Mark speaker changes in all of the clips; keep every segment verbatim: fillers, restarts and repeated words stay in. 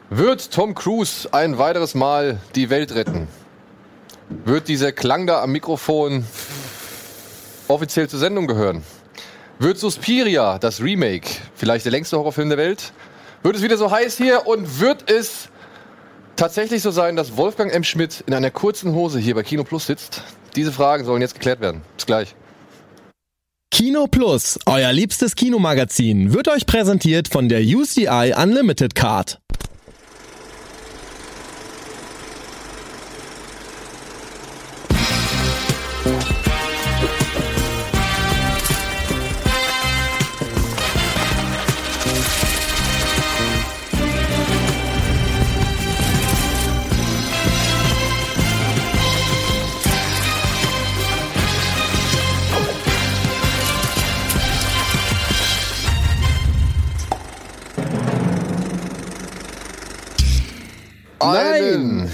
Speaker 1: Wird Tom Cruise ein weiteres Mal die Welt retten? Wird dieser Klang da am Mikrofon offiziell zur Sendung gehören? Wird Suspiria, das Remake, vielleicht der längste Horrorfilm der Welt? Wird es wieder so heiß hier und wird es tatsächlich so sein, dass Wolfgang M. Schmidt in einer kurzen Hose hier bei Kino Plus sitzt? Diese Fragen sollen jetzt geklärt werden. Bis gleich.
Speaker 2: Kino Plus, euer liebstes Kinomagazin, wird euch präsentiert von der U C I Unlimited Card.
Speaker 1: Nein!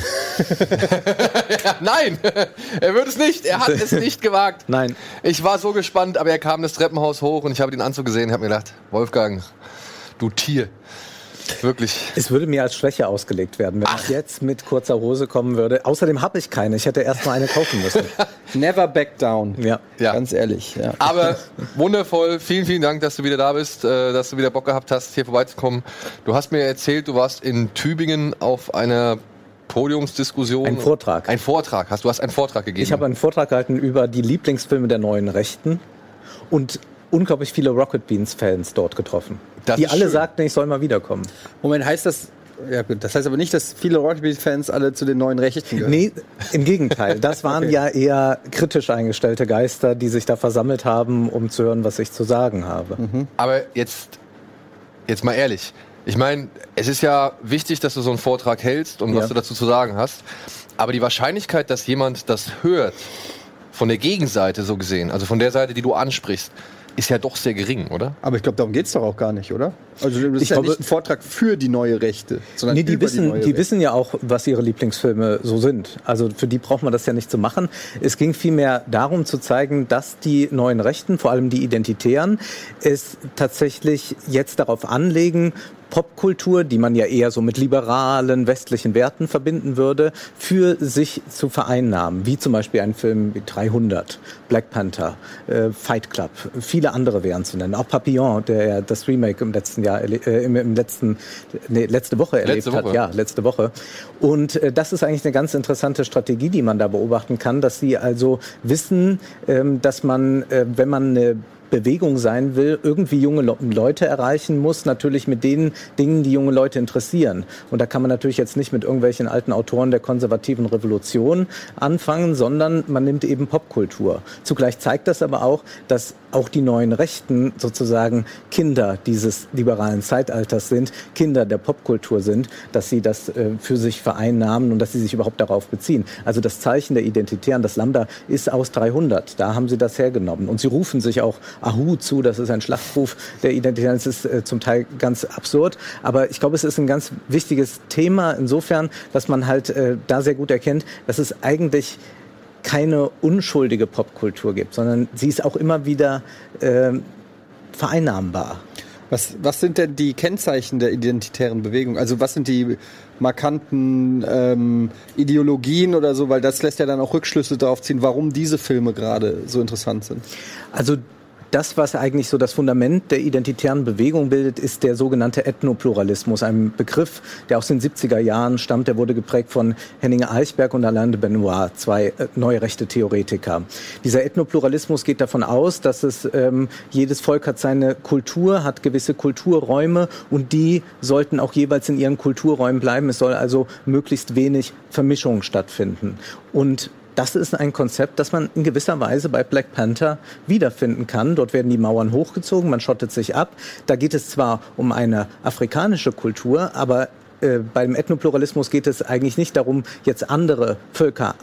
Speaker 1: ja, nein! Er wird es nicht. Er hat es nicht gewagt.
Speaker 3: Nein.
Speaker 1: Ich war so gespannt, aber er kam das Treppenhaus hoch und ich habe den Anzug gesehen und habe mir gedacht, Wolfgang, du Tier. Wirklich.
Speaker 3: Es würde mir als Schwäche ausgelegt werden, wenn Ach. ich jetzt mit kurzer Hose kommen würde. Außerdem habe ich keine. Ich hätte erst mal eine kaufen müssen.
Speaker 4: Never back down.
Speaker 3: Ja.
Speaker 1: ja.
Speaker 4: Ganz ehrlich. Ja.
Speaker 1: Aber wundervoll. Vielen, vielen Dank, dass du wieder da bist, dass du wieder Bock gehabt hast, hier vorbeizukommen. Du hast mir erzählt, du warst in Tübingen auf einer Podiumsdiskussion.
Speaker 3: Ein Vortrag.
Speaker 1: Ein Vortrag. Hast, du hast einen Vortrag gegeben.
Speaker 3: Ich habe einen Vortrag gehalten über die Lieblingsfilme der neuen Rechten und unglaublich viele Rocket Beans-Fans dort getroffen. Das die alle schön. sagten, ich soll mal wiederkommen.
Speaker 4: Moment, heißt das, ja gut, das heißt aber nicht, dass viele Rocket Beans-Fans alle zu den neuen Rechten gehören?
Speaker 3: Nee, im Gegenteil. Das waren okay. ja eher kritisch eingestellte Geister, die sich da versammelt haben, um zu hören, was ich zu sagen habe.
Speaker 1: Mhm. Aber jetzt, jetzt mal ehrlich. Ich meine, es ist ja wichtig, dass du so einen Vortrag hältst und ja. was du dazu zu sagen hast. Aber die Wahrscheinlichkeit, dass jemand das hört, von der Gegenseite so gesehen, also von der Seite, die du ansprichst, ist ja doch sehr gering, oder?
Speaker 4: Aber ich glaube, darum geht's doch auch gar nicht, oder? Also das ist
Speaker 3: ich
Speaker 4: ja
Speaker 3: glaube,
Speaker 4: nicht ein Vortrag für die neue Rechte, sondern
Speaker 3: nee, die
Speaker 4: über
Speaker 3: wissen,
Speaker 4: die neue
Speaker 3: die
Speaker 4: Rechte.
Speaker 3: wissen ja auch, was ihre Lieblingsfilme so sind. Also für die braucht man das ja nicht zu machen. Es ging vielmehr darum zu zeigen, dass die neuen Rechten, vor allem die Identitären, es tatsächlich jetzt darauf anlegen, Popkultur, die man ja eher so mit liberalen westlichen Werten verbinden würde, für sich zu vereinnahmen. Wie zum Beispiel ein Film wie dreihundert, Black Panther, äh, Fight Club, viele andere wären zu nennen. Auch Papillon, der ja das Remake im letzten Jahr, äh, im, im letzten, nee, letzte Woche erlebt
Speaker 1: letzte Woche.
Speaker 3: hat. Ja, letzte Woche. Und äh, das ist eigentlich eine ganz interessante Strategie, die man da beobachten kann, dass sie also wissen, ähm, dass man, äh, wenn man eine Bewegung sein will, irgendwie junge Leute erreichen muss, natürlich mit den Dingen, die junge Leute interessieren. Und da kann man natürlich jetzt nicht mit irgendwelchen alten Autoren der konservativen Revolution anfangen, sondern man nimmt eben Popkultur. Zugleich zeigt das aber auch, dass auch die neuen Rechten sozusagen Kinder dieses liberalen Zeitalters sind, Kinder der Popkultur sind, dass sie das äh, für sich vereinnahmen und dass sie sich überhaupt darauf beziehen. Also das Zeichen der Identitären, das Lambda ist aus dreihundert, da haben sie das hergenommen. Und sie rufen sich auch Ahu zu, das ist ein Schlachtruf der Identitären, das ist äh, zum Teil ganz absurd, aber ich glaube, es ist ein ganz wichtiges Thema insofern, dass man halt äh, da sehr gut erkennt, dass es eigentlich keine unschuldige Popkultur gibt, sondern sie ist auch immer wieder äh, vereinnahmbar.
Speaker 4: Was, was sind denn die Kennzeichen der identitären Bewegung? Also was sind die markanten ähm, Ideologien oder so? Weil das lässt ja dann auch Rückschlüsse darauf ziehen, warum diese Filme gerade so interessant sind.
Speaker 3: Also das, was eigentlich so das Fundament der identitären Bewegung bildet, ist der sogenannte Ethnopluralismus, ein Begriff, der aus den siebziger Jahren stammt. Der wurde geprägt von Henning Eichberg und Alain de Benoit, zwei äh, neurechte Theoretiker. Dieser Ethnopluralismus geht davon aus, dass es ähm, jedes Volk hat seine Kultur, hat gewisse Kulturräume und die sollten auch jeweils in ihren Kulturräumen bleiben. Es soll also möglichst wenig Vermischung stattfinden. Und das ist ein Konzept, das man in gewisser Weise bei Black Panther wiederfinden kann. Dort werden die Mauern hochgezogen, man schottet sich ab. Da geht es zwar um eine afrikanische Kultur, aber äh, beim Ethnopluralismus geht es eigentlich nicht darum, jetzt andere Völker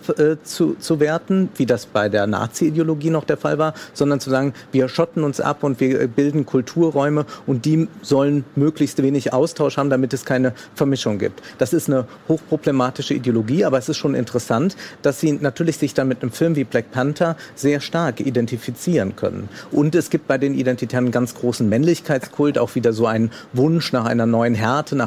Speaker 3: abzuwerten, äh, wie das bei der Nazi-Ideologie noch der Fall war, sondern zu sagen, wir schotten uns ab und wir bilden Kulturräume und die sollen möglichst wenig Austausch haben, damit es keine Vermischung gibt. Das ist eine hochproblematische Ideologie, aber es ist schon interessant, dass sie natürlich sich dann mit einem Film wie Black Panther sehr stark identifizieren können. Und es gibt bei den Identitären einen ganz großen Männlichkeitskult, auch wieder so einen Wunsch nach einer neuen Härte, nach Disziplin,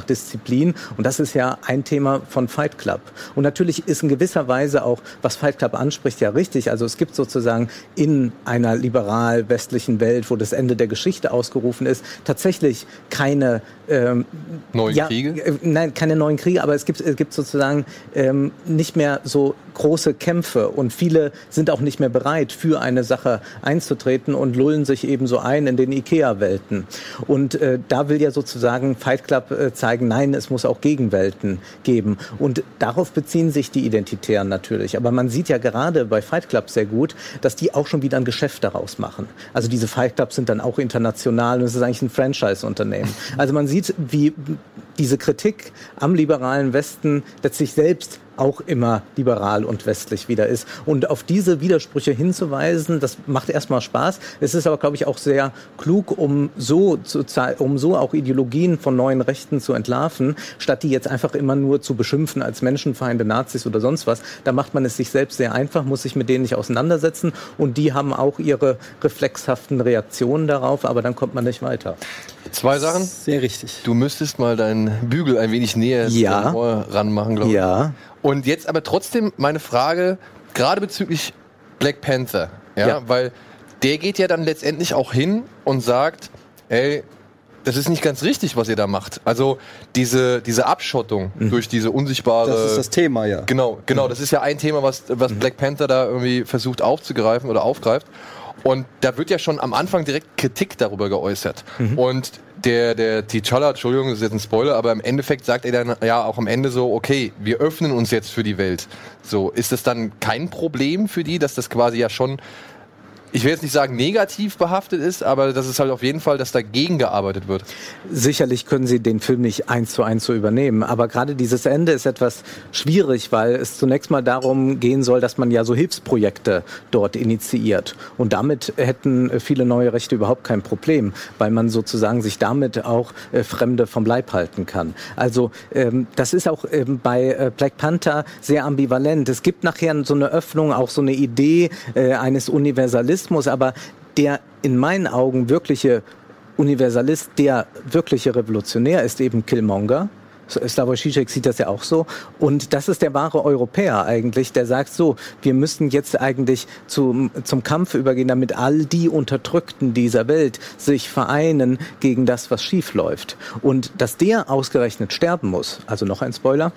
Speaker 3: Disziplin. Und das ist ja ein Thema von Fight Club. Und natürlich ist in gewisser Weise auch, was Fight Club anspricht, ja richtig. Also es gibt sozusagen in einer liberal-westlichen Welt, wo das Ende der Geschichte ausgerufen ist, tatsächlich keine ähm,
Speaker 1: neuen
Speaker 3: ja,
Speaker 1: Kriege?
Speaker 3: Äh, nein, keine neuen Kriege, aber es gibt, es gibt sozusagen ähm, nicht mehr so große Kämpfe und viele sind auch nicht mehr bereit, für eine Sache einzutreten und lullen sich eben so ein in den Ikea-Welten. Und äh, da will ja sozusagen Fight Club äh, zeigen, nein, es muss auch Gegenwelten geben. Und darauf beziehen sich die Identitären natürlich. Aber man sieht ja gerade bei Fight Club sehr gut, dass die auch schon wieder ein Geschäft daraus machen. Also diese Fight Clubs sind dann auch international und es ist eigentlich ein Franchise-Unternehmen. Also man sieht, wie diese Kritik am liberalen Westen letztlich selbst auch immer liberal und westlich wieder ist. Und auf diese Widersprüche hinzuweisen, das macht erstmal Spaß. Es ist aber, glaube ich, auch sehr klug, um so, zu, um so auch Ideologien von neuen Rechten zu entlarven, statt die jetzt einfach immer nur zu beschimpfen als Menschenfeinde, Nazis oder sonst was. Da macht man es sich selbst sehr einfach, muss sich mit denen nicht auseinandersetzen. Und die haben auch ihre reflexhaften Reaktionen darauf, aber dann kommt man nicht weiter.
Speaker 1: Zwei Sachen.
Speaker 4: Sehr richtig.
Speaker 1: Du müsstest mal deinen Bügel ein wenig näher
Speaker 3: ja.
Speaker 1: zum Ohr ranmachen, glaube ich.
Speaker 3: Ja.
Speaker 1: Und jetzt aber trotzdem meine Frage, gerade bezüglich Black Panther, ja,
Speaker 3: Ja.
Speaker 1: weil der geht ja dann letztendlich auch hin und sagt, ey, das ist nicht ganz richtig, was ihr da macht. Also diese, diese Abschottung mhm. durch diese unsichtbare...
Speaker 4: Das ist das Thema, ja.
Speaker 1: Genau, genau. Das ist ja ein Thema, was, was mhm. Black Panther da irgendwie versucht aufzugreifen oder aufgreift. Und da wird ja schon am Anfang direkt Kritik darüber geäußert. Mhm. Und der, der T'Challa, Entschuldigung, das ist jetzt ein Spoiler, aber im Endeffekt sagt er dann ja auch am Ende so, okay, wir öffnen uns jetzt für die Welt. So, ist das dann kein Problem für die, dass das quasi ja schon, ich will jetzt nicht sagen negativ behaftet ist, aber das ist halt auf jeden Fall, dass dagegen gearbeitet wird.
Speaker 3: Sicherlich können Sie den Film nicht eins zu eins so übernehmen, aber gerade dieses Ende ist etwas schwierig, weil es zunächst mal darum gehen soll, dass man ja so Hilfsprojekte dort initiiert. Und damit hätten viele neue Rechte überhaupt kein Problem, weil man sozusagen sich damit auch äh, Fremde vom Leib halten kann. Also ähm, das ist auch ähm, bei äh, Black Panther sehr ambivalent. Es gibt nachher so eine Öffnung, auch so eine Idee äh, eines Universalismus, aber der in meinen Augen wirkliche Universalist, der wirkliche Revolutionär ist eben Killmonger. Slavoj Žižek sieht das ja auch so. Und das ist der wahre Europäer eigentlich, der sagt so, wir müssen jetzt eigentlich zum, zum Kampf übergehen, damit all die Unterdrückten dieser Welt sich vereinen gegen das, was schief läuft. Und dass der ausgerechnet sterben muss, also noch ein Spoiler,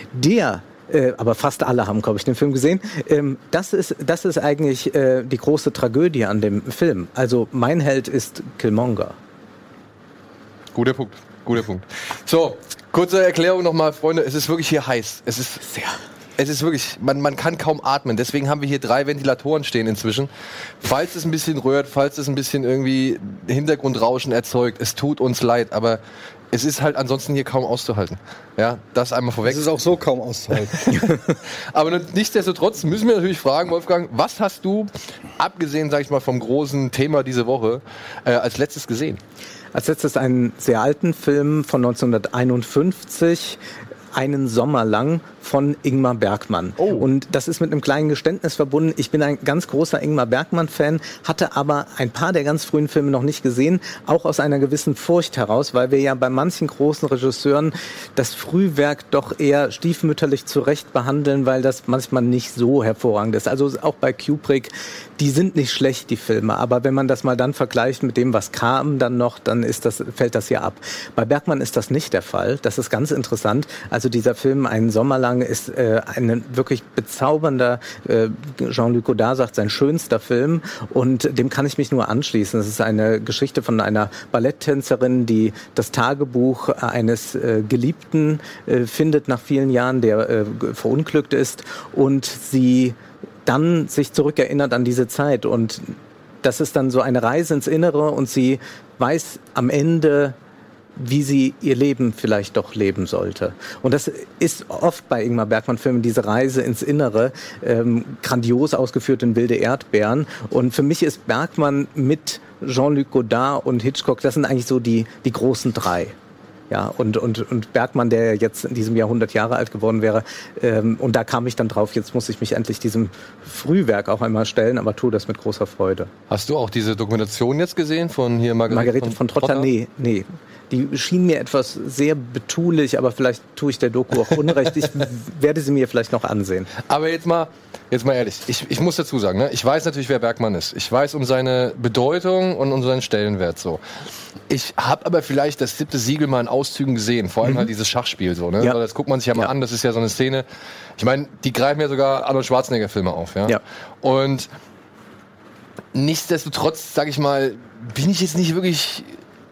Speaker 3: der Äh, aber fast alle haben, glaube ich, den Film gesehen. Ähm, das ist, das ist eigentlich äh, die große Tragödie an dem Film. Also mein Held ist Killmonger.
Speaker 1: Guter Punkt, guter Punkt. So, kurze Erklärung nochmal, Freunde. Es ist wirklich hier heiß. Es ist sehr... Es ist wirklich, man, man kann kaum atmen. Deswegen haben wir hier drei Ventilatoren stehen inzwischen. Falls es ein bisschen rührt, falls es ein bisschen irgendwie Hintergrundrauschen erzeugt, es tut uns leid, aber es ist halt ansonsten hier kaum auszuhalten. Ja, das einmal vorweg.
Speaker 4: Es ist auch so kaum auszuhalten.
Speaker 1: Aber nichtsdestotrotz müssen wir natürlich fragen, Wolfgang, was hast du, abgesehen, sag ich mal, vom großen Thema diese Woche, äh, als letztes gesehen?
Speaker 3: Als letztes einen sehr alten Film von neunzehnhunderteinundfünfzig, Einen Sommer lang, von Ingmar Bergman. Oh. Und das ist mit einem kleinen Geständnis verbunden. Ich bin ein ganz großer Ingmar Bergman-Fan, hatte aber ein paar der ganz frühen Filme noch nicht gesehen, auch aus einer gewissen Furcht heraus, weil wir ja bei manchen großen Regisseuren das Frühwerk doch eher stiefmütterlich zurecht behandeln, weil das manchmal nicht so hervorragend ist. Also auch bei Kubrick, die sind nicht schlecht, die Filme, aber wenn man das mal dann vergleicht mit dem, was kam dann noch, dann ist das, fällt das hier ab. Bei Bergman ist das nicht der Fall. Das ist ganz interessant. Also dieser Film, Einen Sommer lang, ist äh, ein wirklich bezaubernder, äh, Jean-Luc Godard sagt, sein schönster Film, und dem kann ich mich nur anschließen. Es ist eine Geschichte von einer Balletttänzerin, die das Tagebuch eines äh, Geliebten äh, findet nach vielen Jahren, der äh, verunglückt ist, und sie dann sich zurückerinnert an diese Zeit, und das ist dann so eine Reise ins Innere, und sie weiß am Ende, wie sie ihr Leben vielleicht doch leben sollte. Und das ist oft bei Ingmar Bergman-Filmen, diese Reise ins Innere, ähm, grandios ausgeführt in Wilde Erdbeeren. Und für mich ist Bergman mit Jean-Luc Godard und Hitchcock, das sind eigentlich so die, die großen drei. Ja, und, und, und Bergman, der jetzt in diesem Jahr hundert Jahre alt geworden wäre, ähm, und da kam ich dann drauf, jetzt muss ich mich endlich diesem Frühwerk auch einmal stellen, aber tue das mit großer Freude.
Speaker 1: Hast du auch diese Dokumentation jetzt gesehen von hier Margarete,
Speaker 3: Margarete von, von Trotta? Trotta? Nee, nee. Die schien mir etwas sehr betulich, aber vielleicht tue ich der Doku auch Unrecht. Ich werde sie mir vielleicht noch ansehen.
Speaker 1: Aber jetzt mal, jetzt mal ehrlich, ich, ich muss dazu sagen, ne? Ich weiß natürlich, wer Bergman ist. Ich weiß um seine Bedeutung und um seinen Stellenwert so. Ich habe aber vielleicht das siebte Siegel mal in Auszügen gesehen, vor allem mhm. halt dieses Schachspiel so. Ne? Ja. Das guckt man sich ja mal ja. an, das ist ja so eine Szene. Ich meine, die greifen ja sogar Arnold Schwarzenegger-Filme auf. Ja? Ja. Und nichtsdestotrotz, sag ich mal, bin ich jetzt nicht wirklich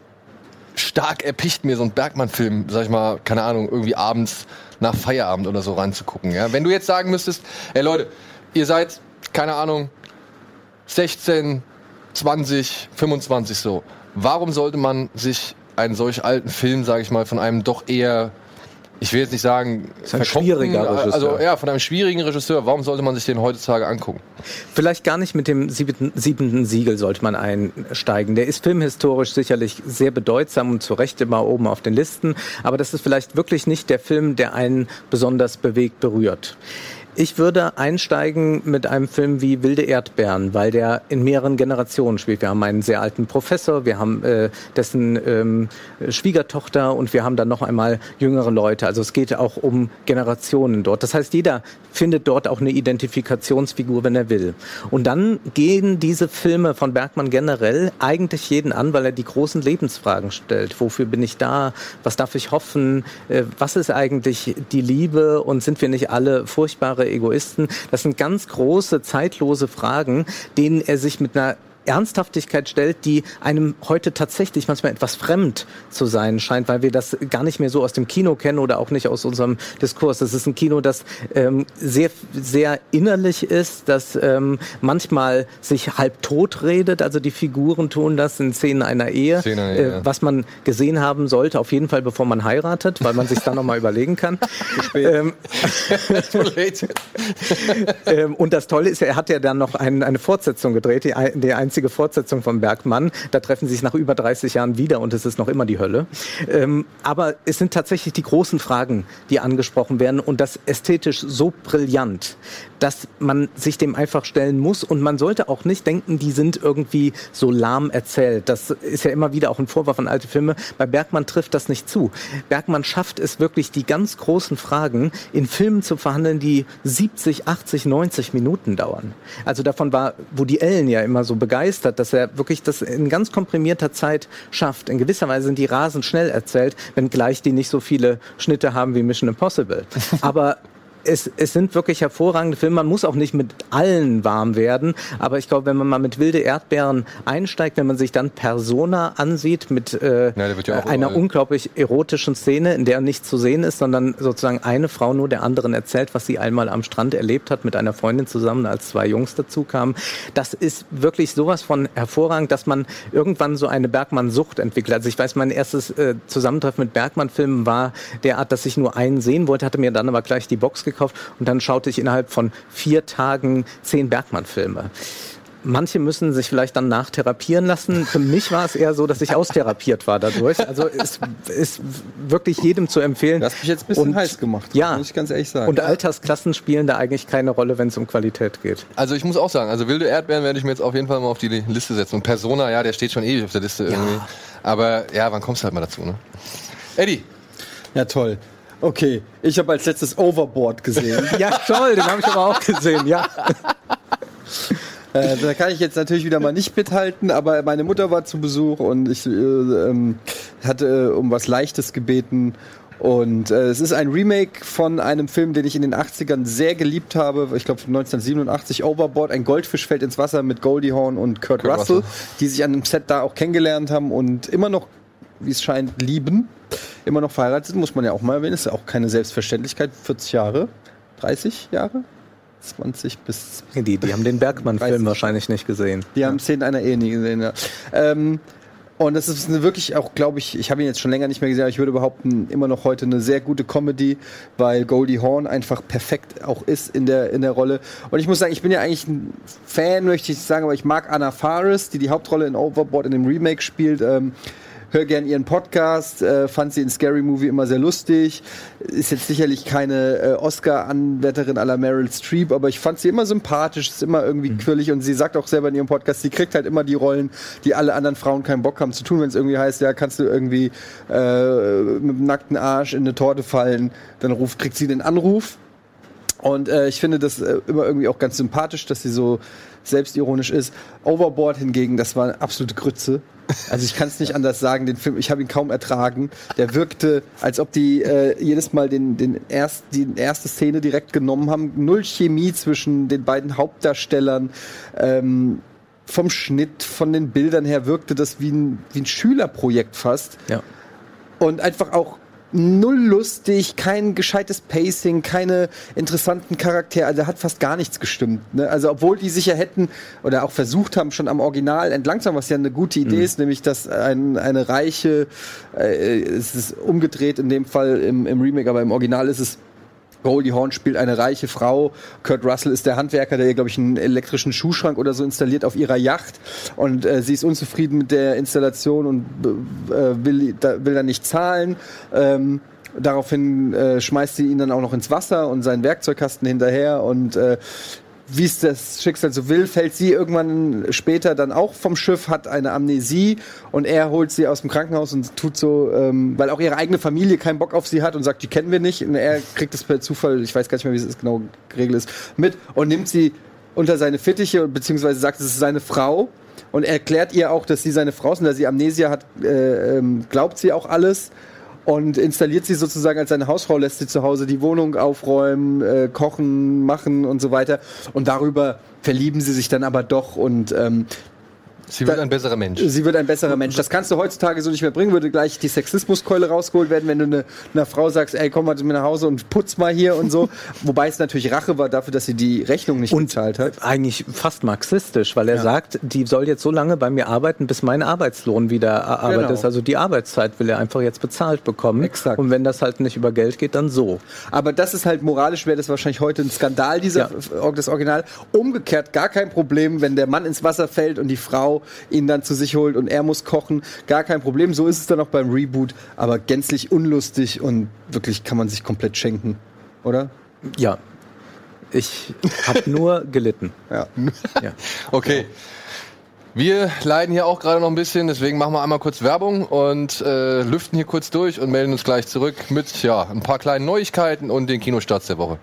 Speaker 1: stark erpicht, mir so einen Bergman-Film, sag ich mal, keine Ahnung, irgendwie abends nach Feierabend oder so reinzugucken. Ja? Wenn du jetzt sagen müsstest, ey Leute, ihr seid, keine Ahnung, sechzehn, zwanzig, fünfundzwanzig so. Warum sollte man sich einen solch alten Film, sage ich mal, von einem doch eher, ich will jetzt nicht sagen,
Speaker 3: ist ein schwieriger Regisseur.
Speaker 1: Also ja, von einem schwierigen Regisseur, warum sollte man sich den heutzutage angucken?
Speaker 3: Vielleicht gar nicht mit dem siebten, siebenten Siegel sollte man einsteigen. Der ist filmhistorisch sicherlich sehr bedeutsam und zu Recht immer oben auf den Listen, aber das ist vielleicht wirklich nicht der Film, der einen besonders bewegt, berührt. Ich würde einsteigen mit einem Film wie Wilde Erdbeeren, weil der in mehreren Generationen spielt. Wir haben einen sehr alten Professor, wir haben äh, dessen ähm, Schwiegertochter und wir haben dann noch einmal jüngere Leute. Also es geht auch um Generationen dort. Das heißt, jeder findet dort auch eine Identifikationsfigur, wenn er will. Und dann gehen diese Filme von Bergman generell eigentlich jeden an, weil er die großen Lebensfragen stellt. Wofür bin ich da? Was darf ich hoffen? Äh, was ist eigentlich die Liebe? Und sind wir nicht alle furchtbare Egoisten? Das sind ganz große, zeitlose Fragen, denen er sich mit einer Ernsthaftigkeit stellt, die einem heute tatsächlich manchmal etwas fremd zu sein scheint, weil wir das gar nicht mehr so aus dem Kino kennen oder auch nicht aus unserem Diskurs. Das ist ein Kino, das ähm, sehr, sehr innerlich ist, das ähm, manchmal sich halb tot redet, also die Figuren tun das in Szenen einer Ehe, Szene, äh, ja. was man gesehen haben sollte, auf jeden Fall, bevor man heiratet, weil man sich dann nochmal überlegen kann. ähm, ähm, und das Tolle ist, er hat ja dann noch ein, eine Fortsetzung gedreht, die, die einzige Fortsetzung von Bergman. Da treffen sie sich nach über dreißig Jahren wieder und es ist noch immer die Hölle. Ähm, aber es sind tatsächlich die großen Fragen, die angesprochen werden und das ästhetisch so brillant, dass man sich dem einfach stellen muss und man sollte auch nicht denken, die sind irgendwie so lahm erzählt. Das ist ja immer wieder auch ein Vorwurf an alte Filme. Bei Bergman trifft das nicht zu. Bergman schafft es wirklich, die ganz großen Fragen in Filmen zu verhandeln, die siebzig, achtzig, neunzig Minuten dauern. Also davon war Woody Allen ja immer so begeistert, dass er wirklich das in ganz komprimierter Zeit schafft. In gewisser Weise sind die rasend schnell erzählt, wenngleich die nicht so viele Schnitte haben wie Mission Impossible. Aber Es, es sind wirklich hervorragende Filme. Man muss auch nicht mit allen warm werden. Aber ich glaube, wenn man mal mit Wilde Erdbeeren einsteigt, wenn man sich dann Persona ansieht mit äh, ja, ja einer überall. unglaublich erotischen Szene, in der nichts zu sehen ist, sondern sozusagen eine Frau nur der anderen erzählt, was sie einmal am Strand erlebt hat mit einer Freundin zusammen, als zwei Jungs dazu kamen. Das ist wirklich sowas von hervorragend, dass man irgendwann so eine Bergmann-Sucht entwickelt. Also ich weiß, mein erstes äh, Zusammentreffen mit Bergmann-Filmen war derart, dass ich nur einen sehen wollte, hatte mir dann aber gleich die Box gekauft und dann schaute ich innerhalb von vier Tagen zehn Bergmann-Filme. Manche müssen sich vielleicht dann nachtherapieren lassen. Für mich war es eher so, dass ich austherapiert war dadurch. Also es ist wirklich jedem zu empfehlen.
Speaker 4: Das hat mich jetzt ein bisschen und, heiß gemacht,
Speaker 3: ja,
Speaker 4: muss ich ganz ehrlich sagen.
Speaker 3: Und Altersklassen spielen da eigentlich keine Rolle, wenn es um Qualität geht.
Speaker 1: Also ich muss auch sagen, also Wilde Erdbeeren werde ich mir jetzt auf jeden Fall mal auf die Liste setzen. Und Persona, ja, der steht schon ewig auf der Liste ja. irgendwie. Aber ja, wann kommst du halt mal dazu, ne? Eddie.
Speaker 4: Ja, toll. Okay, ich habe als letztes Overboard gesehen.
Speaker 3: Ja, toll, den habe ich aber auch gesehen, ja.
Speaker 4: Äh, da kann ich jetzt natürlich wieder mal nicht mithalten, aber meine Mutter war zu Besuch und ich äh, ähm, hatte äh, um was Leichtes gebeten. Und äh, es ist ein Remake von einem Film, den ich in den achtzigern sehr geliebt habe. Ich glaube neunzehnhundertsiebenundachtzig, Overboard, ein Goldfisch fällt ins Wasser mit Goldie Hawn und Kurt, Kurt Russell, Russell, die sich an einem Set da auch kennengelernt haben und immer noch, wie es scheint, lieben. Immer noch verheiratet sind, muss man ja auch mal erwähnen. Ist ja auch keine Selbstverständlichkeit. vierzig Jahre, dreißig Jahre, zwanzig bis...
Speaker 3: Die, die haben den Bergmann-Film wahrscheinlich nicht gesehen.
Speaker 4: Die ja. haben Szenen einer Ehe nie gesehen, ja. Ähm, und das ist eine wirklich auch, glaube ich, ich habe ihn jetzt schon länger nicht mehr gesehen, aber ich würde behaupten, immer noch heute eine sehr gute Comedy, weil Goldie Hawn einfach perfekt auch ist in der, in der Rolle. Und ich muss sagen, ich bin ja eigentlich ein Fan, möchte ich sagen, aber ich mag Anna Faris, die die Hauptrolle in Overboard in dem Remake spielt, ähm, höre gern ihren Podcast, äh, fand sie in Scary Movie immer sehr lustig. Ist jetzt sicherlich keine äh, Oscar-Anwärterin à la Meryl Streep, aber ich fand sie immer sympathisch, ist immer irgendwie mhm. quirlig und sie sagt auch selber in ihrem Podcast, sie kriegt halt immer die Rollen, die alle anderen Frauen keinen Bock haben zu tun, wenn es irgendwie heißt, ja, kannst du irgendwie äh, mit dem nackten Arsch in eine Torte fallen, dann ruft, kriegt sie den Anruf. Und äh, ich finde das äh, immer irgendwie auch ganz sympathisch, dass sie so selbstironisch ist. Overboard hingegen, das war eine absolute Grütze. Also ich kann es nicht anders sagen, den Film, ich habe ihn kaum ertragen. Der wirkte, als ob die äh, jedes Mal den, den erst, die erste Szene direkt genommen haben. Null Chemie zwischen den beiden Hauptdarstellern. Ähm, vom Schnitt, von den Bildern her wirkte das wie ein, wie ein Schülerprojekt fast. Ja. Und einfach auch null lustig, kein gescheites Pacing, keine interessanten Charaktere, also hat fast gar nichts gestimmt. Ne? Also obwohl die sicher hätten oder auch versucht haben, schon am Original entlang zu haben, was ja eine gute Idee mhm. ist, nämlich dass ein, eine reiche, äh, es ist umgedreht in dem Fall im, im Remake, aber im Original ist es Goldie Hawn spielt eine reiche Frau. Kurt Russell ist der Handwerker, der, glaube ich, einen elektrischen Schuhschrank oder so installiert auf ihrer Yacht. Und äh, sie ist unzufrieden mit der Installation und äh, will, da, will dann nicht zahlen. Ähm, daraufhin äh, schmeißt sie ihn dann auch noch ins Wasser und seinen Werkzeugkasten hinterher. Und äh, wie es das Schicksal so will, fällt sie irgendwann später dann auch vom Schiff, hat eine Amnesie und er holt sie aus dem Krankenhaus und tut so, ähm, weil auch ihre eigene Familie keinen Bock auf sie hat und sagt, die kennen wir nicht. Und er kriegt es per Zufall, ich weiß gar nicht mehr, wie es genau geregelt ist, mit und nimmt sie unter seine Fittiche, beziehungsweise sagt, es ist seine Frau und erklärt ihr auch, dass sie seine Frau ist und da sie Amnesia hat, äh, ähm, glaubt sie auch alles. Und installiert sie sozusagen als seine Hausfrau, lässt sie zu Hause die Wohnung aufräumen, äh, kochen, machen und so weiter. Und darüber verlieben sie sich dann aber doch und ähm,
Speaker 1: sie wird da, ein besserer Mensch.
Speaker 4: Sie wird ein besserer Mensch. Das kannst du heutzutage so nicht mehr bringen, würde gleich die Sexismuskeule rausgeholt werden, wenn du eine, einer Frau sagst, ey, komm mal zu mir nach Hause und putz mal hier und so. Wobei es natürlich Rache war dafür, dass sie die Rechnung nicht und bezahlt hat.
Speaker 3: Eigentlich fast marxistisch, weil er ja. sagt, die soll jetzt so lange bei mir arbeiten, bis mein Arbeitslohn wieder Arbeit genau. ist. Also die Arbeitszeit will er einfach jetzt bezahlt bekommen.
Speaker 4: Exakt.
Speaker 3: Und wenn das halt nicht über Geld geht, dann so.
Speaker 4: Aber das ist halt moralisch, wäre das wahrscheinlich heute ein Skandal, dieser, ja. das Original. Umgekehrt gar kein Problem, wenn der Mann ins Wasser fällt und die Frau ihn dann zu sich holt und er muss kochen, gar kein Problem. So ist es dann auch beim Reboot, aber gänzlich unlustig und wirklich kann man sich komplett schenken, oder?
Speaker 3: Ja. Ich habe nur gelitten.
Speaker 4: Ja.
Speaker 1: ja. Okay. Wir leiden hier auch gerade noch ein bisschen, deswegen machen wir einmal kurz Werbung und äh, lüften hier kurz durch und melden uns gleich zurück mit ja, ein paar kleinen Neuigkeiten und den Kinostarts der Woche.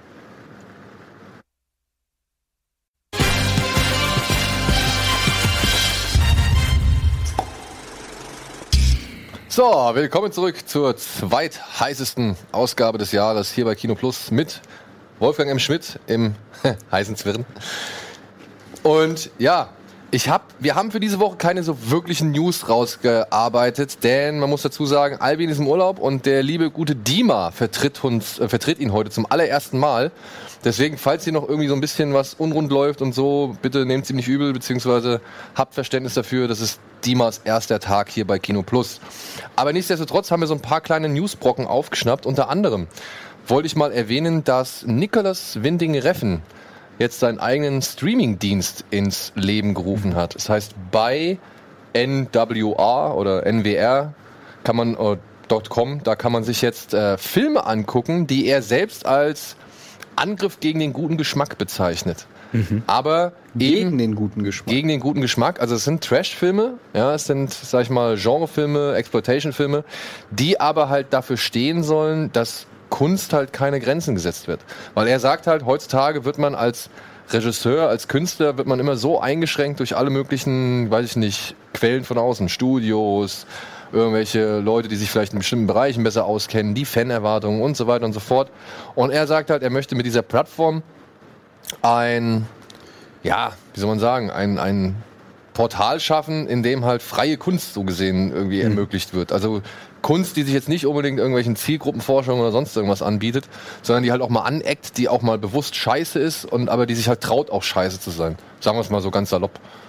Speaker 1: So, willkommen zurück zur zweitheißesten Ausgabe des Jahres hier bei Kino Plus mit Wolfgang M. Schmidt im heißen Zwirn. Und ja, ich hab, wir haben für diese Woche keine so wirklichen News rausgearbeitet, denn man muss dazu sagen, Albin ist im Urlaub und der liebe gute Dima vertritt uns, äh, vertritt ihn heute zum allerersten Mal. Deswegen, falls hier noch irgendwie so ein bisschen was unrund läuft und so, bitte nehmt es ihm nicht übel, beziehungsweise habt Verständnis dafür, das ist Dimas erster Tag hier bei Kino Plus. Aber nichtsdestotrotz haben wir so ein paar kleine Newsbrocken aufgeschnappt. Unter anderem wollte ich mal erwähnen, dass Nicholas Winding Refn jetzt seinen eigenen Streaming-Dienst ins Leben gerufen hat. Das heißt, bei N W R oder N W R kann man, äh, .com, da kann man sich jetzt äh, Filme angucken, die er selbst als Angriff gegen den guten Geschmack bezeichnet. Mhm. Aber
Speaker 4: gegen
Speaker 1: eben
Speaker 4: den guten Geschmack.
Speaker 1: Gegen den guten Geschmack. Also es sind Trash-Filme, ja, es sind, sag ich mal, Genre-Filme, Exploitation-Filme, die aber halt dafür stehen sollen, dass Kunst halt keine Grenzen gesetzt wird. Weil er sagt halt, heutzutage wird man als Regisseur, als Künstler, wird man immer so eingeschränkt durch alle möglichen, weiß ich nicht, Quellen von außen, Studios, irgendwelche Leute, die sich vielleicht in bestimmten Bereichen besser auskennen, die Fanerwartungen und so weiter und so fort. Und er sagt halt, er möchte mit dieser Plattform ein, ja, wie soll man sagen, ein, ein Portal schaffen, in dem halt freie Kunst so gesehen irgendwie mhm. ermöglicht wird. Also Kunst, die sich jetzt nicht unbedingt irgendwelchen Zielgruppenforschungen oder sonst irgendwas anbietet, sondern die halt auch mal aneckt, die auch mal bewusst scheiße ist und aber die sich halt traut, auch scheiße zu sein. Sagen wir es mal so ganz salopp.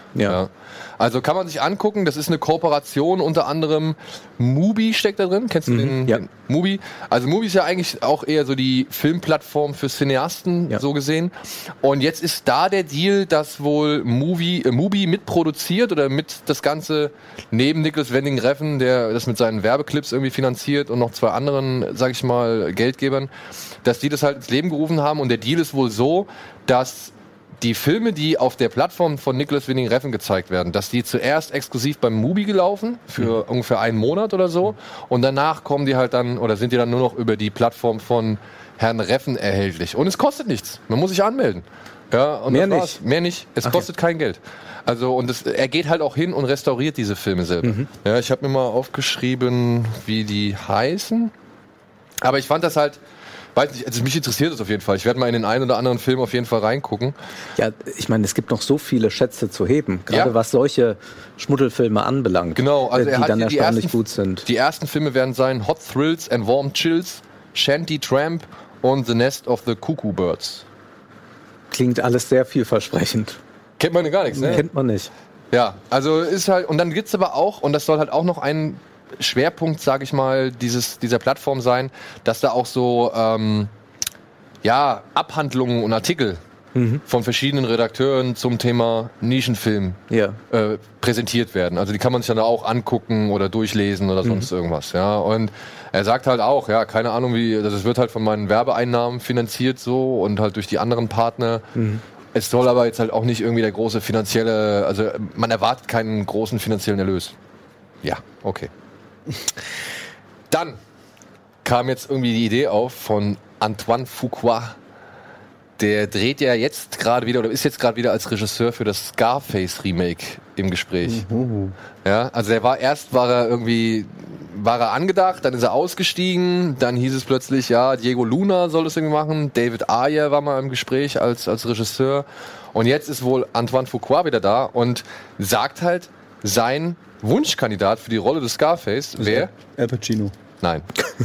Speaker 3: Ja.
Speaker 1: ja. Also kann man sich angucken, das ist eine Kooperation, unter anderem Mubi steckt da drin. Kennst du
Speaker 3: Mhm,
Speaker 1: den,
Speaker 3: ja.
Speaker 1: den Mubi? Also Mubi ist ja eigentlich auch eher so die Filmplattform für Cineasten,
Speaker 3: Ja.
Speaker 1: so gesehen. Und jetzt ist da der Deal, dass wohl Mubi, äh, Mubi mitproduziert oder mit das Ganze neben Nicholas Winding Refn, der das mit seinen Werbeclips irgendwie finanziert und noch zwei anderen, sag ich mal, Geldgebern, dass die das halt ins Leben gerufen haben. Und der Deal ist wohl so, dass die Filme, die auf der Plattform von Nicholas Winding Refn gezeigt werden, dass die zuerst exklusiv beim Mubi gelaufen, für mhm. ungefähr einen Monat oder so, und danach kommen die halt dann, oder sind die dann nur noch über die Plattform von Herrn Refn erhältlich. Und es kostet nichts. Man muss sich anmelden. Ja, und
Speaker 3: Mehr
Speaker 1: das
Speaker 3: nicht.
Speaker 1: Mehr nicht. Es
Speaker 3: Ach
Speaker 1: kostet ja. kein Geld. Also, und es, er geht halt auch hin und restauriert diese Filme selber.
Speaker 3: Mhm.
Speaker 1: Ja, ich habe mir mal aufgeschrieben, wie die heißen. Aber ich fand das halt, weiß nicht, also mich interessiert das auf jeden Fall. Ich werde mal in den einen oder anderen Film auf jeden Fall reingucken.
Speaker 3: Ja, ich meine, es gibt noch so viele Schätze zu heben, gerade
Speaker 1: Ja.
Speaker 3: was solche Schmuddelfilme anbelangt,
Speaker 1: Genau, also
Speaker 3: äh,
Speaker 1: er
Speaker 3: die
Speaker 1: hat
Speaker 3: dann
Speaker 1: hier die
Speaker 3: erstaunlich
Speaker 1: ersten,
Speaker 3: gut sind.
Speaker 1: Die ersten Filme werden sein Hot Thrills and Warm Chills, Shanty Tramp und The Nest of the Cuckoo Birds.
Speaker 3: Klingt alles sehr vielversprechend.
Speaker 1: Kennt man gar nichts, ne?
Speaker 3: Kennt man nicht.
Speaker 1: Ja, also ist halt, und dann gibt's aber auch, und das soll halt auch noch ein Schwerpunkt, sage ich mal, dieses, dieser Plattform sein, dass da auch so ähm, ja, Abhandlungen und Artikel mhm. von verschiedenen Redakteuren zum Thema Nischenfilm
Speaker 3: Ja.
Speaker 1: äh, präsentiert werden. Also die kann man sich dann auch angucken oder durchlesen oder sonst mhm. irgendwas. Ja, und er sagt halt auch, ja, keine Ahnung wie, das wird halt von meinen Werbeeinnahmen finanziert so und halt durch die anderen Partner. Mhm. Es soll aber jetzt halt auch nicht irgendwie der große finanzielle, also man erwartet keinen großen finanziellen Erlös. Ja, okay. Dann kam jetzt irgendwie die Idee auf von Antoine Fuqua. Der dreht ja jetzt gerade wieder oder ist jetzt gerade wieder als Regisseur für das Scarface Remake im Gespräch. Mhm. Ja, also er war erst war er irgendwie war er angedacht, dann ist er ausgestiegen, dann hieß es plötzlich, ja, Diego Luna soll es irgendwie machen, David Ayer war mal im Gespräch als als Regisseur und jetzt ist wohl Antoine Fuqua wieder da und sagt halt, sein Wunschkandidat für die Rolle des Scarface wäre
Speaker 4: Al Pacino.
Speaker 1: Nein.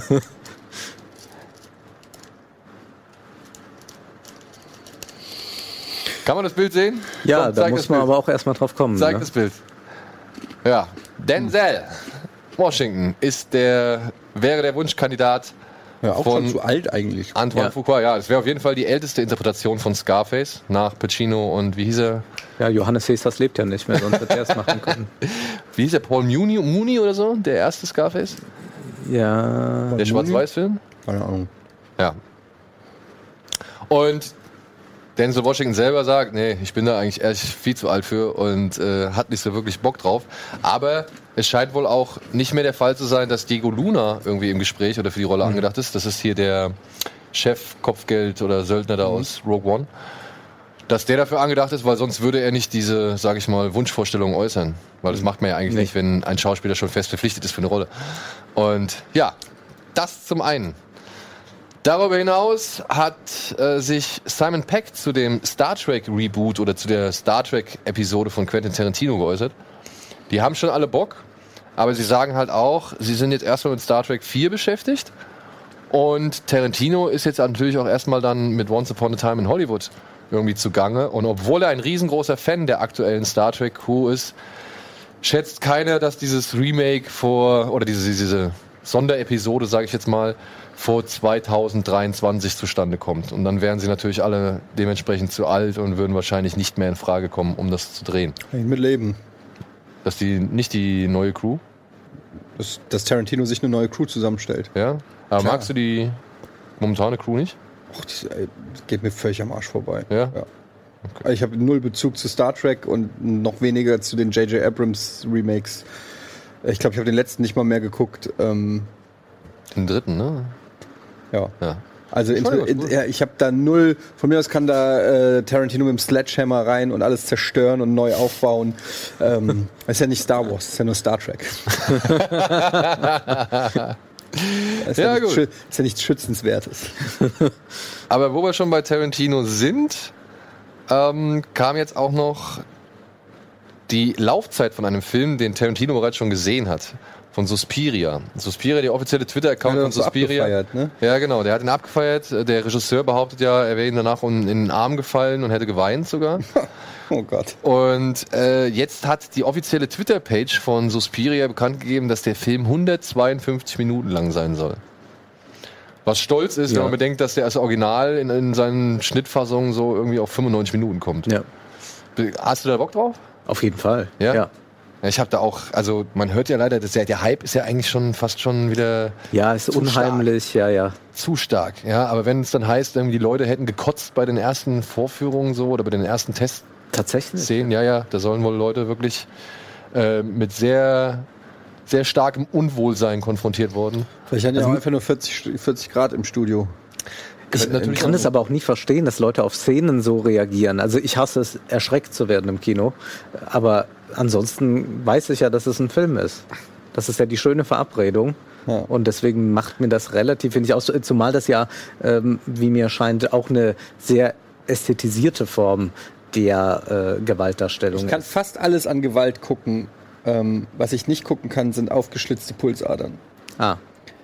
Speaker 1: Kann man das Bild sehen?
Speaker 3: Ja,
Speaker 1: Komm,
Speaker 3: da muss man
Speaker 1: Bild.
Speaker 3: aber auch erstmal drauf kommen.
Speaker 1: Zeig
Speaker 3: ne?
Speaker 1: das Bild. Ja, Denzel Washington ist der, wäre der Wunschkandidat
Speaker 4: Ja, auch
Speaker 1: von
Speaker 4: schon zu alt eigentlich.
Speaker 1: Antoine
Speaker 3: Ja.
Speaker 1: Fuqua. Ja, das wäre auf jeden Fall die älteste Interpretation von Scarface nach Pacino und wie hieß er?
Speaker 3: Ja, Johannes Caesars lebt ja nicht mehr, sonst hätte er es machen können.
Speaker 1: Wie hieß er? Paul Muni, Mooney oder so? Der erste Scarface?
Speaker 3: Ja.
Speaker 1: Der Schwarz-Weiß-Film?
Speaker 4: Keine Ahnung.
Speaker 1: Ja. Und Denzel Washington selber sagt, nee, ich bin da eigentlich echt viel zu alt für und äh, hat nicht so wirklich Bock drauf. Aber es scheint wohl auch nicht mehr der Fall zu sein, dass Diego Luna irgendwie im Gespräch oder für die Rolle mhm. angedacht ist. Das ist hier der Chef Kopfgeld oder Söldner da mhm. aus Rogue One. Dass der dafür angedacht ist, weil sonst würde er nicht diese, sage ich mal, Wunschvorstellungen äußern. Weil das macht man ja eigentlich
Speaker 3: nee.
Speaker 1: nicht, wenn ein Schauspieler schon fest verpflichtet ist für eine Rolle. Und ja, das zum einen. Darüber hinaus hat äh, sich Simon Pegg zu dem Star Trek Reboot oder zu der Star Trek Episode von Quentin Tarantino geäußert. Die haben schon alle Bock, aber sie sagen halt auch, sie sind jetzt erstmal mit Star Trek vier beschäftigt und Tarantino ist jetzt natürlich auch erstmal dann mit Once Upon a Time in Hollywood irgendwie zugange und obwohl er ein riesengroßer Fan der aktuellen Star Trek Crew ist, schätzt keiner, dass dieses Remake vor, oder diese, diese Sonderepisode, sage ich jetzt mal, vor zweitausenddreiundzwanzig zustande kommt. Und dann wären sie natürlich alle dementsprechend zu alt und würden wahrscheinlich nicht mehr in Frage kommen, um das zu drehen.
Speaker 4: Kann ich mitleben.
Speaker 1: Dass die, nicht die neue Crew?
Speaker 4: Dass, dass Tarantino sich eine neue Crew zusammenstellt.
Speaker 1: Ja? Aber
Speaker 4: Klar.
Speaker 1: magst du die momentane Crew nicht?
Speaker 4: Och, das, ey, das geht mir völlig am Arsch vorbei.
Speaker 1: Ja?
Speaker 4: Ja. Okay. Ich habe null Bezug zu Star Trek und noch weniger zu den J J Abrams Remakes. Ich glaube, ich habe den letzten nicht mal mehr geguckt. Ähm,
Speaker 1: Den dritten, ne?
Speaker 4: ja.
Speaker 1: Ja.
Speaker 4: Also in,
Speaker 1: Schon,
Speaker 4: in, ja, ich habe da null, von mir aus kann da äh, Tarantino mit dem Sledgehammer rein und alles zerstören und neu aufbauen. Ähm, das ist ja nicht Star Wars, das ist ja nur Star Trek. Das ist ja,
Speaker 1: Ja,
Speaker 4: ja,
Speaker 1: gut.
Speaker 4: schü- ist ja nichts Schützenswertes.
Speaker 1: Aber wo wir schon bei Tarantino sind, ähm, kam jetzt auch noch die Laufzeit von einem Film, den Tarantino bereits schon gesehen hat. Von Suspiria. Suspiria, der offizielle Twitter-Account
Speaker 4: Ja,
Speaker 1: von
Speaker 4: so
Speaker 1: Suspiria.
Speaker 4: abgefeiert, ne?
Speaker 1: Ja, genau, der hat ihn abgefeiert. Der Regisseur behauptet ja, er wäre ihm danach in den Arm gefallen und hätte geweint sogar.
Speaker 4: Oh Gott.
Speaker 1: Und äh, jetzt hat die offizielle Twitter-Page von Suspiria bekannt gegeben, dass der Film hundertzweiundfünfzig Minuten lang sein soll. Was stolz ist,
Speaker 3: Ja.
Speaker 1: wenn man bedenkt, dass der als Original in, in seinen Schnittfassungen so irgendwie auf fünfundneunzig Minuten kommt.
Speaker 3: Ja,
Speaker 1: Hast du da Bock drauf?
Speaker 3: auf jeden Fall.
Speaker 1: Ja?
Speaker 3: ja.
Speaker 1: Ja, ich habe da auch, also man hört ja leider, dass der, der Hype ist ja eigentlich schon fast schon wieder
Speaker 3: Ja, ist
Speaker 1: Zu
Speaker 3: unheimlich, ja, ja.
Speaker 1: zu stark. Ja, aber wenn es dann heißt, irgendwie die Leute hätten gekotzt bei den ersten Vorführungen so oder bei den ersten Tests,
Speaker 3: Tatsächlich.
Speaker 1: Szenen, ja, ja, da sollen wohl Leute wirklich äh, mit sehr, sehr starkem Unwohlsein konfrontiert worden.
Speaker 4: Vielleicht hatten ja
Speaker 3: Also-
Speaker 4: auch einfach nur vierzig, vierzig Grad im Studio.
Speaker 3: Ich
Speaker 1: Könnte natürlich
Speaker 3: kann
Speaker 1: sein.
Speaker 3: es aber auch nie verstehen, dass Leute auf Szenen so reagieren. Also ich hasse es, erschreckt zu werden im Kino. Aber ansonsten weiß ich ja, dass es ein Film ist. Das ist ja die schöne Verabredung.
Speaker 4: Ja.
Speaker 3: Und deswegen macht mir das relativ wenig aus. Zumal das ja, ähm, wie mir scheint, auch eine sehr ästhetisierte Form der äh, Gewaltdarstellung
Speaker 4: Ich kann
Speaker 3: ist.
Speaker 4: fast alles an Gewalt gucken. Ähm, was ich nicht gucken kann, sind aufgeschlitzte Pulsadern.
Speaker 3: Ah,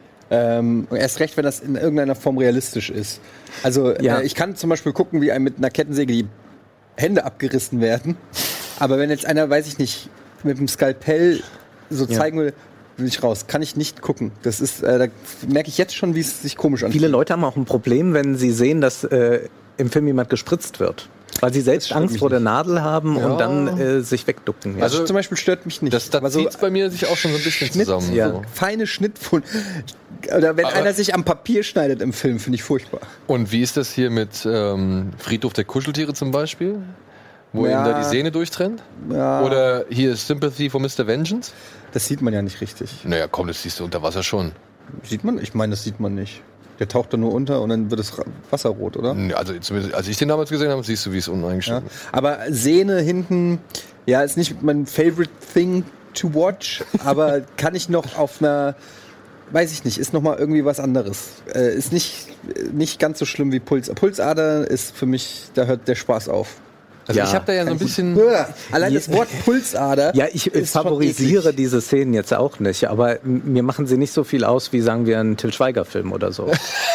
Speaker 4: Ähm, und erst recht, wenn das in irgendeiner Form realistisch ist. Also
Speaker 3: Ja.
Speaker 4: äh, ich kann zum Beispiel gucken, wie einem mit einer Kettensäge die Hände abgerissen werden. Aber wenn jetzt einer, weiß ich nicht, mit dem Skalpell so
Speaker 3: Ja.
Speaker 4: zeigen will, bin ich raus. Kann ich nicht gucken. Das ist, äh, da merke ich jetzt schon, wie es sich komisch anfühlt.
Speaker 3: viele Leute haben auch ein Problem, wenn sie sehen, dass äh, im Film jemand gespritzt wird. Weil sie selbst
Speaker 4: stört
Speaker 3: Angst
Speaker 4: mich
Speaker 3: vor der
Speaker 4: nicht.
Speaker 3: Nadel haben
Speaker 1: Ja.
Speaker 3: und dann äh, sich wegducken. Ja.
Speaker 4: Also
Speaker 1: Also,
Speaker 4: zum Beispiel stört mich nicht.
Speaker 1: Das, das
Speaker 4: Aber so
Speaker 1: zieht bei mir sich auch schon so ein bisschen
Speaker 4: Schnitt,
Speaker 1: zusammen.
Speaker 3: ja.
Speaker 1: So.
Speaker 4: feine Schnittfunden. Oder wenn
Speaker 1: Aber-
Speaker 4: einer sich am Papier schneidet im Film, finde ich furchtbar.
Speaker 1: Und wie ist das hier mit ähm, Friedhof der Kuscheltiere zum Beispiel? Wo
Speaker 4: Ja.
Speaker 1: ihm da die Sehne durchtrennt?
Speaker 4: Ja,
Speaker 1: Oder hier Sympathy for Mister Vengeance?
Speaker 4: das sieht man ja nicht richtig.
Speaker 1: Naja, komm, das siehst du unter Wasser schon.
Speaker 4: Sieht man? Ich meine, das sieht man nicht. Der taucht dann nur unter und dann wird es ra- wasserrot, oder?
Speaker 1: Nee, Also zumindest, als ich den damals gesehen habe, siehst du, wie es unten
Speaker 4: Ja.
Speaker 1: eingeschnitten ist.
Speaker 4: Aber Sehne hinten, ja, ist nicht mein favorite thing to watch, aber kann ich noch auf einer, weiß ich nicht, ist noch mal irgendwie was anderes. Äh, ist nicht, nicht ganz so schlimm wie Puls. Pulsader ist für mich, da hört der Spaß auf.
Speaker 1: Also
Speaker 3: Ja.
Speaker 1: ich habe da ja so ein bisschen...
Speaker 4: Uah, allein das Wort Pulsader.
Speaker 3: Ja, ich äh,
Speaker 4: ist schon
Speaker 3: favorisiere
Speaker 4: eklig.
Speaker 3: diese Szenen jetzt auch nicht, aber m- mir machen sie nicht so viel aus wie, sagen wir, ein Till Schweiger-Film oder so.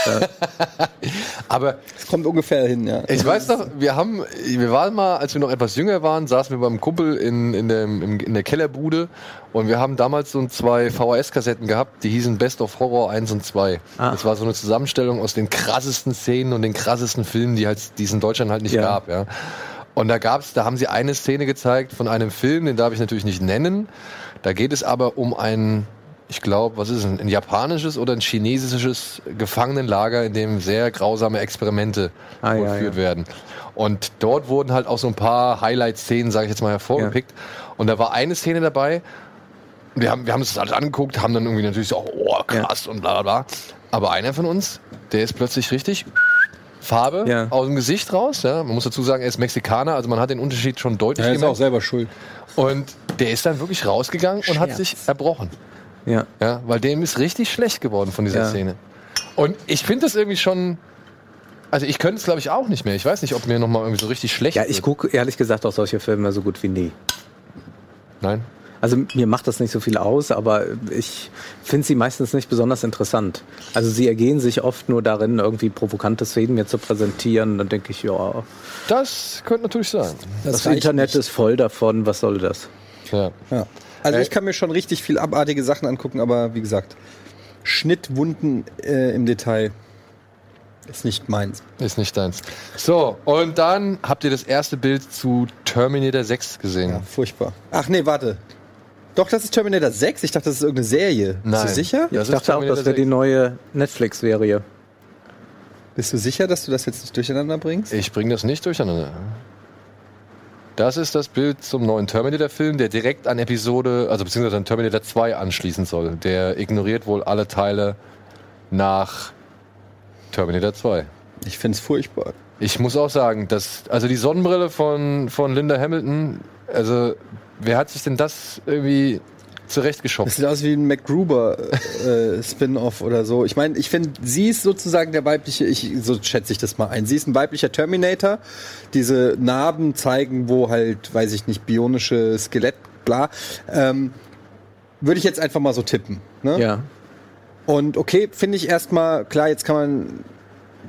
Speaker 1: Aber
Speaker 4: Es kommt ungefähr hin, ja.
Speaker 1: ich weiß noch, wir haben, wir waren mal, als wir noch etwas jünger waren, saßen wir beim Kumpel in, in, dem, im, in der Kellerbude und wir haben damals so zwei V H S-Kassetten gehabt, die hießen Best of Horror eins und zwei.
Speaker 3: Ah.
Speaker 1: Das war so eine Zusammenstellung aus den krassesten Szenen und den krassesten Filmen, die halt, die es in Deutschland halt nicht
Speaker 3: Ja.
Speaker 1: gab, ja. Und da gab's, da haben sie eine Szene gezeigt von einem Film, den darf ich natürlich nicht nennen. Da geht es aber um ein, ich glaube, was ist es, ein japanisches oder ein chinesisches Gefangenenlager, in dem sehr grausame Experimente
Speaker 3: Ah, ja,
Speaker 1: vollführt
Speaker 3: ja.
Speaker 1: werden. Und dort wurden halt auch so ein paar Highlight-Szenen, sage ich jetzt mal, hervorgepickt. Und da war eine Szene dabei, wir haben, wir haben uns das alles angeguckt, haben dann irgendwie natürlich so, oh krass und bla bla bla. Aber einer von uns, der ist plötzlich richtig Farbe
Speaker 3: Ja.
Speaker 1: aus dem Gesicht raus. Ja. Man muss dazu sagen, er ist Mexikaner, also man hat den Unterschied schon deutlich gemerkt.
Speaker 4: selber schuld.
Speaker 1: Und der ist dann wirklich rausgegangen und hat
Speaker 3: Schmerz.
Speaker 1: sich erbrochen.
Speaker 3: Ja.
Speaker 1: Ja, weil dem ist richtig schlecht geworden von dieser
Speaker 3: Ja.
Speaker 1: Szene. Und ich finde das irgendwie schon. Also ich könnte es glaube ich auch nicht mehr. Ich weiß nicht, ob mir nochmal irgendwie so richtig schlecht
Speaker 3: Ja, ich
Speaker 1: wird.
Speaker 3: gucke ehrlich gesagt auch solche Filme so gut wie nie.
Speaker 1: Nein.
Speaker 3: Also mir macht das nicht so viel aus, aber ich finde sie meistens nicht besonders interessant. Also sie ergehen sich oft nur darin, irgendwie provokante Szenen mir zu präsentieren. Dann denke ich, ja,
Speaker 1: Das könnte natürlich sein.
Speaker 3: das,
Speaker 4: reicht
Speaker 3: Internet
Speaker 4: nicht.
Speaker 3: ist voll davon, was soll das?
Speaker 1: Ja.
Speaker 4: Ja. Also
Speaker 1: Äh,
Speaker 4: ich kann mir schon richtig viel abartige Sachen angucken, aber wie gesagt, Schnittwunden äh, im Detail ist nicht meins.
Speaker 1: Ist nicht deins. So, und dann habt ihr das erste Bild zu Terminator sechs gesehen.
Speaker 4: Ja, furchtbar. Ach nee, warte. Doch, das ist Terminator sechs? Ich dachte, das ist irgendeine Serie.
Speaker 1: Nein.
Speaker 4: Bist du sicher?
Speaker 1: Ja,
Speaker 3: Ich dachte auch, das wäre die neue Netflix-Serie.
Speaker 4: Bist du sicher, dass du das jetzt nicht durcheinander bringst?
Speaker 1: Ich bringe das nicht durcheinander. Das ist das Bild zum neuen Terminator-Film, der direkt an Episode, also beziehungsweise an Terminator zwei anschließen soll. Der ignoriert wohl alle Teile nach Terminator zwei.
Speaker 4: Ich finde es furchtbar.
Speaker 1: Ich muss auch sagen, dass, also die Sonnenbrille von, von Linda Hamilton, also wer hat sich denn das irgendwie
Speaker 4: Das
Speaker 1: zurechtgeschopft?
Speaker 4: sieht aus wie ein MacGruber äh, Spin-off oder so. Ich meine, ich finde, sie ist sozusagen der weibliche, ich, so schätze ich das mal ein. Sie ist ein weiblicher Terminator. Diese Narben zeigen, wo halt, weiß ich nicht, bionische Skelett, bla. Ähm, würde ich jetzt einfach mal so tippen. Ne?
Speaker 3: Ja.
Speaker 4: Und okay, finde ich erstmal, klar, jetzt kann man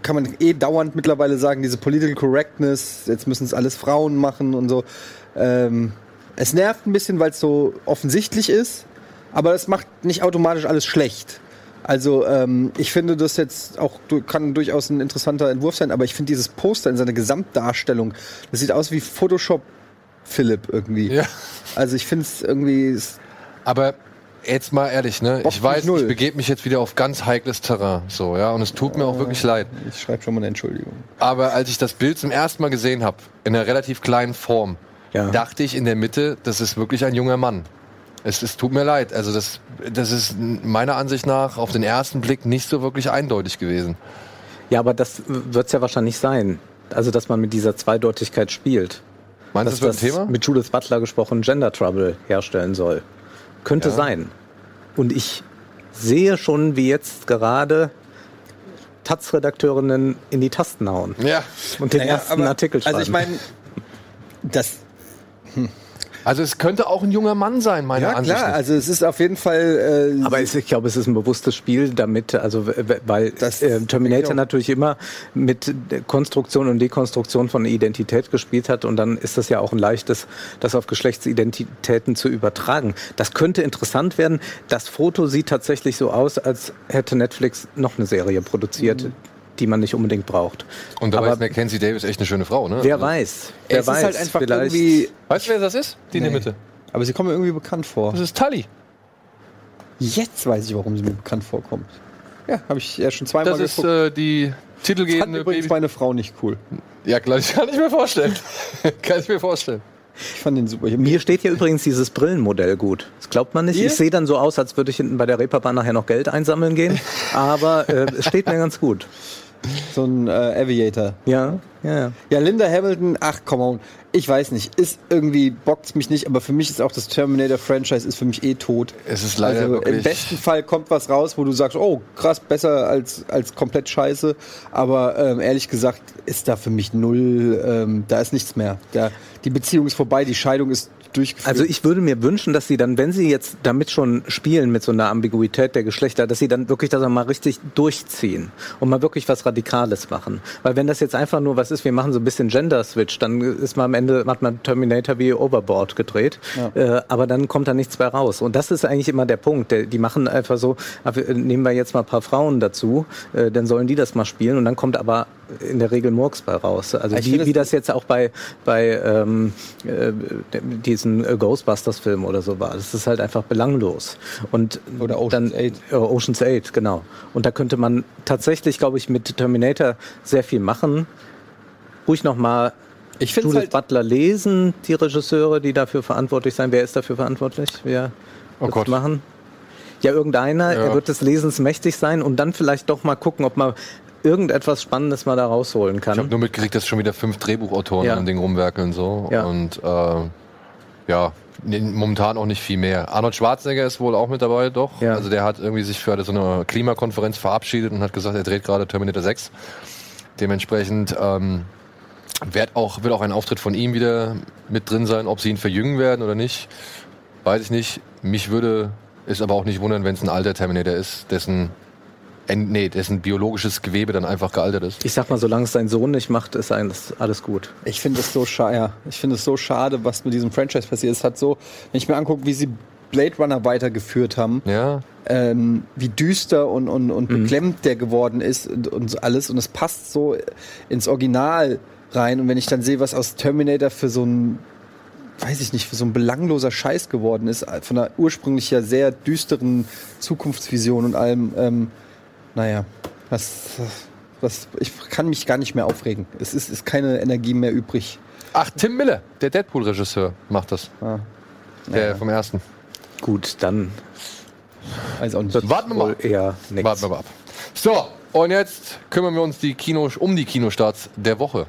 Speaker 4: kann man eh dauernd mittlerweile sagen, diese Political Correctness, jetzt müssen es alles Frauen machen und so. Ähm, es nervt ein bisschen, weil es so offensichtlich ist, aber das macht nicht automatisch alles schlecht. Also ähm, ich finde das jetzt auch, kann durchaus ein interessanter Entwurf sein, aber ich finde dieses Poster in seiner Gesamtdarstellung, das sieht aus wie Photoshop Philipp irgendwie. Ja. Also ich finde es irgendwie...
Speaker 1: Aber jetzt mal ehrlich, ne? Ich weiß, null. Ich begebe mich jetzt wieder auf ganz heikles Terrain, so, ja, und es tut mir auch wirklich leid.
Speaker 4: Ich schreibe schon mal eine Entschuldigung.
Speaker 1: Aber als ich das Bild zum ersten Mal gesehen habe, in einer relativ kleinen Form, ja. dachte ich in der Mitte, das ist wirklich ein junger Mann. Es, es tut mir leid, also das, das ist meiner Ansicht nach auf den ersten Blick nicht so wirklich eindeutig gewesen.
Speaker 3: Ja, aber das wird es ja wahrscheinlich sein. Also, dass man mit dieser Zweideutigkeit spielt.
Speaker 1: Meinst du, das wird ein Thema?
Speaker 3: Mit Judith Butler gesprochen, Gender Trouble herstellen soll. Könnte ja. sein. Und ich sehe schon, wie jetzt gerade Taz-Redakteurinnen in die Tasten hauen.
Speaker 1: Ja.
Speaker 3: Und den
Speaker 4: naja,
Speaker 3: ersten
Speaker 4: aber,
Speaker 3: Artikel schreiben.
Speaker 4: Also ich meine, das...
Speaker 1: Hm. Also es könnte auch ein junger Mann sein, meiner
Speaker 4: ja,
Speaker 1: Ansicht
Speaker 4: klar,
Speaker 1: nach.
Speaker 4: also es ist auf jeden Fall...
Speaker 3: Äh, Aber es, ich glaube, es ist ein bewusstes Spiel damit, also weil das, äh, Terminator natürlich immer mit Konstruktion und Dekonstruktion von Identität gespielt hat und dann ist das ja auch ein leichtes, das auf Geschlechtsidentitäten zu übertragen. Das könnte interessant werden. Das Foto sieht tatsächlich so aus, als hätte Netflix noch eine Serie produziert. Mhm. die man nicht unbedingt braucht.
Speaker 1: Und dabei ist Mackenzie Davis echt eine schöne Frau, ne?
Speaker 3: Wer also, weiß. Wer
Speaker 4: es
Speaker 3: weiß.
Speaker 4: Ist halt einfach
Speaker 3: vielleicht.
Speaker 4: irgendwie...
Speaker 1: Weißt du, wer das ist? Die nee. in der Mitte.
Speaker 4: Aber sie kommt mir irgendwie bekannt vor.
Speaker 1: Das ist Tully.
Speaker 4: Jetzt weiß ich, warum sie mir bekannt vorkommt. Ja, habe ich ja schon zweimal
Speaker 1: geguckt. Das ist äh, die titelgebende...
Speaker 4: Das fand übrigens meine Frau nicht cool.
Speaker 1: Ja, klar, das kann ich mir vorstellen. kann ich mir vorstellen.
Speaker 4: Ich fand den super.
Speaker 3: Mir steht hier übrigens dieses Brillenmodell gut. Das glaubt man nicht. Hier? Ich sehe dann so aus, als würde ich hinten bei der Reeperbahn nachher noch Geld einsammeln gehen. Aber äh, es steht mir ganz gut.
Speaker 4: So ein äh, Aviator.
Speaker 3: Ja, ja.
Speaker 4: Ja, Linda Hamilton, ach, come on. Ich weiß nicht, ist irgendwie, bockt's mich nicht, aber für mich ist auch das Terminator-Franchise ist für mich eh tot.
Speaker 1: Es ist leider
Speaker 4: also
Speaker 1: wirklich...
Speaker 4: Im besten Fall kommt was raus, wo du sagst, oh, krass, besser als, als komplett scheiße. Aber ähm, ehrlich gesagt ist da für mich null, ähm, da ist nichts mehr. Da, die Beziehung ist vorbei, die Scheidung ist durchgeführt.
Speaker 3: Also ich würde mir wünschen, dass sie dann, wenn sie jetzt damit schon spielen, mit so einer Ambiguität der Geschlechter, dass sie dann wirklich das mal richtig durchziehen und mal wirklich was Radikales machen. Weil wenn das jetzt einfach nur was ist, wir machen so ein bisschen Gender-Switch, dann ist man am Ende, hat man Terminator wie Overboard gedreht, ja. äh, aber dann kommt da nichts mehr raus. Und das ist eigentlich immer der Punkt. Der, die machen einfach so, nehmen wir jetzt mal ein paar Frauen dazu, äh, dann sollen die das mal spielen und dann kommt aber in der Regel Murks bei raus. Also wie, das, wie das jetzt auch bei, bei ähm, äh, diesen Ghostbusters-Film oder so war. Das ist halt einfach belanglos. Und
Speaker 4: oder Ocean's
Speaker 3: dann, Eight. Äh, Ocean's Eight, genau. Und da könnte man tatsächlich, glaube ich, mit Terminator sehr viel machen. Ruhig nochmal Judith halt Butler lesen, die Regisseure, die dafür verantwortlich sein. Wer ist dafür verantwortlich? Wer
Speaker 1: oh Gott.
Speaker 3: machen? Ja, irgendeiner. Ja. Er wird des Lesens mächtig sein und dann vielleicht doch mal gucken, ob man irgendetwas Spannendes mal da rausholen kann.
Speaker 1: Ich habe nur mitgekriegt, dass schon wieder fünf Drehbuchautoren
Speaker 3: ja.
Speaker 1: an Ding rumwerkeln so
Speaker 3: ja.
Speaker 1: und äh, ja, momentan auch nicht viel mehr. Arnold Schwarzenegger ist wohl auch mit dabei, doch.
Speaker 3: Ja.
Speaker 1: Also der hat irgendwie sich für so eine Klimakonferenz verabschiedet und hat gesagt, er dreht gerade Terminator sechs. Dementsprechend ähm, wird auch, wird auch ein Auftritt von ihm wieder mit drin sein. Ob sie ihn verjüngen werden oder nicht, weiß ich nicht. Mich würde es aber auch nicht wundern, wenn es ein alter Terminator ist, dessen Nee, dessen biologisches Gewebe dann einfach gealtert ist.
Speaker 3: Ich sag mal, solange es sein Sohn nicht macht, ist alles gut.
Speaker 4: Ich finde es so schade, ja. Ich finde es so schade, was mit diesem Franchise passiert ist. Es hat so, wenn ich mir angucke, wie sie Blade Runner weitergeführt haben,
Speaker 1: ja.
Speaker 4: ähm, wie düster und, und, und
Speaker 3: Mhm.
Speaker 4: beklemmt der geworden ist und, und so alles. Und es passt so ins Original rein. Und wenn ich dann sehe, was aus Terminator für so ein, weiß ich nicht, für so ein belangloser Scheiß geworden ist, von einer ursprünglich ja sehr düsteren Zukunftsvision und allem, ähm, naja, was, was, ich kann mich gar nicht mehr aufregen. Es ist, ist keine Energie mehr übrig.
Speaker 1: Ach, Tim Miller, der Deadpool-Regisseur, macht das.
Speaker 4: Ah.
Speaker 1: Der
Speaker 4: Ja.
Speaker 1: vom ersten.
Speaker 3: Gut, dann
Speaker 4: Weiß auch nicht.
Speaker 1: Warten wir mal ab.
Speaker 3: eher nichts.
Speaker 1: Warten wir mal ab. So, und jetzt kümmern wir uns die Kino, um die Kinostarts der Woche.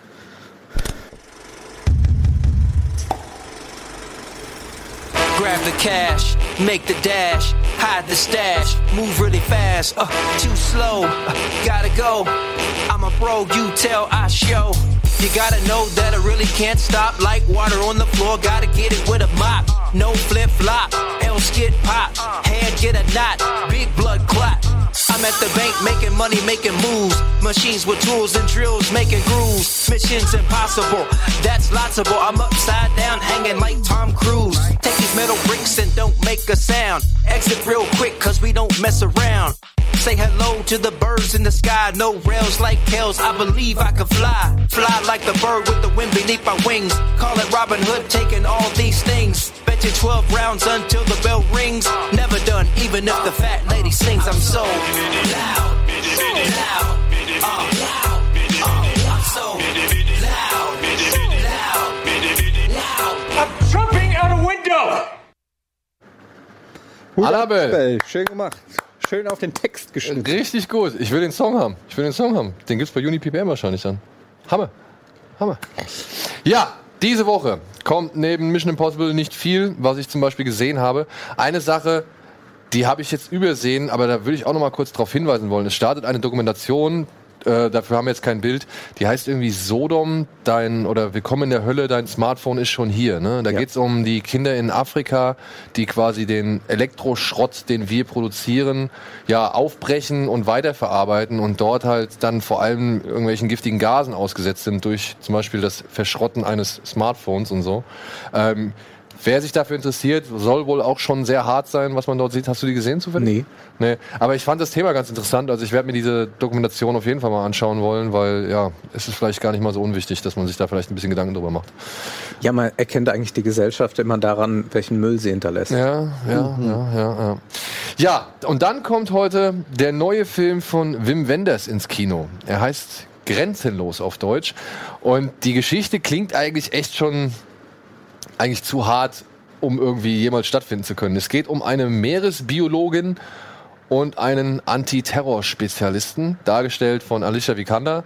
Speaker 5: Grab the cash, make the dash, hide the stash, move really fast, uh, too slow, uh, gotta go. I'm a pro, you tell, I show. You gotta know that I really can't stop, like water on the floor, gotta get it with a mop, no flip flop. Nails get popped, head get a knot, big blood clot. I'm at the bank making money, making moves. Machines with tools and drills making grooves. Missions impossible, that's lotsable. I'm upside down hanging like Tom Cruise. Take these metal bricks and don't make a sound. Exit real quick cause we don't mess around. Say hello to the birds in the sky. No rails like tails, I believe I can fly. Fly like the bird with the wind beneath my wings. Call it Robin Hood taking all these things. Bet you twelve rounds until the bell rings. Never done, even if the fat lady sings. I'm so loud, loud, uh, loud, uh, I'm so loud, loud, loud.
Speaker 6: I'm jumping out a window!
Speaker 1: Annabelle.
Speaker 4: Schön gemacht. Schön auf den Text geschnitten.
Speaker 1: Richtig gut. Ich will den Song haben. Ich will den Song haben. Den gibt's bei UniPPM wahrscheinlich dann. Hammer. Hammer. Ja, diese Woche kommt neben Mission Impossible nicht viel, was ich zum Beispiel gesehen habe. Eine Sache, die habe ich jetzt übersehen, aber da würde ich auch noch mal kurz darauf hinweisen wollen. Es startet eine Dokumentation, äh, dafür haben wir jetzt kein Bild, die heißt irgendwie Sodom, dein, oder Willkommen in der Hölle, dein Smartphone ist schon hier. Ne? Da ja. geht's um die Kinder in Afrika, die quasi den Elektroschrott, den wir produzieren, ja aufbrechen und weiterverarbeiten und dort halt dann vor allem irgendwelchen giftigen Gasen ausgesetzt sind durch zum Beispiel das Verschrotten eines Smartphones und so. Ähm, Wer sich dafür interessiert, soll wohl auch schon sehr hart sein, was man dort sieht. Hast du die gesehen zufällig?
Speaker 3: Nee.
Speaker 1: Nee. Aber ich fand das Thema ganz interessant. Also ich werde mir diese Dokumentation auf jeden Fall mal anschauen wollen, weil ja, es ist vielleicht gar nicht mal so unwichtig, dass man sich da vielleicht ein bisschen Gedanken drüber macht.
Speaker 3: Ja, man erkennt eigentlich die Gesellschaft immer daran, welchen Müll sie hinterlässt.
Speaker 1: Ja, ja, mhm. ja, ja, ja. Ja, und dann kommt heute der neue Film von Wim Wenders ins Kino. Er heißt Grenzenlos auf Deutsch. Und die Geschichte klingt eigentlich echt schon eigentlich zu hart, um irgendwie jemals stattfinden zu können. Es geht um eine Meeresbiologin und einen Antiterror-Spezialisten, dargestellt von Alicia Vikander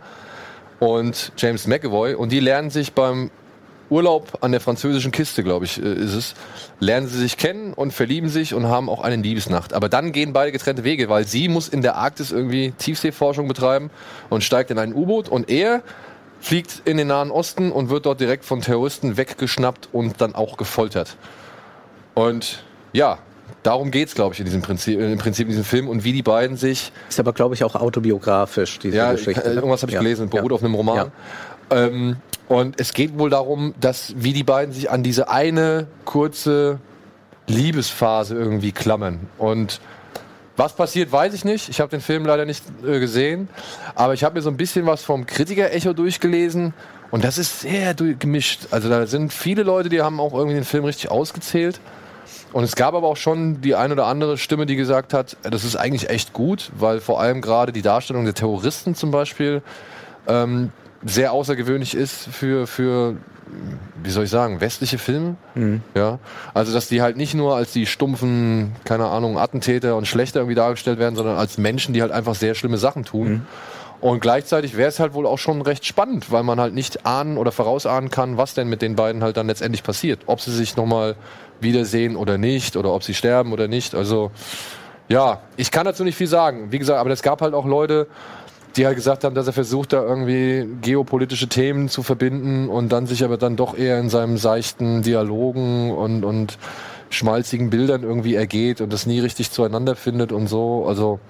Speaker 1: und James McAvoy. Und die lernen sich beim Urlaub an der französischen Küste, glaube ich, ist es, lernen sie sich kennen und verlieben sich und haben auch eine Liebesnacht. Aber dann gehen beide getrennte Wege, weil sie muss in der Arktis irgendwie Tiefseeforschung betreiben und steigt in ein U-Boot und er fliegt in den Nahen Osten und wird dort direkt von Terroristen weggeschnappt und dann auch gefoltert. Und ja, darum geht's, glaube ich, in diesem Prinzip, im Prinzip in diesem Film und wie die beiden sich...
Speaker 3: Ist aber, glaube ich, auch autobiografisch, diese
Speaker 1: ja,
Speaker 3: Geschichte.
Speaker 1: Ja, irgendwas habe ich
Speaker 3: ja.
Speaker 1: gelesen, beruht
Speaker 3: ja.
Speaker 1: auf einem Roman. Ja. Ähm, und es geht wohl darum, dass wie die beiden sich an diese eine kurze Liebesphase irgendwie klammern. Und was passiert, weiß ich nicht. Ich habe den Film leider nicht äh, gesehen. Aber ich habe mir so ein bisschen was vom Kritiker-Echo durchgelesen. Und das ist sehr gemischt. Also da sind viele Leute, die haben auch irgendwie den Film richtig ausgezählt. Und es gab aber auch schon die ein oder andere Stimme, die gesagt hat, das ist eigentlich echt gut, weil vor allem gerade die Darstellung der Terroristen zum Beispiel ähm, sehr außergewöhnlich ist für, für, wie soll ich sagen, westliche Filme. Mhm. Ja, also dass die halt nicht nur als die stumpfen, keine Ahnung, Attentäter und Schlechter irgendwie dargestellt werden, sondern als Menschen, die halt einfach sehr schlimme Sachen tun. Mhm. Und gleichzeitig wäre es halt wohl auch schon recht spannend, weil man halt nicht ahnen oder vorausahnen kann, was denn mit den beiden halt dann letztendlich passiert. Ob sie sich nochmal wiedersehen oder nicht, oder ob sie sterben oder nicht. Also ja, ich kann dazu nicht viel sagen. Wie gesagt, aber es gab halt auch Leute, die halt gesagt haben, dass er versucht, da irgendwie geopolitische Themen zu verbinden und dann sich aber dann doch eher in seinem seichten Dialogen und, und schmalzigen Bildern irgendwie ergeht und das nie richtig zueinander findet und so. Also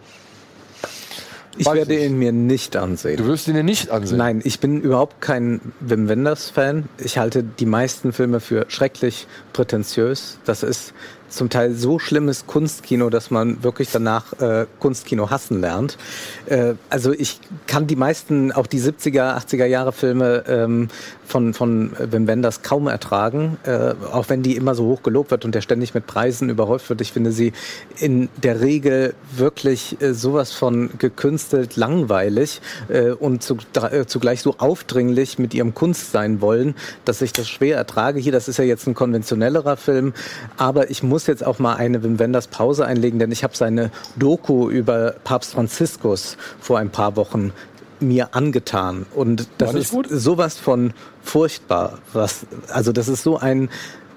Speaker 3: ich werde ihn mir nicht ansehen.
Speaker 1: Du wirst ihn dir nicht ansehen?
Speaker 3: Nein, ich bin überhaupt kein Wim Wenders-Fan. Ich halte die meisten Filme für schrecklich prätentiös. Das ist zum Teil so schlimmes Kunstkino, dass man wirklich danach äh, Kunstkino hassen lernt. Äh, also ich kann die meisten, auch die siebziger, achtziger Jahre Filme ähm, von, von Wim Wenders kaum ertragen, äh, auch wenn die immer so hoch gelobt wird und der ständig mit Preisen überhäuft wird. Ich finde sie in der Regel wirklich äh, sowas von gekünstelt langweilig äh, und zu, äh, zugleich so aufdringlich mit ihrem Kunst sein wollen, dass ich das schwer ertrage. Hier, das ist ja jetzt ein konventionellerer Film, aber ich muss jetzt auch mal eine Wim Wenders Pause einlegen, denn ich habe seine Doku über Papst Franziskus vor ein paar Wochen mir angetan. Und das ist gut? Sowas von furchtbar. Was, also das ist so ein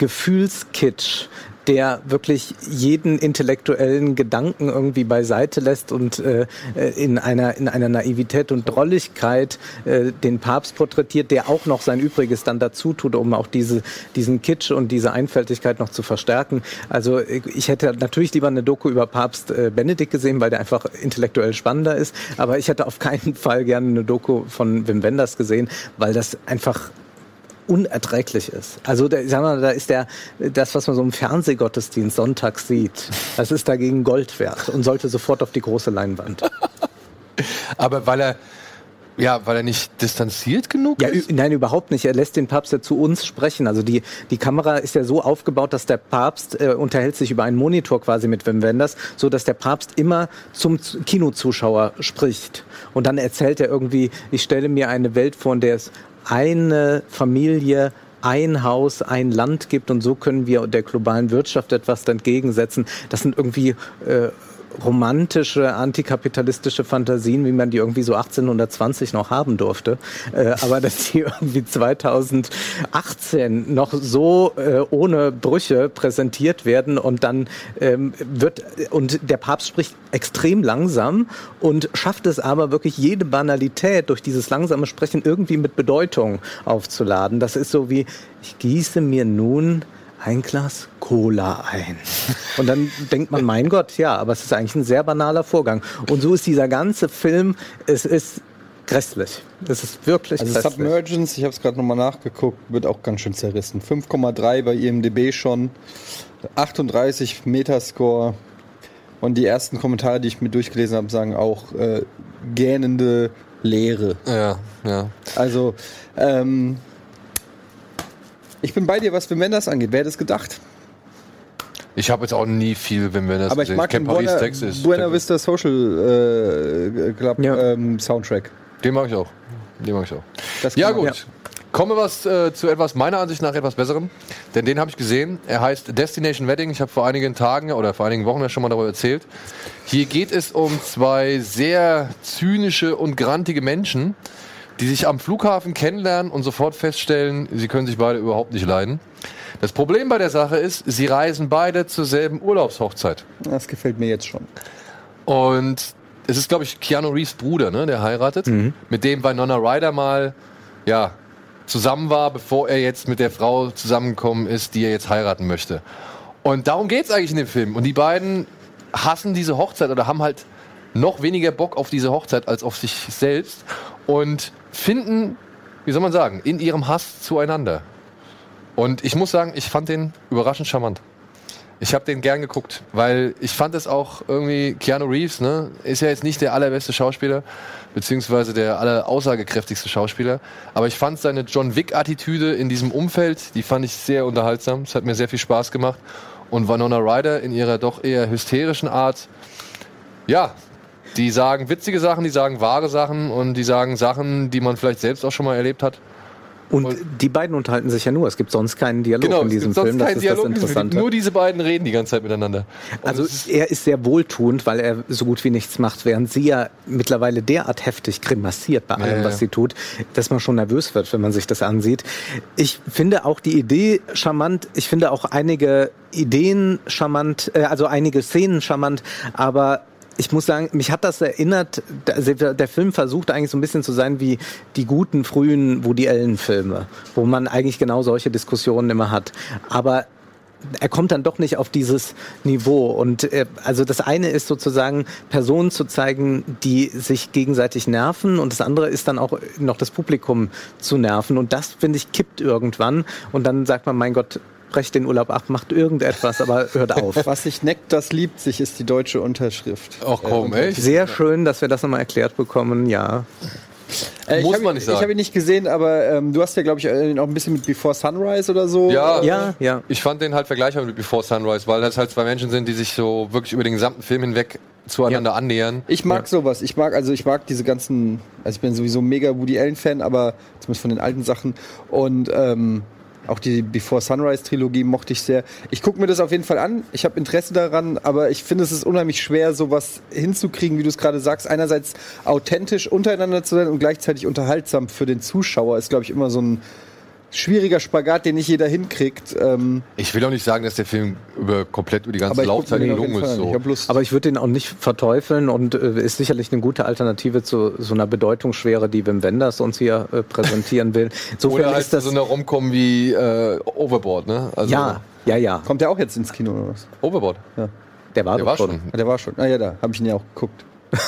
Speaker 3: Gefühlskitsch, der wirklich jeden intellektuellen Gedanken irgendwie beiseite lässt und äh, in einer in einer Naivität und Drolligkeit äh, den Papst porträtiert, der auch noch sein Übriges dann dazu tut, um auch diese diesen Kitsch und diese Einfältigkeit noch zu verstärken. Also ich hätte natürlich lieber eine Doku über Papst äh, Benedikt gesehen, weil der einfach intellektuell spannender ist, aber ich hätte auf keinen Fall gerne eine Doku von Wim Wenders gesehen, weil das einfach unerträglich ist. Also da, sagen wir mal, da ist der, das, was man so im Fernsehgottesdienst sonntags sieht, das ist dagegen Gold wert und sollte sofort auf die große Leinwand.
Speaker 1: Aber weil er, ja, weil er nicht distanziert genug
Speaker 3: ja,
Speaker 1: ist?
Speaker 3: Ü- nein, überhaupt nicht. Er lässt den Papst ja zu uns sprechen. Also die, die Kamera ist ja so aufgebaut, dass der Papst äh, unterhält sich über einen Monitor quasi mit Wim Wenders, so dass der Papst immer zum Z- Kinozuschauer spricht. Und dann erzählt er irgendwie, ich stelle mir eine Welt vor, in der es eine Familie, ein Haus, ein Land gibt und so können wir der globalen Wirtschaft etwas entgegensetzen. Das sind irgendwie äh, romantische, antikapitalistische Fantasien, wie man die irgendwie so achtzehnhundertzwanzig noch haben durfte. Äh, aber dass die irgendwie zweitausendachtzehn noch so äh, ohne Brüche präsentiert werden und dann ähm, wird, und der Papst spricht extrem langsam und schafft es aber wirklich jede Banalität durch dieses langsame Sprechen irgendwie mit Bedeutung aufzuladen. Das ist so wie, ich gieße mir nun ein Glas Cola ein. Und dann denkt man, mein Gott, ja, aber es ist eigentlich ein sehr banaler Vorgang. Und so ist dieser ganze Film, es ist grässlich. Es ist wirklich
Speaker 4: also
Speaker 3: grässlich.
Speaker 4: Submergence, ich habe es gerade nochmal nachgeguckt, wird auch ganz schön zerrissen. fünf Komma drei bei I M D B schon, achtunddreißig Metascore. Und die ersten Kommentare, die ich mir durchgelesen habe, sagen auch äh, gähnende Leere.
Speaker 1: Ja, ja.
Speaker 4: Also, ähm, ich bin bei dir, was Wim Wenders angeht. Wer hätte es gedacht?
Speaker 1: Ich habe jetzt auch nie viel Wim Wenders
Speaker 4: Aber ich
Speaker 1: gesehen.
Speaker 4: mag den
Speaker 1: kenn Paris,
Speaker 4: Buena,
Speaker 1: Texas.
Speaker 4: Buena Vista Social äh, Club
Speaker 3: Ja.
Speaker 4: ähm, Soundtrack.
Speaker 1: Den mag ich auch. Den mag ich auch.
Speaker 4: Das
Speaker 1: Ja
Speaker 4: kann man-
Speaker 1: gut. Kommen wir was äh, zu etwas, meiner Ansicht nach etwas Besserem. Denn den habe ich gesehen. Er heißt Destination Wedding. Ich habe vor einigen Tagen oder vor einigen Wochen ja schon mal darüber erzählt. Hier geht es um zwei sehr zynische und grantige Menschen, die sich am Flughafen kennenlernen und sofort feststellen, sie können sich beide überhaupt nicht leiden. Das Problem bei der Sache ist, sie reisen beide zur selben Urlaubshochzeit.
Speaker 4: Das gefällt mir jetzt schon.
Speaker 1: Und es ist, glaube ich, Keanu Reeves Bruder, ne, der heiratet, mit dem Winona Ryder mal ja, zusammen war, bevor er jetzt mit der Frau zusammengekommen ist, die er jetzt heiraten möchte. Und darum geht's eigentlich in dem Film. Und die beiden hassen diese Hochzeit oder haben halt noch weniger Bock auf diese Hochzeit als auf sich selbst und finden, wie soll man sagen, in ihrem Hass zueinander. Und ich muss sagen, ich fand den überraschend charmant. Ich habe den gern geguckt, weil ich fand es auch irgendwie, Keanu Reeves, ne, ist ja jetzt nicht der allerbeste Schauspieler, beziehungsweise der alleraussagekräftigste Schauspieler, aber ich fand seine John Wick-Attitüde in diesem Umfeld, die fand ich sehr unterhaltsam, es hat mir sehr viel Spaß gemacht und Winona Ryder in ihrer doch eher hysterischen Art, ja, die sagen witzige Sachen, die sagen wahre Sachen und die sagen Sachen, die man vielleicht selbst auch schon mal erlebt hat.
Speaker 3: Und die beiden unterhalten sich ja nur. Es gibt sonst keinen Dialog
Speaker 1: Genau,
Speaker 3: in
Speaker 1: es
Speaker 3: diesem
Speaker 1: gibt sonst
Speaker 3: Film. Das
Speaker 1: keinen
Speaker 3: ist
Speaker 1: Dialog,
Speaker 3: das Interessante.
Speaker 1: nur diese beiden reden die ganze Zeit miteinander. Und
Speaker 3: Also
Speaker 1: es ist-
Speaker 3: er ist sehr wohltuend, weil er so gut wie nichts macht, während sie ja mittlerweile derart heftig grimassiert bei allem,
Speaker 1: Ja,
Speaker 3: was
Speaker 1: ja.
Speaker 3: sie tut, dass man schon nervös wird, wenn man sich das ansieht. Ich finde auch die Idee charmant. Ich finde auch einige Ideen charmant, äh, also einige Szenen charmant, aber ich muss sagen, mich hat das erinnert, der, der Film versucht eigentlich so ein bisschen zu sein wie die guten frühen Woody Allen-Filme, wo man eigentlich genau solche Diskussionen immer hat. Aber er kommt dann doch nicht auf dieses Niveau. Und äh, also das eine ist sozusagen, Personen zu zeigen, die sich gegenseitig nerven, und das andere ist dann auch noch das Publikum zu nerven. Und das, finde ich, kippt irgendwann. Und dann sagt man, mein Gott, brecht den Urlaub ab, macht irgendetwas, aber hört auf.
Speaker 4: Was sich neckt, das liebt sich, ist die deutsche Unterschrift.
Speaker 1: Ach komm, echt?
Speaker 3: Sehr schön, dass wir das nochmal erklärt bekommen, ja.
Speaker 4: Äh, ich
Speaker 1: Muss
Speaker 4: hab,
Speaker 1: man nicht sagen.
Speaker 4: Ich habe ihn nicht gesehen, aber ähm, du hast ja, glaube ich, äh, auch ein bisschen mit Before Sunrise oder so.
Speaker 1: Ja,
Speaker 3: Ja, ja.
Speaker 1: Ich fand den halt vergleichbar mit Before Sunrise, weil das halt zwei Menschen sind, die sich so wirklich über den gesamten Film hinweg zueinander annähern.
Speaker 4: Ich mag sowas. Ich mag, also ich mag diese ganzen, also ich bin sowieso mega Woody Allen-Fan, aber zumindest von den alten Sachen. Und ähm, auch die Before Sunrise-Trilogie mochte ich sehr. Ich gucke mir das auf jeden Fall an. Ich habe Interesse daran, aber ich finde, es ist unheimlich schwer, sowas hinzukriegen, wie du es gerade sagst. Einerseits authentisch untereinander zu sein und gleichzeitig unterhaltsam für den Zuschauer ist, glaube ich, immer so ein schwieriger Spagat, den nicht jeder hinkriegt. Ähm,
Speaker 1: Ich will auch nicht sagen, dass der Film über komplett über die ganze
Speaker 4: aber ich guck
Speaker 1: Laufzeit
Speaker 4: mir den auf
Speaker 1: gelungen
Speaker 4: jeden Fall
Speaker 1: ist.
Speaker 4: an. Ich
Speaker 1: So.
Speaker 4: hab Lust.
Speaker 3: Aber ich würde den auch nicht verteufeln und äh, ist sicherlich eine gute Alternative zu so einer Bedeutungsschwere, die Wim Wenders uns hier äh, präsentieren will. Insofern
Speaker 1: Oder halt
Speaker 3: ist das
Speaker 1: so eine Rom-Com wie äh, Overboard, ne? Also
Speaker 3: ja, ja, ja.
Speaker 4: Kommt der auch jetzt ins Kino oder was?
Speaker 1: Overboard.
Speaker 3: Der war,
Speaker 1: Der
Speaker 3: doch
Speaker 1: war
Speaker 3: schon.
Speaker 1: schon.
Speaker 4: Ah, der war schon. Ah ja, da habe ich ihn ja auch geguckt.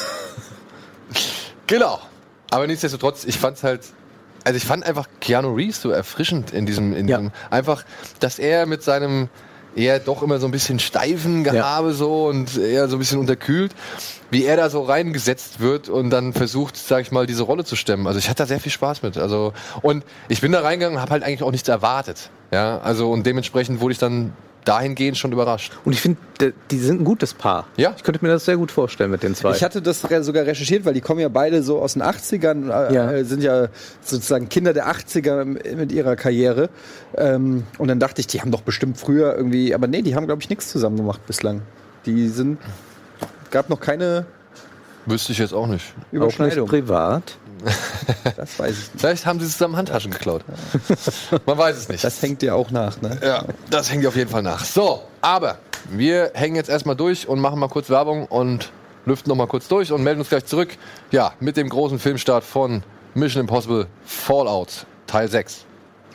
Speaker 1: Genau. Aber nichtsdestotrotz, ich fand's halt, also ich fand einfach Keanu Reeves so erfrischend in diesem, in
Speaker 3: Ja.
Speaker 1: diesem, einfach, dass er mit seinem eher doch immer so ein bisschen steifen Gehabe so und eher so ein bisschen unterkühlt, wie er da so reingesetzt wird und dann versucht, sag ich mal, diese Rolle zu stemmen. Also ich hatte da sehr viel Spaß mit. Also und ich bin da reingegangen und habe halt eigentlich auch nichts erwartet. Ja, also und dementsprechend wurde ich dann dahingehend schon überrascht.
Speaker 3: Und ich finde, die sind ein gutes Paar.
Speaker 1: Ja.
Speaker 3: Ich könnte mir das sehr gut vorstellen mit den zwei.
Speaker 4: Ich hatte das re- sogar recherchiert, weil die kommen ja beide so aus den achtzigern, äh,
Speaker 3: Ja.
Speaker 4: äh, sind ja sozusagen Kinder der achtziger m- mit ihrer Karriere. Ähm, und dann dachte ich, die haben doch bestimmt früher irgendwie, aber nee, die haben, glaube ich, nichts zusammen gemacht bislang. Die sind, gab noch keine
Speaker 1: Wüsste ich jetzt auch nicht.
Speaker 3: auch nicht
Speaker 4: Überschneidung.
Speaker 3: privat.
Speaker 4: Das weiß ich nicht.
Speaker 1: Vielleicht haben sie zusammen Handtaschen geklaut. Man weiß es nicht.
Speaker 4: Das hängt dir auch nach, ne?
Speaker 1: Ja, das hängt auf jeden Fall nach. So, aber wir hängen jetzt erstmal durch und machen mal kurz Werbung und lüften noch mal kurz durch und melden uns gleich zurück. Ja, mit dem großen Filmstart von Mission Impossible Fallout Teil sechs.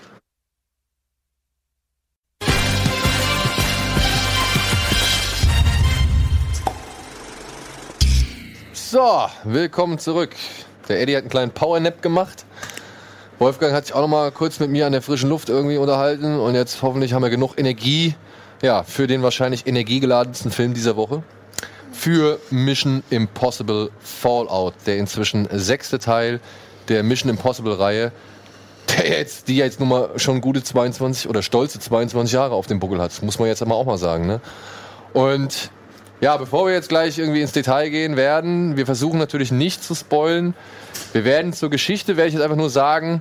Speaker 1: So, willkommen zurück. Der Eddie hat einen kleinen Powernap gemacht. Wolfgang hat sich auch noch mal kurz mit mir an der frischen Luft irgendwie unterhalten und jetzt hoffentlich haben wir genug Energie, ja, für den wahrscheinlich energiegeladensten Film dieser Woche. Für Mission Impossible Fallout, der inzwischen sechste Teil der Mission Impossible Reihe, der jetzt, die jetzt nun mal schon gute zweiundzwanzig oder stolze zweiundzwanzig Jahre auf dem Buckel hat, muss man jetzt aber auch mal sagen, ne? Und ja, bevor wir jetzt gleich irgendwie ins Detail gehen werden, wir versuchen natürlich nicht zu spoilen. Wir werden zur Geschichte, werde ich jetzt einfach nur sagen,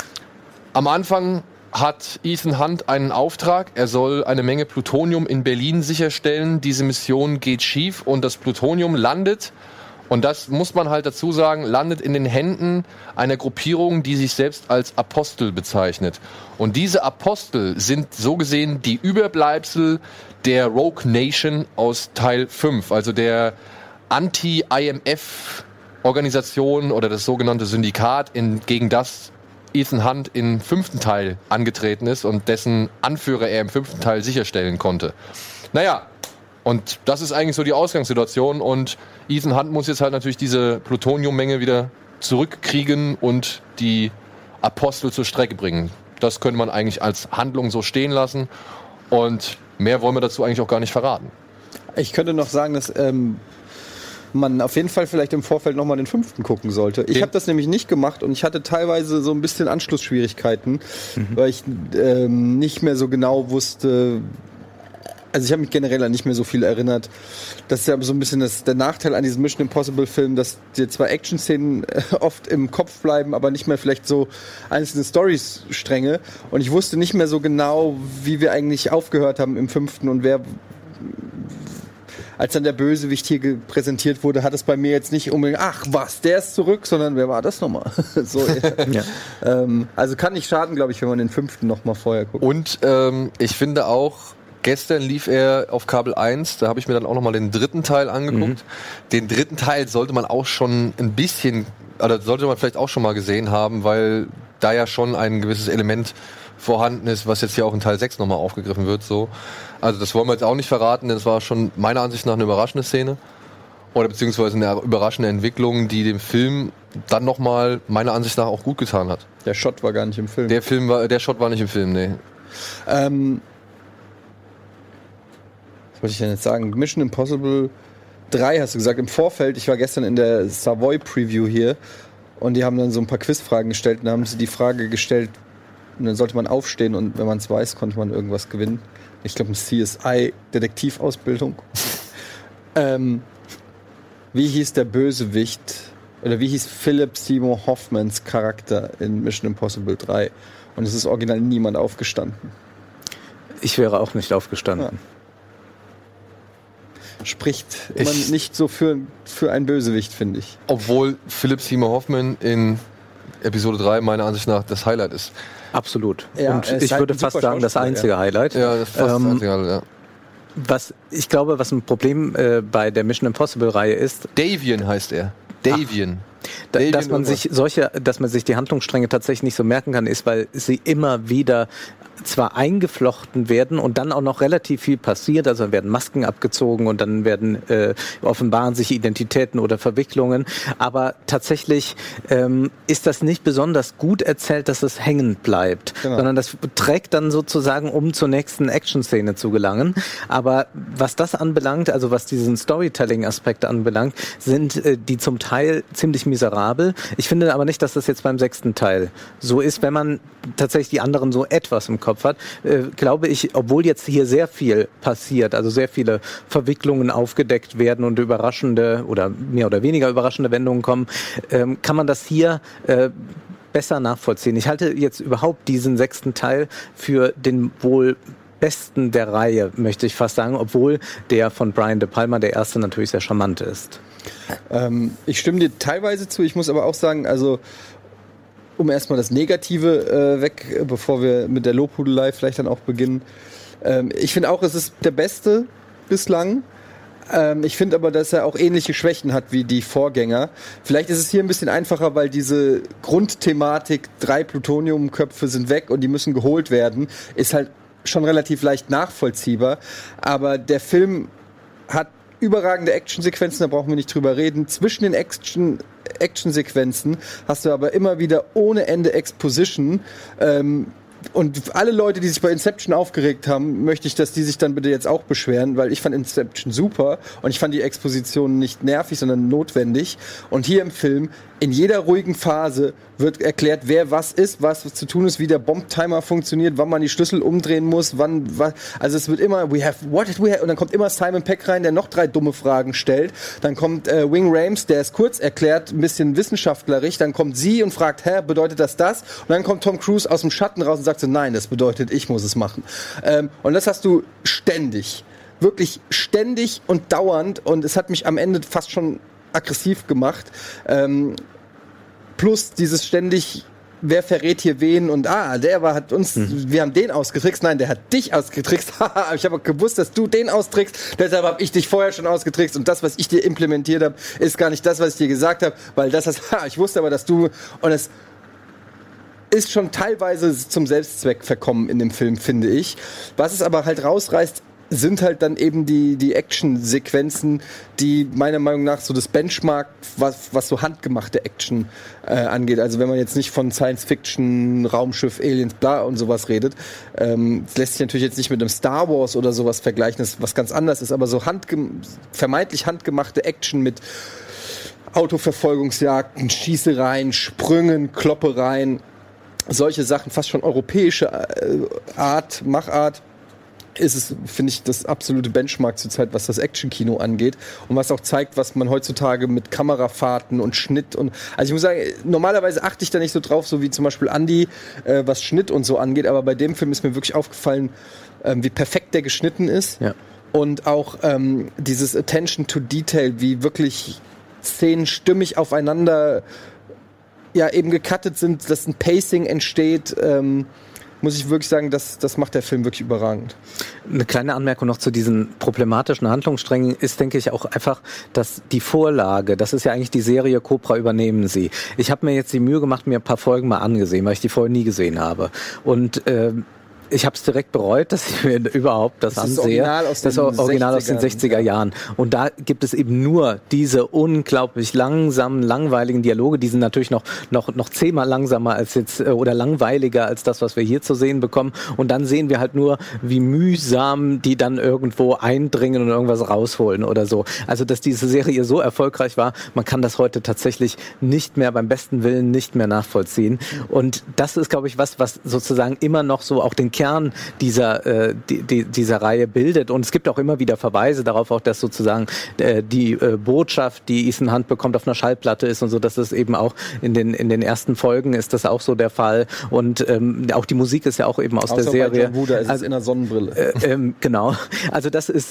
Speaker 1: am Anfang hat Ethan Hunt einen Auftrag. Er soll eine Menge Plutonium in Berlin sicherstellen. Diese Mission geht schief und das Plutonium landet, und das muss man halt dazu sagen, landet in den Händen einer Gruppierung, die sich selbst als Apostel bezeichnet. Und diese Apostel sind so gesehen die Überbleibsel der Rogue Nation aus Teil fünf, also der Anti-I M F-Organisation oder das sogenannte Syndikat, in, gegen das Ethan Hunt im fünften Teil angetreten ist und dessen Anführer er im fünften Teil sicherstellen konnte. Naja, und das ist eigentlich so die Ausgangssituation und Ethan Hunt muss jetzt halt natürlich diese Plutoniummenge wieder zurückkriegen und die Apostel zur Strecke bringen. Das könnte man eigentlich als Handlung so stehen lassen und mehr wollen wir dazu eigentlich auch gar nicht verraten.
Speaker 4: Ich könnte noch sagen, dass ähm, man auf jeden Fall vielleicht im Vorfeld nochmal den fünften gucken sollte. Ich
Speaker 1: Den-
Speaker 4: habe das nämlich nicht gemacht und ich hatte teilweise so ein bisschen Anschlussschwierigkeiten, weil ich ähm, nicht mehr so genau wusste. Also ich habe mich generell an nicht mehr so viel erinnert. Das ist ja so ein bisschen das, der Nachteil an diesem Mission Impossible Film, dass dir zwar Action-Szenen äh, oft im Kopf bleiben, aber nicht mehr vielleicht so einzelne Stories-Stränge. Und ich wusste nicht mehr so genau, wie wir eigentlich aufgehört haben im fünften und wer... Als dann der Bösewicht hier ge- präsentiert wurde, hat es bei mir jetzt nicht unbedingt, ach was, der ist zurück, sondern wer war das nochmal? so, ja. ähm, also kann nicht schaden, glaube ich, wenn man den fünften nochmal vorher guckt.
Speaker 1: Und ähm, ich finde auch, gestern lief er auf Kabel eins, da habe ich mir dann auch nochmal den dritten Teil angeguckt. Den dritten Teil sollte man auch schon ein bisschen, oder sollte man vielleicht auch schon mal gesehen haben, weil da ja schon ein gewisses Element vorhanden ist, was jetzt hier auch in Teil sechs nochmal aufgegriffen wird. So. Also das wollen wir jetzt auch nicht verraten, denn es war schon meiner Ansicht nach eine überraschende Szene. Oder beziehungsweise eine überraschende Entwicklung, die dem Film dann nochmal meiner Ansicht nach auch gut getan hat.
Speaker 4: Der Shot war gar nicht im Film.
Speaker 1: Der Film war, der Shot war nicht im Film, nee.
Speaker 4: Ähm, was wollte ich denn jetzt sagen? Mission Impossible drei hast du gesagt. Im Vorfeld, ich war gestern in der Savoy Preview hier und die haben dann so ein paar Quizfragen gestellt und dann haben sie die Frage gestellt, und dann sollte man aufstehen und wenn man es weiß, konnte man irgendwas gewinnen. Ich glaube, eine C S I-Detektivausbildung. ähm, wie hieß der Bösewicht, oder wie hieß Philip Seymour Hoffmans Charakter in Mission Impossible drei? Und es ist original niemand aufgestanden.
Speaker 3: Ich wäre auch nicht aufgestanden.
Speaker 4: Spricht immer
Speaker 1: Ich-
Speaker 4: nicht so für, für einen Bösewicht, finde ich.
Speaker 1: Obwohl Philip Seymour Hoffman in Episode drei meiner Ansicht nach das Highlight ist.
Speaker 3: Absolut.
Speaker 4: Ja,
Speaker 3: und
Speaker 4: er ist
Speaker 3: ich
Speaker 4: halt
Speaker 3: würde
Speaker 4: ein
Speaker 3: fast
Speaker 4: super
Speaker 3: sagen, das
Speaker 4: Schauspieler,
Speaker 3: einzige
Speaker 4: ja.
Speaker 3: Highlight.
Speaker 1: Ja, das ist fast
Speaker 3: Ähm,
Speaker 1: das einzige Highlight, ja.
Speaker 3: Was ich glaube, was ein Problem äh, bei der Mission Impossible-Reihe ist,
Speaker 1: Davian heißt er. Davian.
Speaker 3: da,
Speaker 1: Davian
Speaker 3: dass man
Speaker 1: irgendwas.
Speaker 3: sich solche, dass man sich die Handlungsstränge tatsächlich nicht so merken kann, ist, weil sie immer wieder zwar eingeflochten werden und dann auch noch relativ viel passiert, also werden Masken abgezogen und dann werden äh, offenbaren sich Identitäten oder Verwicklungen, aber tatsächlich ähm, ist das nicht besonders gut erzählt, dass es hängen bleibt,
Speaker 4: Genau.
Speaker 3: sondern das trägt dann sozusagen, um zur nächsten Action-Szene zu gelangen. Aber was das anbelangt, also was diesen Storytelling-Aspekt anbelangt, sind äh, die zum Teil ziemlich miserabel. Ich finde aber nicht, dass das jetzt beim sechsten Teil so ist, wenn man tatsächlich die anderen so etwas im Kopf hat, äh, glaube ich, obwohl jetzt hier sehr viel passiert, also sehr viele Verwicklungen aufgedeckt werden und überraschende oder mehr oder weniger überraschende Wendungen kommen, ähm, kann man das hier äh, besser nachvollziehen. Ich halte jetzt überhaupt diesen sechsten Teil für den wohl besten der Reihe, möchte ich fast sagen, obwohl der von Brian De Palma, der erste, natürlich sehr charmant ist.
Speaker 4: Ähm, ich stimme dir teilweise zu, ich muss aber auch sagen, also um erstmal das Negative äh, weg, bevor wir mit der Lobhudelei vielleicht dann auch beginnen. Ähm, ich finde auch, es ist der Beste bislang. Ähm, ich finde aber, dass er auch ähnliche Schwächen hat wie die Vorgänger. Vielleicht ist es hier ein bisschen einfacher, weil diese Grundthematik, drei Plutoniumköpfe sind weg und die müssen geholt werden, ist halt schon relativ leicht nachvollziehbar. Aber der Film hat überragende Actionsequenzen, da brauchen wir nicht drüber reden. Zwischen den Action Actionsequenzen hast du aber immer wieder ohne Ende Exposition. Ähm, und alle Leute, die sich bei Inception aufgeregt haben, möchte ich, dass die sich dann bitte jetzt auch beschweren, weil ich fand Inception super und ich fand die Exposition nicht nervig, sondern notwendig. Und hier im Film, in jeder ruhigen Phase wird erklärt, wer was ist, was zu tun ist, wie der Bomb-Timer funktioniert, wann man die Schlüssel umdrehen muss, wann, was, also es wird immer, we have, what did we have, und dann kommt immer Simon Pegg rein, der noch drei dumme Fragen stellt, dann kommt äh, Ving Rhames, der es kurz erklärt, ein bisschen wissenschaftlerisch, dann kommt sie und fragt, hä, bedeutet das das? Und dann kommt Tom Cruise aus dem Schatten raus und sagt so, nein, das bedeutet, ich muss es machen. Ähm, und das hast du ständig, wirklich ständig und dauernd, und es hat mich am Ende fast schon aggressiv gemacht, ähm, plus dieses ständig, wer verrät hier wen und ah, der war, hat uns, mhm. wir haben den ausgetrickst, nein, der hat dich ausgetrickst, haha, ich habe gewusst, dass du den austrickst, deshalb habe ich dich vorher schon ausgetrickst und das, was ich dir implementiert habe, ist gar nicht das, was ich dir gesagt habe, weil das ist, ha, ich wusste aber, dass du, und es ist schon teilweise zum Selbstzweck verkommen in dem Film, finde ich. Was es aber halt rausreißt, sind halt dann eben die, die Action-Sequenzen, die meiner Meinung nach so das Benchmark, was, was so handgemachte Action äh, angeht. Also wenn man jetzt nicht von Science-Fiction, Raumschiff, Aliens, bla und sowas redet. Ähm, das lässt sich natürlich jetzt nicht mit einem Star Wars oder sowas vergleichen, das was ganz anders ist, aber so handge- vermeintlich handgemachte Action mit Autoverfolgungsjagden, Schießereien, Sprüngen, Kloppereien, solche Sachen, fast schon europäische äh, Art, Machart, ist es, finde ich, das absolute Benchmark zurzeit, was das Action-Kino angeht und was auch zeigt, was man heutzutage mit Kamerafahrten und Schnitt und, also ich muss sagen, normalerweise achte ich da nicht so drauf, so wie zum Beispiel Andy, äh, was Schnitt und so angeht, aber bei dem Film ist mir wirklich aufgefallen, ähm, wie perfekt der geschnitten ist, ja. Und auch ähm, dieses Attention to Detail, wie wirklich Szenen stimmig aufeinander ja eben gecuttet sind, dass ein Pacing entsteht, ähm, muss ich wirklich sagen, das, das macht der Film wirklich überragend.
Speaker 3: Eine kleine Anmerkung noch zu diesen problematischen Handlungssträngen ist, denke ich, auch einfach, dass die Vorlage, das ist ja eigentlich die Serie Cobra übernehmen Sie. Ich habe mir jetzt die Mühe gemacht, mir ein paar Folgen mal angesehen, weil ich die vorher nie gesehen habe. Und ähm, ich habe es direkt bereut, dass ich mir überhaupt das, das ansehe. Original aus das den Original aus den sechziger Jahren. Und da gibt es eben nur diese unglaublich langsamen, langweiligen Dialoge. Die sind natürlich noch noch noch zehnmal langsamer als jetzt oder langweiliger als das, was wir hier zu sehen bekommen. Und dann sehen wir halt nur, wie mühsam die dann irgendwo eindringen und irgendwas rausholen oder so. Also dass diese Serie so erfolgreich war, man kann das heute tatsächlich nicht mehr beim besten Willen nicht mehr nachvollziehen. Und das ist, glaube ich, was was sozusagen immer noch so auch den Kern dieser, äh, die, die, dieser Reihe bildet. Und es gibt auch immer wieder Verweise darauf, auch dass sozusagen äh, die äh, Botschaft, die Ethan Hunt bekommt, auf einer Schallplatte ist und so, dass das eben auch in den in den ersten Folgen ist das auch so der Fall. Und ähm, auch die Musik ist ja auch eben aus
Speaker 4: Außer
Speaker 3: der Serie.
Speaker 4: Bei John Woo, da ist also, es in der Sonnenbrille.
Speaker 3: Äh, ähm, genau. Also das ist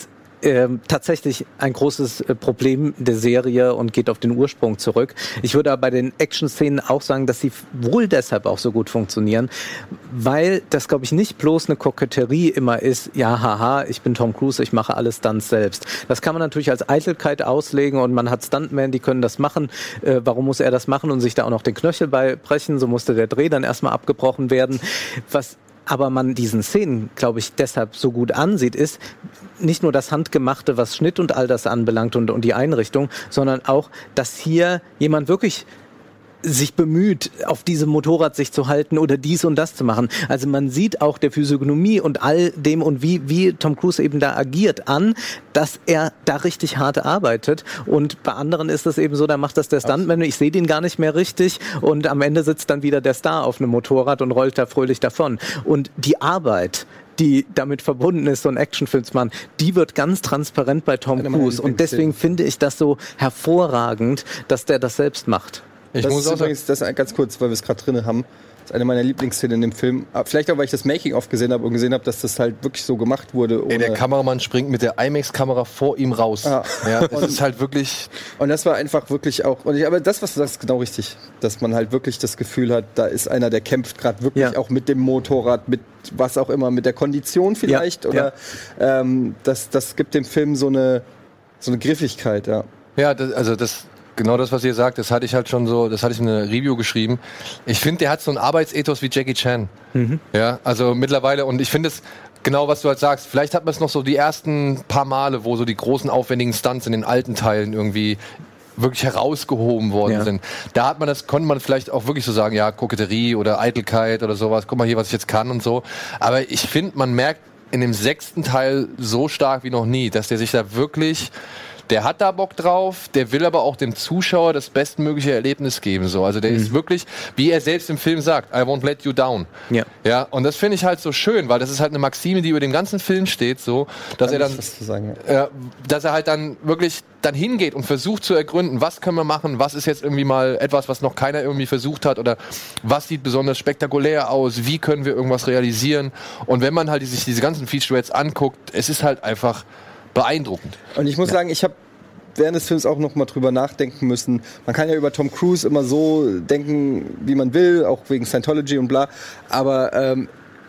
Speaker 3: äh, tatsächlich ein großes äh, Problem der Serie und geht auf den Ursprung zurück. Ich würde aber bei den Action-Szenen auch sagen, dass sie wohl deshalb auch so gut funktionieren, weil das, glaube ich, nicht bloß eine Koketterie immer ist, ja, haha, ich bin Tom Cruise, ich mache alles Stunts selbst. Das kann man natürlich als Eitelkeit auslegen und man hat Stuntmen, die können das machen. Äh, warum muss er das machen und sich da auch noch den Knöchel beibrechen? So musste der Dreh dann erstmal abgebrochen werden. Was aber man diesen Szenen, glaube ich, deshalb so gut ansieht, ist nicht nur das Handgemachte, was Schnitt und all das anbelangt und, und die Einrichtung, sondern auch, dass hier jemand wirklich sich bemüht, auf diesem Motorrad sich zu halten oder dies und das zu machen. Also man sieht auch der Physiognomie und all dem und wie, wie Tom Cruise eben da agiert an, dass er da richtig hart arbeitet. Und bei anderen ist es eben so, da macht das der Stuntman, ich sehe den gar nicht mehr richtig und am Ende sitzt dann wieder der Star auf einem Motorrad und rollt da fröhlich davon. Und die Arbeit, die damit verbunden ist, so ein Actionfilm zu machen, die wird ganz transparent bei Tom Cruise. Und deswegen finde ich das so hervorragend, dass der das selbst macht.
Speaker 4: Ich das muss ist auch übrigens, das ganz kurz, weil wir es gerade drin haben, das ist eine meiner Lieblingsszenen in dem Film. Vielleicht auch, weil ich das Making-of gesehen habe und gesehen habe, dass das halt wirklich so gemacht wurde.
Speaker 1: Ey, der Kameramann springt mit der IMAX-Kamera vor ihm raus. Ah. Ja, das ist halt wirklich...
Speaker 4: Und das war einfach wirklich auch... Und ich, aber das, was du sagst, ist genau richtig. Dass man halt wirklich das Gefühl hat, da ist einer, der kämpft gerade wirklich ja. auch mit dem Motorrad, mit was auch immer, mit der Kondition vielleicht. Ja. Oder ja. Ähm, das, das gibt dem Film so eine, so eine Griffigkeit, ja.
Speaker 1: Ja, das, also das... Genau das, was ihr sagt, das hatte ich halt schon so, das hatte ich in einer Review geschrieben. Ich finde, der hat so einen Arbeitsethos wie Jackie Chan. Mhm. Ja, also mittlerweile, und ich finde es, genau was du halt sagst, vielleicht hat man es noch so die ersten paar Male, wo so die großen, aufwendigen Stunts in den alten Teilen irgendwie wirklich herausgehoben worden ja. sind. Da hat man das, konnte man vielleicht auch wirklich so sagen, ja, Koketterie oder Eitelkeit oder sowas, guck mal hier, was ich jetzt kann und so. Aber ich finde, man merkt in dem sechsten Teil so stark wie noch nie, dass der sich da wirklich... Der hat da Bock drauf, der will aber auch dem Zuschauer das bestmögliche Erlebnis geben. So. Also der mhm. ist wirklich, wie er selbst im Film sagt, I won't let you down. Ja. Ja, und das finde ich halt so schön, weil das ist halt eine Maxime, die über dem ganzen Film steht, so, dass er dann,
Speaker 4: was zu sagen, ja.
Speaker 1: äh, dass er halt dann wirklich dann hingeht und versucht zu ergründen, was können wir machen, was ist jetzt irgendwie mal etwas, was noch keiner irgendwie versucht hat oder was sieht besonders spektakulär aus, wie können wir irgendwas realisieren. Und wenn man halt sich diese ganzen Featurettes anguckt, es ist halt einfach beeindruckend.
Speaker 4: Und ich muss ja. sagen, ich habe während des Films auch noch mal drüber nachdenken müssen. Man kann ja über Tom Cruise immer so denken, wie man will, auch wegen Scientology und bla. Aber ähm,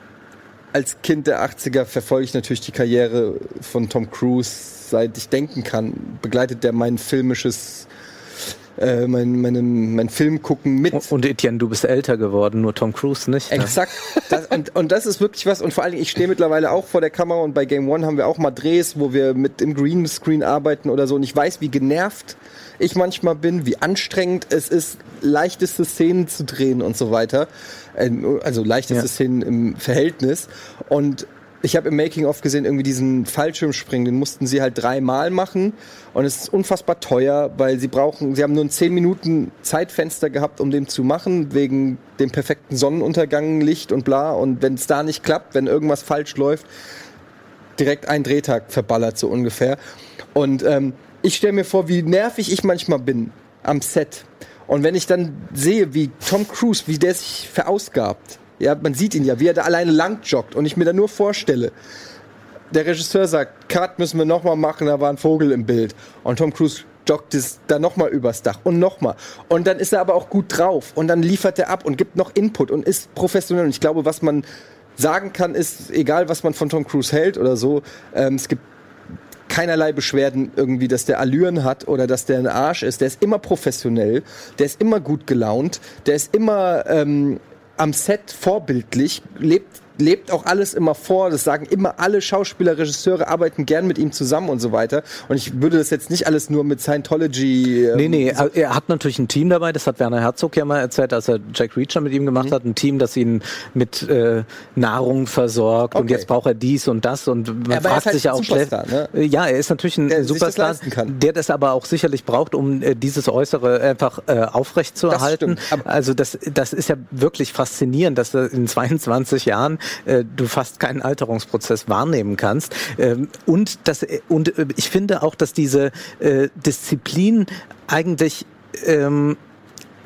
Speaker 4: als Kind der achtziger verfolge ich natürlich die Karriere von Tom Cruise, seit ich denken kann. Begleitet der mein filmisches Äh, mein, meine, mein Film gucken mit.
Speaker 3: Und Etienne, du bist älter geworden, nur Tom Cruise nicht. Ne?
Speaker 4: Exakt. Das, und, und das ist wirklich was. Und vor allen Dingen, ich stehe mittlerweile auch vor der Kamera und bei Game One haben wir auch mal Drehs, wo wir mit im Greenscreen arbeiten oder so. Und ich weiß, wie genervt ich manchmal bin, wie anstrengend es ist, leichteste Szenen zu drehen und so weiter. Also leichteste ja. Szenen im Verhältnis. Und ich habe im Making-of gesehen, irgendwie diesen Fallschirmspringen, den mussten sie halt dreimal machen und es ist unfassbar teuer, weil sie brauchen, sie haben nur ein zehn Minuten Zeitfenster gehabt, um den zu machen, wegen dem perfekten Sonnenuntergang, Licht und bla, und wenn es da nicht klappt, wenn irgendwas falsch läuft, direkt ein Drehtag verballert so ungefähr. Und ähm, ich stelle mir vor, wie nervig ich manchmal bin am Set, und wenn ich dann sehe, wie Tom Cruise, wie der sich verausgabt. Ja, man sieht ihn ja, wie er da alleine lang joggt und ich mir da nur vorstelle, der Regisseur sagt, Cut, müssen wir nochmal machen, da war ein Vogel im Bild. Und Tom Cruise joggt es dann nochmal übers Dach und nochmal. Und dann ist er aber auch gut drauf und dann liefert er ab und gibt noch Input und ist professionell. Und ich glaube, was man sagen kann, ist, egal was man von Tom Cruise hält oder so, ähm, es gibt keinerlei Beschwerden irgendwie, dass der Allüren hat oder dass der ein Arsch ist. Der ist immer professionell, der ist immer gut gelaunt, der ist immer ähm, am Set vorbildlich, lebt, lebt auch alles immer vor. Das sagen immer alle Schauspieler, Regisseure, arbeiten gern mit ihm zusammen und so weiter. Und ich würde das jetzt nicht alles nur mit Scientology... Ähm,
Speaker 3: nee, nee, er hat natürlich ein Team dabei, das hat Werner Herzog ja mal erzählt, als er Jack Reacher mit ihm gemacht mhm. hat, ein Team, das ihn mit äh, Nahrung versorgt, okay. Und jetzt braucht er dies und das und man ja, fragt sich ja auch schlecht. Ne? Ja, er ist natürlich ein der Superstar, das der das aber auch sicherlich braucht, um äh, dieses Äußere einfach äh, aufrecht zu erhalten. Also das, das ist ja wirklich faszinierend, dass er in zweiundzwanzig Jahren äh, du fast keinen Alterungsprozess wahrnehmen kannst. Ähm, und das, und äh, ich finde auch, dass diese äh, Disziplin eigentlich ähm,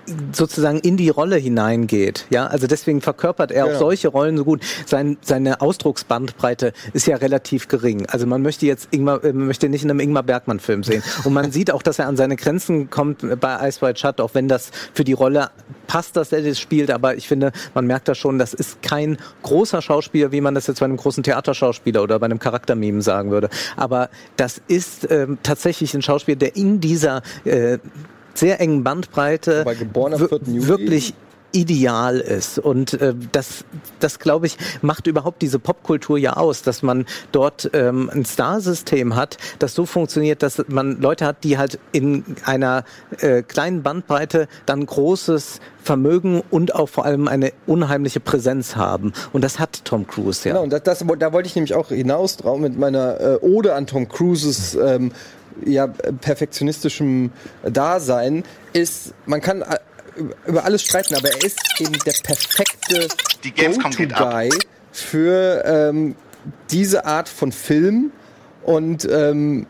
Speaker 3: sozusagen in die Rolle hineingeht. Ja, also deswegen verkörpert er
Speaker 4: Genau.
Speaker 3: auch solche Rollen so gut. Sein, seine Ausdrucksbandbreite ist ja relativ gering. Also man möchte jetzt Ingmar, äh, man möchte nicht in einem Ingmar Bergmann-Film sehen. Und man sieht auch, dass er an seine Grenzen kommt bei Ice White Shut, auch wenn das für die Rolle passt, dass er das spielt. Aber ich finde, man merkt da schon, das ist kein großer Schauspieler, wie man das jetzt bei einem großen Theaterschauspieler oder bei einem Charaktermeme sagen würde. Aber das ist ähm, tatsächlich ein Schauspieler, der in dieser äh, sehr engen Bandbreite
Speaker 4: Wobei geboren am
Speaker 3: wir-
Speaker 4: vierten Juli
Speaker 3: wirklich ideal ist. Und äh, das, das glaube ich, macht überhaupt diese Popkultur ja aus, dass man dort ähm, ein Starsystem hat, das so funktioniert, dass man Leute hat, die halt in einer äh, kleinen Bandbreite dann großes Vermögen und auch vor allem eine unheimliche Präsenz haben. Und das hat Tom Cruise, ja.
Speaker 4: Genau, und das, das, da wollte ich nämlich auch hinaus drauf mit meiner äh, Ode an Tom Cruises ähm, ja, perfektionistischem Dasein, ist, man kann äh, über alles streiten, aber er ist eben der perfekte
Speaker 7: Die Gamescom geht ab.
Speaker 4: Go-To-Guy für ähm, diese Art von Film und ähm,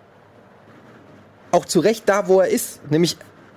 Speaker 4: auch zu Recht da, wo er ist, nämlich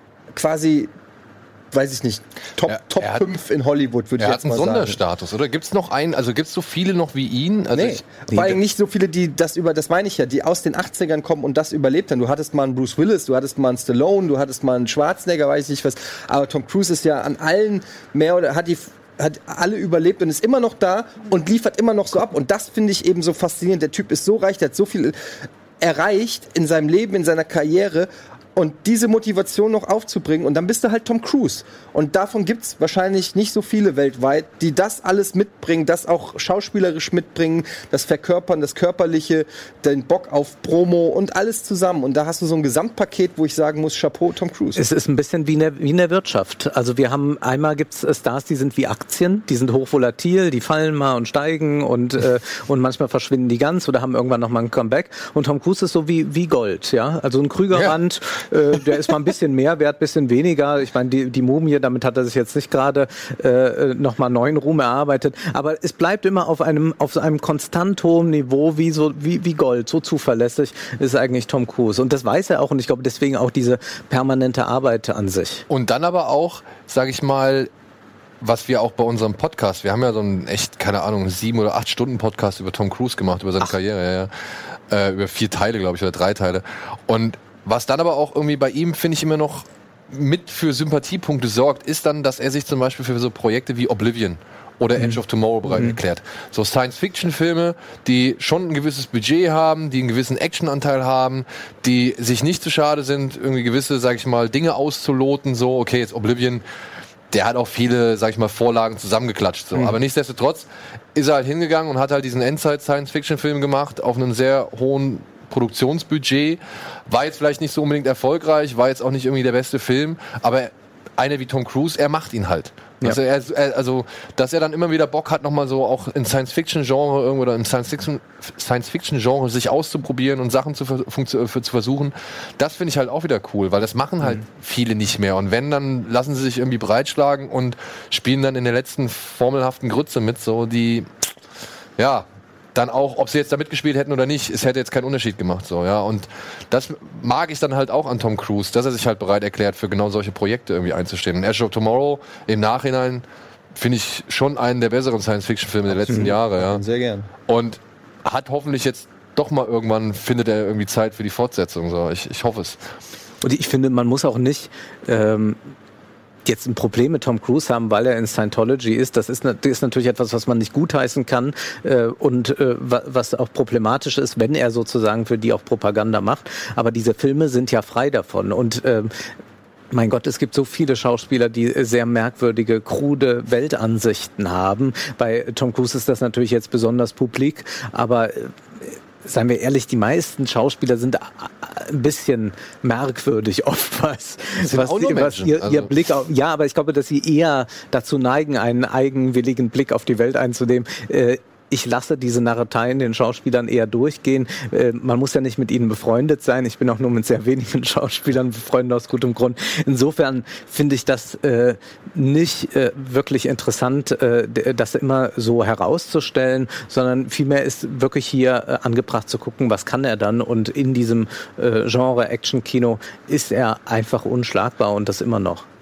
Speaker 4: quasi, weiß ich nicht, Top,
Speaker 1: Er-
Speaker 4: Top
Speaker 1: er hat-
Speaker 4: fünf in Hollywood, würde ich
Speaker 1: Er
Speaker 4: jetzt
Speaker 1: hat einen
Speaker 4: mal sagen.
Speaker 1: Sonderstatus, oder? Gibt's noch einen, also gibt's so viele noch wie ihn? Also
Speaker 4: Nee,
Speaker 1: ich,
Speaker 4: vor allem nicht so viele, die das über, das meine ich ja, die aus den achtzigern kommen und das überlebt haben. Du hattest mal einen Bruce Willis, du hattest mal einen Stallone, du hattest mal einen Schwarzenegger, weiß ich nicht was. Aber Tom Cruise ist ja an allen mehr oder hat die hat alle überlebt und ist immer noch da und liefert immer noch so ab. Und das finde ich eben so faszinierend. Der Typ ist so reich, der hat so viel erreicht in seinem Leben, in seiner Karriere. Und diese Motivation noch aufzubringen, und dann bist du halt Tom Cruise. Und davon gibt's wahrscheinlich nicht so viele weltweit, die das alles mitbringen, das auch schauspielerisch mitbringen, das Verkörpern, das Körperliche, den Bock auf Promo und alles zusammen. Und da hast du so ein Gesamtpaket, wo ich sagen muss, Chapeau, Tom Cruise.
Speaker 3: Es ist ein bisschen wie in der, wie in der Wirtschaft. Also wir haben, einmal gibt's Stars, die sind wie Aktien, die sind hochvolatil, die fallen mal und steigen und, äh, und manchmal verschwinden die ganz oder haben irgendwann nochmal ein Comeback. Und Tom Cruise ist so wie, wie Gold, ja. Also ein Krügerrand, ja. äh, der ist mal ein bisschen mehr wert, bisschen weniger. Ich meine, die, die Mumie, damit hat er sich jetzt nicht gerade äh, nochmal neuen Ruhm erarbeitet. Aber es bleibt immer auf einem, auf einem konstant hohen Niveau, wie so, wie, wie Gold. So zuverlässig ist eigentlich Tom Cruise. Und das weiß er auch. Und ich glaube, deswegen auch diese permanente Arbeit an sich.
Speaker 1: Und dann aber auch, sage ich mal, was wir auch bei unserem Podcast, wir haben ja so einen echt, keine Ahnung, sieben oder acht Stunden Podcast über Tom Cruise gemacht, über seine Ach. Karriere, ja, ja. Äh, über vier Teile, glaube ich, oder drei Teile. Und was dann aber auch irgendwie bei ihm, finde ich, immer noch mit für Sympathiepunkte sorgt, ist dann, dass er sich zum Beispiel für so Projekte wie Oblivion oder Edge of Tomorrow bereit mhm. erklärt. So Science-Fiction-Filme, die schon ein gewisses Budget haben, die einen gewissen Actionanteil haben, die sich nicht zu schade sind, irgendwie gewisse, sag ich mal, Dinge auszuloten, so, okay, jetzt Oblivion, der hat auch viele, sag ich mal, Vorlagen zusammengeklatscht, so. Mhm. Aber nichtsdestotrotz ist er halt hingegangen und hat halt diesen Endzeit-Science-Fiction-Film gemacht auf einem sehr hohen Produktionsbudget, war jetzt vielleicht nicht so unbedingt erfolgreich, war jetzt auch nicht irgendwie der beste Film, aber einer wie Tom Cruise, er macht ihn halt. Ja. Also, er, er, also, dass er dann immer wieder Bock hat, nochmal so auch in Science-Fiction-Genre irgendwo oder im Science-Fiction, Science-Fiction-Genre sich auszuprobieren und Sachen zu, zu, zu versuchen, das finde ich halt auch wieder cool, weil das machen halt mhm. viele nicht mehr. Und wenn, dann lassen sie sich irgendwie breitschlagen und spielen dann in der letzten formelhaften Grütze mit, so die, ja, dann auch, ob sie jetzt da mitgespielt hätten oder nicht, es hätte jetzt keinen Unterschied gemacht, so, ja. Und das mag ich dann halt auch an Tom Cruise, dass er sich halt bereit erklärt, für genau solche Projekte irgendwie einzustehen. Und Edge of Tomorrow im Nachhinein finde ich schon einen der besseren Science-Fiction-Filme der letzten Jahre, ja.
Speaker 4: Sehr gern.
Speaker 1: Und hat hoffentlich jetzt doch mal irgendwann, findet er irgendwie Zeit für die Fortsetzung, so. Ich, ich hoffe es.
Speaker 3: Und ich finde, man muss auch nicht, ähm, jetzt ein Problem mit Tom Cruise haben, weil er in Scientology ist. Das ist, das ist natürlich etwas, was man nicht gutheißen kann äh, und äh, was auch problematisch ist, wenn er sozusagen für die auch Propaganda macht. Aber diese Filme sind ja frei davon und äh, mein Gott, es gibt so viele Schauspieler, die sehr merkwürdige, krude Weltansichten haben. Bei Tom Cruise ist das natürlich jetzt besonders publik, aber äh, seien wir ehrlich, die meisten Schauspieler sind ein bisschen merkwürdig oft, was, was, die, was ihr, also. ihr Blick auf, ja, aber ich glaube, dass sie eher dazu neigen, einen eigenwilligen Blick auf die Welt einzunehmen. Äh, Ich lasse diese Narreteien den Schauspielern eher durchgehen. Äh, man muss ja nicht mit ihnen befreundet sein. Ich bin auch nur mit sehr wenigen Schauspielern befreundet aus gutem Grund. Insofern finde ich das äh, nicht äh, wirklich interessant, äh, das immer so herauszustellen, sondern vielmehr ist wirklich hier äh, angebracht zu gucken, was kann er dann. Und in diesem äh, Genre Action-Kino ist er einfach unschlagbar und das immer noch.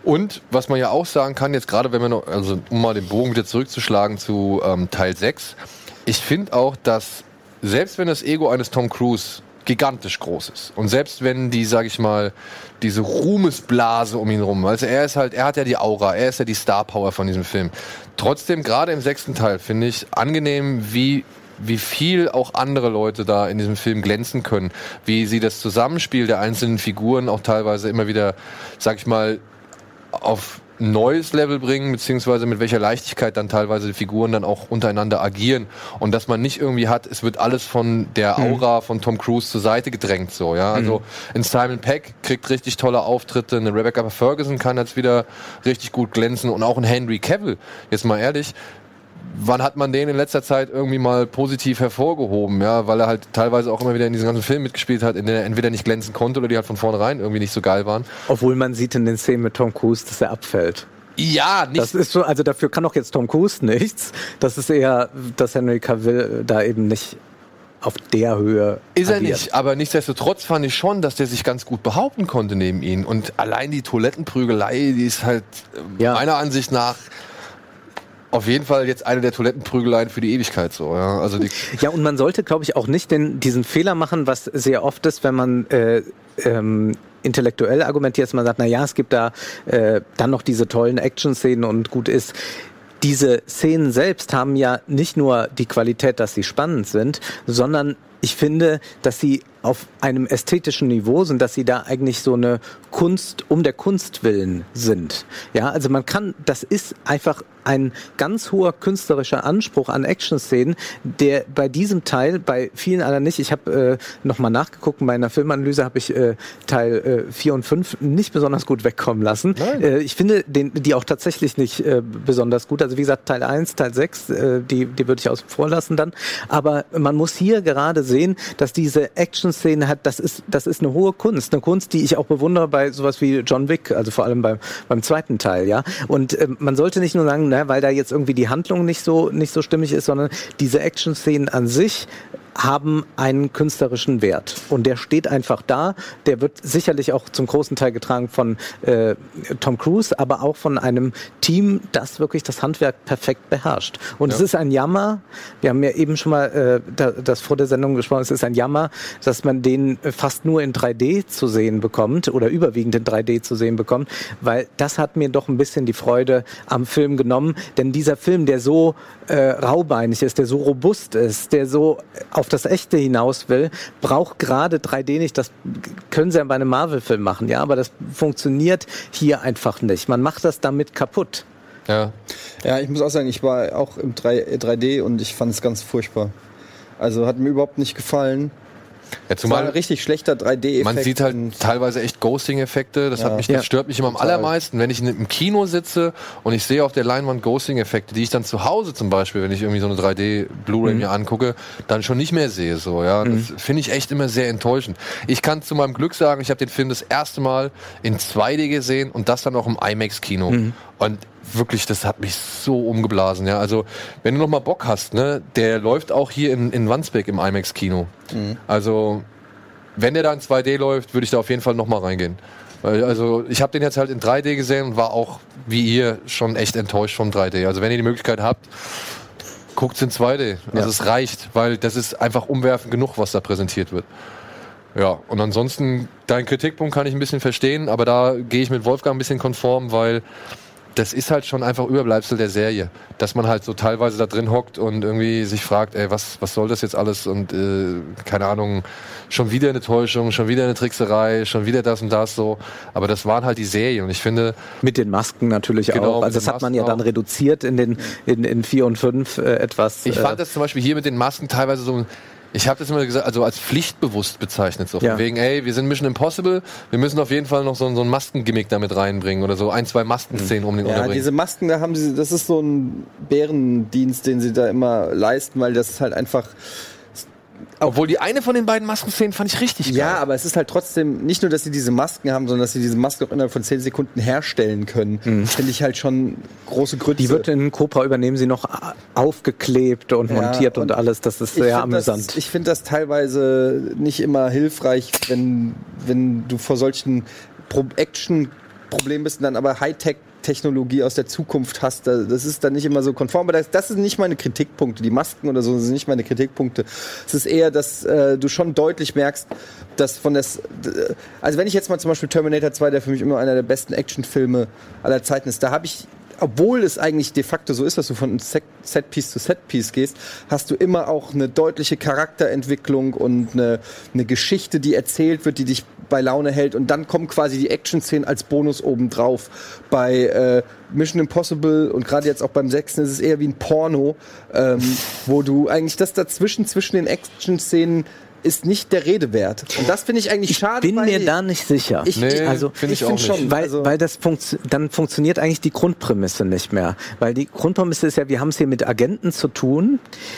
Speaker 1: Und was man ja auch sagen kann, jetzt gerade wenn wir noch, also um mal den Bogen wieder zurückzuschlagen zu ähm, Teil sechs, ich finde auch, dass selbst wenn das Ego eines Tom Cruise gigantisch groß ist und selbst wenn die, sag ich mal, diese Ruhmesblase um ihn rum, also er ist halt, er hat ja die Aura, er ist ja die Star Power von diesem Film. Trotzdem, gerade im sechsten Teil, finde ich angenehm, wie wie viel auch andere Leute da in diesem Film glänzen können, wie sie das Zusammenspiel der einzelnen Figuren auch teilweise immer wieder, sag ich mal, auf ein neues Level bringen, beziehungsweise mit welcher Leichtigkeit dann teilweise die Figuren dann auch untereinander agieren und dass man nicht irgendwie hat, es wird alles von der Aura von Tom Cruise zur Seite gedrängt, so, ja, also ein Simon Pegg kriegt richtig tolle Auftritte, eine Rebecca Ferguson kann jetzt wieder richtig gut glänzen und auch ein Henry Cavill, jetzt mal ehrlich, wann hat man den in letzter Zeit irgendwie mal positiv hervorgehoben, ja, weil er halt teilweise auch immer wieder in diesen ganzen Filmen mitgespielt hat, in denen er entweder nicht glänzen konnte oder die halt von vornherein irgendwie nicht so geil waren.
Speaker 3: Obwohl man sieht in den Szenen mit Tom Cruise, dass er abfällt.
Speaker 1: Ja, nicht.
Speaker 3: Das ist so, also dafür kann auch jetzt Tom Cruise nichts. Das ist eher, dass Henry Cavill da eben nicht auf der Höhe
Speaker 1: ist er
Speaker 3: agiert.
Speaker 1: nicht, aber nichtsdestotrotz fand ich schon, dass der sich ganz gut behaupten konnte neben ihm und allein die Toilettenprügelei, die ist halt
Speaker 3: ja.
Speaker 1: meiner Ansicht nach auf jeden Fall jetzt eine der Toilettenprügeleien für die Ewigkeit so, ja. Also die
Speaker 3: ja, und man sollte, glaube ich, auch nicht den, diesen Fehler machen, was sehr oft ist, wenn man äh, ähm, intellektuell argumentiert, dass man sagt, na ja, es gibt da äh, dann noch diese tollen Action-Szenen und gut ist. Diese Szenen selbst haben ja nicht nur die Qualität, dass sie spannend sind, sondern ich finde, dass sie auf einem ästhetischen Niveau sind, dass sie da eigentlich so eine Kunst um der Kunst willen sind. Ja, also man kann, das ist einfach ein ganz hoher künstlerischer Anspruch an Action-Szenen, der bei diesem Teil, bei vielen anderen nicht, ich habe äh, nochmal nachgeguckt, bei einer Filmanalyse habe ich äh, Teil äh, vier und fünf nicht besonders gut wegkommen lassen. Äh, ich finde den, die auch tatsächlich nicht äh, besonders gut. Also wie gesagt, Teil eins, Teil sechs, äh, die, die würde ich außen vor lassen dann. Aber man muss hier gerade sehen, dass diese Action-Szene hat, das ist, das ist eine hohe Kunst. Eine Kunst, die ich auch bewundere bei sowas wie John Wick, also vor allem beim, beim zweiten Teil, ja. Und äh, man sollte nicht nur sagen, na, weil da jetzt irgendwie die Handlung nicht so, nicht so stimmig ist, sondern diese Action-Szenen an sich haben einen künstlerischen Wert. Und der steht einfach da. Der wird sicherlich auch zum großen Teil getragen von äh, Tom Cruise, aber auch von einem Team, das wirklich das Handwerk perfekt beherrscht. Und ja. Es ist ein Jammer, wir haben ja eben schon mal äh, da, das vor der Sendung gesprochen, es ist ein Jammer, dass man den fast nur in drei D zu sehen bekommt oder überwiegend in drei D zu sehen bekommt, weil das hat mir doch ein bisschen die Freude am Film genommen. Denn dieser Film, der so äh, raubeinig ist, der so robust ist, der so auf das Echte hinaus will, braucht gerade drei D nicht. Das können sie ja bei einem Marvel-Film machen, ja, aber das funktioniert hier einfach nicht. Man macht das damit kaputt.
Speaker 4: Ja, ja, ich muss auch sagen, ich war auch im drei D und ich fand es ganz furchtbar. Also hat mir überhaupt nicht gefallen.
Speaker 1: Ja, zumal
Speaker 4: war ein richtig schlechter drei D-Effekt.
Speaker 1: Man sieht halt teilweise echt Ghosting-Effekte. Das,
Speaker 4: ja.
Speaker 1: hat mich, das
Speaker 3: ja.
Speaker 1: stört mich immer am
Speaker 4: Total.
Speaker 1: allermeisten, wenn ich im Kino sitze und ich sehe auf der Leinwand Ghosting-Effekte, die ich dann zu Hause zum Beispiel, wenn ich irgendwie so eine drei D Blu-ray
Speaker 3: mhm.
Speaker 1: mir angucke, dann schon nicht mehr sehe. So, ja,
Speaker 3: mhm.
Speaker 1: das finde ich echt immer sehr enttäuschend. Ich kann zu meinem Glück sagen, ich habe den Film das erste Mal in zwei D gesehen und das dann auch im IMAX-Kino. Mhm. Und wirklich, das hat mich so umgeblasen, ja. Also, wenn du noch mal Bock hast, ne, der läuft auch hier in, in Wandsbek im IMAX-Kino. Mhm. Also, wenn der da in zwei D läuft, würde ich da auf jeden Fall noch mal reingehen. Weil, also, ich habe den jetzt halt in drei D gesehen und war auch, wie ihr, schon echt enttäuscht vom drei D. Also, wenn ihr die Möglichkeit habt, guckt's in zwei D. Also, ja. Es reicht, weil das ist einfach umwerfend genug, was da präsentiert wird. Ja, und ansonsten, deinen Kritikpunkt kann ich ein bisschen verstehen, aber da gehe ich mit Wolfgang ein bisschen konform, weil das ist halt schon einfach Überbleibsel der Serie, dass man halt so teilweise da drin hockt und irgendwie sich fragt, ey, was was soll das jetzt alles und äh, keine Ahnung, schon wieder eine Täuschung, schon wieder eine Trickserei, schon wieder das und das so, aber das waren halt die Serien und ich finde...
Speaker 3: Mit den Masken natürlich genau, auch, also das hat man ja dann auch reduziert in den in, in vier und fünf äh, etwas...
Speaker 1: Ich
Speaker 3: äh,
Speaker 1: fand das zum Beispiel hier mit den Masken teilweise so... Ich habe das immer gesagt, also als pflichtbewusst bezeichnet, so
Speaker 3: ja.
Speaker 1: von wegen, ey, wir sind Mission Impossible, wir müssen auf jeden Fall noch so, so ein Maskengimmick damit reinbringen oder so ein, zwei Maskenszenen um den
Speaker 4: ja,
Speaker 1: unterbringen.
Speaker 4: Diese Masken, da haben sie, das ist so ein Bärendienst, den sie da immer leisten, weil das ist halt einfach...
Speaker 1: Obwohl die eine von den beiden Maskenszenen fand ich richtig geil.
Speaker 4: Ja, aber es ist halt trotzdem nicht nur, dass sie diese Masken haben, sondern dass sie diese Masken auch innerhalb von zehn Sekunden herstellen können. Mhm. Finde ich halt schon große Grütze.
Speaker 3: Die wird in Cobra übernehmen sie noch aufgeklebt und ja, montiert und, und alles. Das ist sehr amüsant.
Speaker 4: Das, ich finde das teilweise nicht immer hilfreich, wenn, wenn du vor solchen Pro- Action Problem bist und dann aber Hightech-Technologie aus der Zukunft hast, das ist dann nicht immer so konform. Aber das, das sind nicht meine Kritikpunkte. Die Masken oder so sind nicht meine Kritikpunkte. Es ist eher, dass äh, du schon deutlich merkst, dass von das, also wenn ich jetzt mal zum Beispiel Terminator zwei, der für mich immer einer der besten Actionfilme aller Zeiten ist, da habe ich, obwohl es eigentlich de facto so ist, dass du von Setpiece zu Setpiece gehst, hast du immer auch eine deutliche Charakterentwicklung und eine, eine Geschichte, die erzählt wird, die dich bei Laune hält. Und dann kommen quasi die Action-Szenen als Bonus obendrauf. Bei äh, Mission Impossible und gerade jetzt auch beim sechsten ist es eher wie ein Porno, ähm, wo du eigentlich das dazwischen, zwischen den Action-Szenen ist nicht der Rede wert. Und das finde ich eigentlich
Speaker 3: ich
Speaker 4: schade.
Speaker 3: Ich bin mir da nicht sicher.
Speaker 4: Ich,
Speaker 1: nee,
Speaker 3: also,
Speaker 1: finde ich,
Speaker 4: ich
Speaker 1: auch
Speaker 4: find
Speaker 1: nicht.
Speaker 4: schon,
Speaker 3: weil,
Speaker 4: also
Speaker 3: weil das funktio- dann funktioniert eigentlich die Grundprämisse nicht mehr. Weil die Grundprämisse ist ja, wir haben es hier mit Agenten zu tun,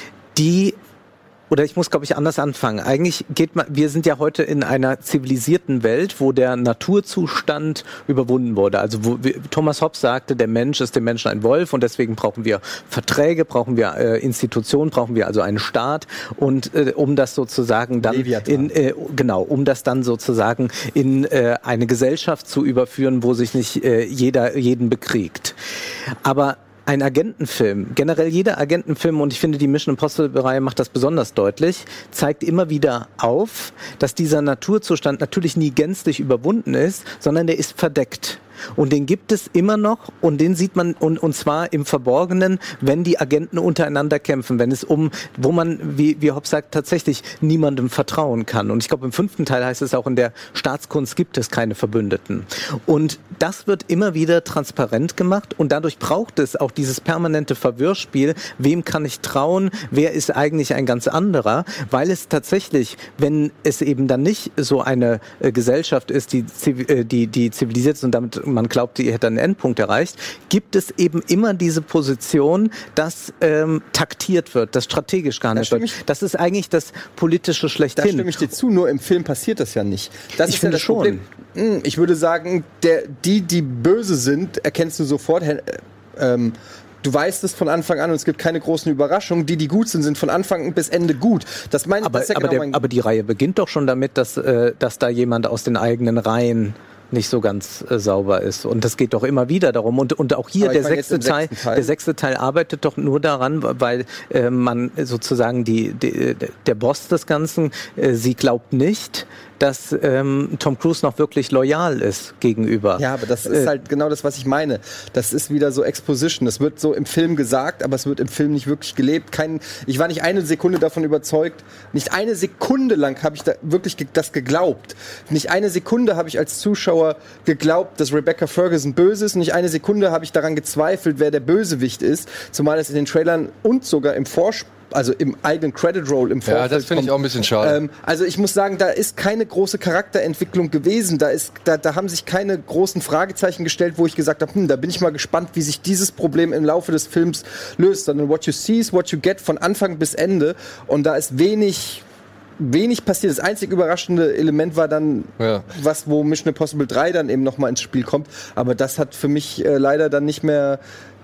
Speaker 3: die Oder ich muss, glaube ich, anders anfangen. Eigentlich geht man, wir sind ja heute in einer zivilisierten Welt, wo der Naturzustand überwunden wurde. Also wo wie Thomas Hobbes sagte, der Mensch ist dem Menschen ein Wolf und deswegen brauchen wir Verträge, brauchen wir äh, Institutionen, brauchen wir also einen Staat und äh, um das sozusagen dann
Speaker 4: Leviathan.
Speaker 3: in äh, genau, um das dann sozusagen in äh, eine Gesellschaft zu überführen, wo sich nicht äh, jeder jeden bekriegt. Aber ein Agentenfilm, generell jeder Agentenfilm, und ich finde, die Mission Impossible-Reihe macht das besonders deutlich, zeigt immer wieder auf, dass dieser Naturzustand natürlich nie gänzlich überwunden ist, sondern der ist verdeckt. Und den gibt es immer noch und den sieht man und, und zwar im Verborgenen, wenn die Agenten untereinander kämpfen, wenn es um, wo man, wie, wie Hobbes sagt, tatsächlich niemandem vertrauen kann. Und ich glaube, im fünften Teil heißt es auch, in der Staatskunst gibt es keine Verbündeten. Und das wird immer wieder transparent gemacht und dadurch braucht es auch dieses permanente Verwirrspiel, wem kann ich trauen, wer ist eigentlich ein ganz anderer, weil es tatsächlich, wenn es eben dann nicht so eine äh, Gesellschaft ist, die, äh, die, die zivilisiert ist und damit man glaubt, die hätte einen Endpunkt erreicht, gibt es eben immer diese Position, dass ähm, taktiert wird, dass strategisch gehandelt
Speaker 4: Da
Speaker 3: wird.
Speaker 4: stimme ich-
Speaker 3: Das ist eigentlich das Politische
Speaker 4: Da
Speaker 3: schlechthin.
Speaker 4: stimme ich dir zu, nur im Film passiert das ja nicht. Das
Speaker 3: Ich
Speaker 4: ist
Speaker 3: finde
Speaker 4: ja das
Speaker 3: schon.
Speaker 4: Problem. Hm, Ich würde sagen, der, die, die böse sind, erkennst du sofort. Äh, ähm, du weißt es von Anfang an und es gibt keine großen Überraschungen. Die, die gut sind, sind von Anfang bis Ende gut. Das meine
Speaker 3: aber,
Speaker 4: das ist ja
Speaker 3: aber,
Speaker 4: genau
Speaker 3: der,
Speaker 4: mein
Speaker 3: aber die Reihe beginnt doch schon damit, dass, äh, dass da jemand aus den eigenen Reihen nicht so ganz äh, sauber ist. Und das geht doch immer wieder darum. Und, und auch hier,
Speaker 4: Aber ich
Speaker 3: der
Speaker 4: meine jetzt
Speaker 3: sechste,
Speaker 4: im
Speaker 3: Teil,
Speaker 4: sechsten Teil.
Speaker 3: der sechste Teil arbeitet doch nur daran, weil äh, man sozusagen die, die, der Boss des Ganzen, äh, sie glaubt nicht, dass ähm, Tom Cruise noch wirklich loyal ist gegenüber.
Speaker 4: Ja, aber das ist
Speaker 3: Äh,
Speaker 4: halt genau das, was ich meine. Das ist wieder so Exposition. Das wird so im Film gesagt, aber es wird im Film nicht wirklich gelebt. Kein, ich war nicht eine Sekunde davon überzeugt. Nicht eine Sekunde lang habe ich da wirklich ge- das geglaubt. Nicht eine Sekunde habe ich als Zuschauer geglaubt, dass Rebecca Ferguson böse ist. Nicht eine Sekunde habe ich daran gezweifelt, wer der Bösewicht ist. Zumal es in den Trailern und sogar im Vorspann, also im eigenen Credit Roll im Vorfeld
Speaker 1: Ja, das finde ich
Speaker 4: kommt.
Speaker 1: auch ein bisschen schade.
Speaker 4: Ähm, also ich muss sagen, da ist keine große Charakterentwicklung gewesen. Da, ist, da, da haben sich keine großen Fragezeichen gestellt, wo ich gesagt habe, hm, da bin ich mal gespannt, wie sich dieses Problem im Laufe des Films löst. Sondern what you see is what you get von Anfang bis Ende. Und da ist wenig... wenig passiert. Das einzig überraschende Element war dann,
Speaker 1: Ja.
Speaker 4: was, wo Mission Impossible drei dann eben nochmal ins Spiel kommt. Aber das hat für mich äh, leider dann nicht mehr,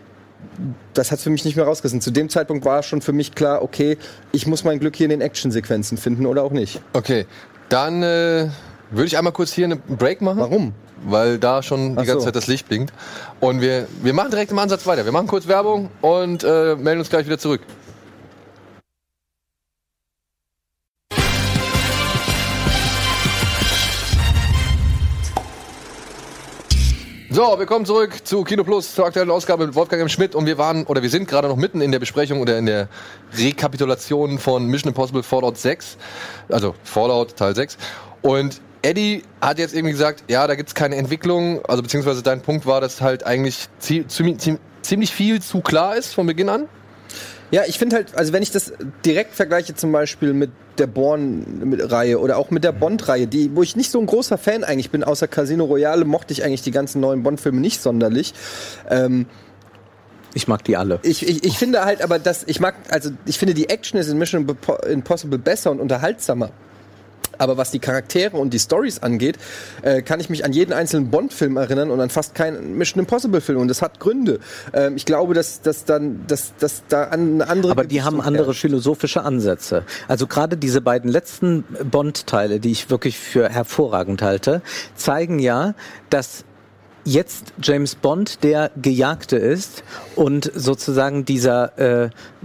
Speaker 4: das hat für mich nicht mehr rausgerissen. Zu dem Zeitpunkt war schon für mich klar, okay, ich muss mein Glück hier in den Actionsequenzen finden oder auch nicht.
Speaker 1: Okay, dann äh, würde ich einmal kurz hier einen Break machen.
Speaker 4: Warum?
Speaker 1: Weil da schon
Speaker 4: Ach
Speaker 1: die ganze
Speaker 4: so.
Speaker 1: Zeit das Licht blinkt. Und wir, wir machen direkt im Ansatz weiter. Wir machen kurz Werbung und äh, melden uns gleich wieder zurück. So, wir kommen zurück zu Kino Plus, zur aktuellen Ausgabe mit Wolfgang M. Schmidt. Und wir waren, oder wir sind gerade noch mitten in der Besprechung oder in der Rekapitulation von Mission Impossible Fallout sechs. Also Fallout Teil sechs. Und Eddie hat jetzt irgendwie gesagt, ja, da gibt's keine Entwicklung. Also beziehungsweise dein Punkt war, dass halt eigentlich zie- ziemlich, ziemlich viel zu klar ist von Beginn an.
Speaker 4: Ja, ich finde halt, also wenn ich das direkt vergleiche zum Beispiel mit der Bourne-Reihe oder auch mit der Bond-Reihe, die, wo ich nicht so ein großer Fan eigentlich bin, außer Casino Royale mochte ich eigentlich die ganzen neuen Bond-Filme nicht sonderlich. Ähm,
Speaker 3: Ich mag die alle.
Speaker 4: ich, ich, ich finde halt aber, dass ich mag, also ich finde die Action ist in Mission Impossible besser und unterhaltsamer. Aber was die Charaktere und die Storys angeht, äh, kann ich mich an jeden einzelnen Bond-Film erinnern und an fast keinen Mission Impossible-Film. Und das hat Gründe. Ähm, ich glaube, dass, dass, dann, dass, dass da eine andere...
Speaker 3: Aber die haben
Speaker 4: Gewichtung
Speaker 3: andere
Speaker 4: herrscht.
Speaker 3: philosophische Ansätze. Also gerade diese beiden letzten Bond-Teile, die ich wirklich für hervorragend halte, zeigen ja, dass jetzt James Bond der Gejagte ist und sozusagen dieser äh,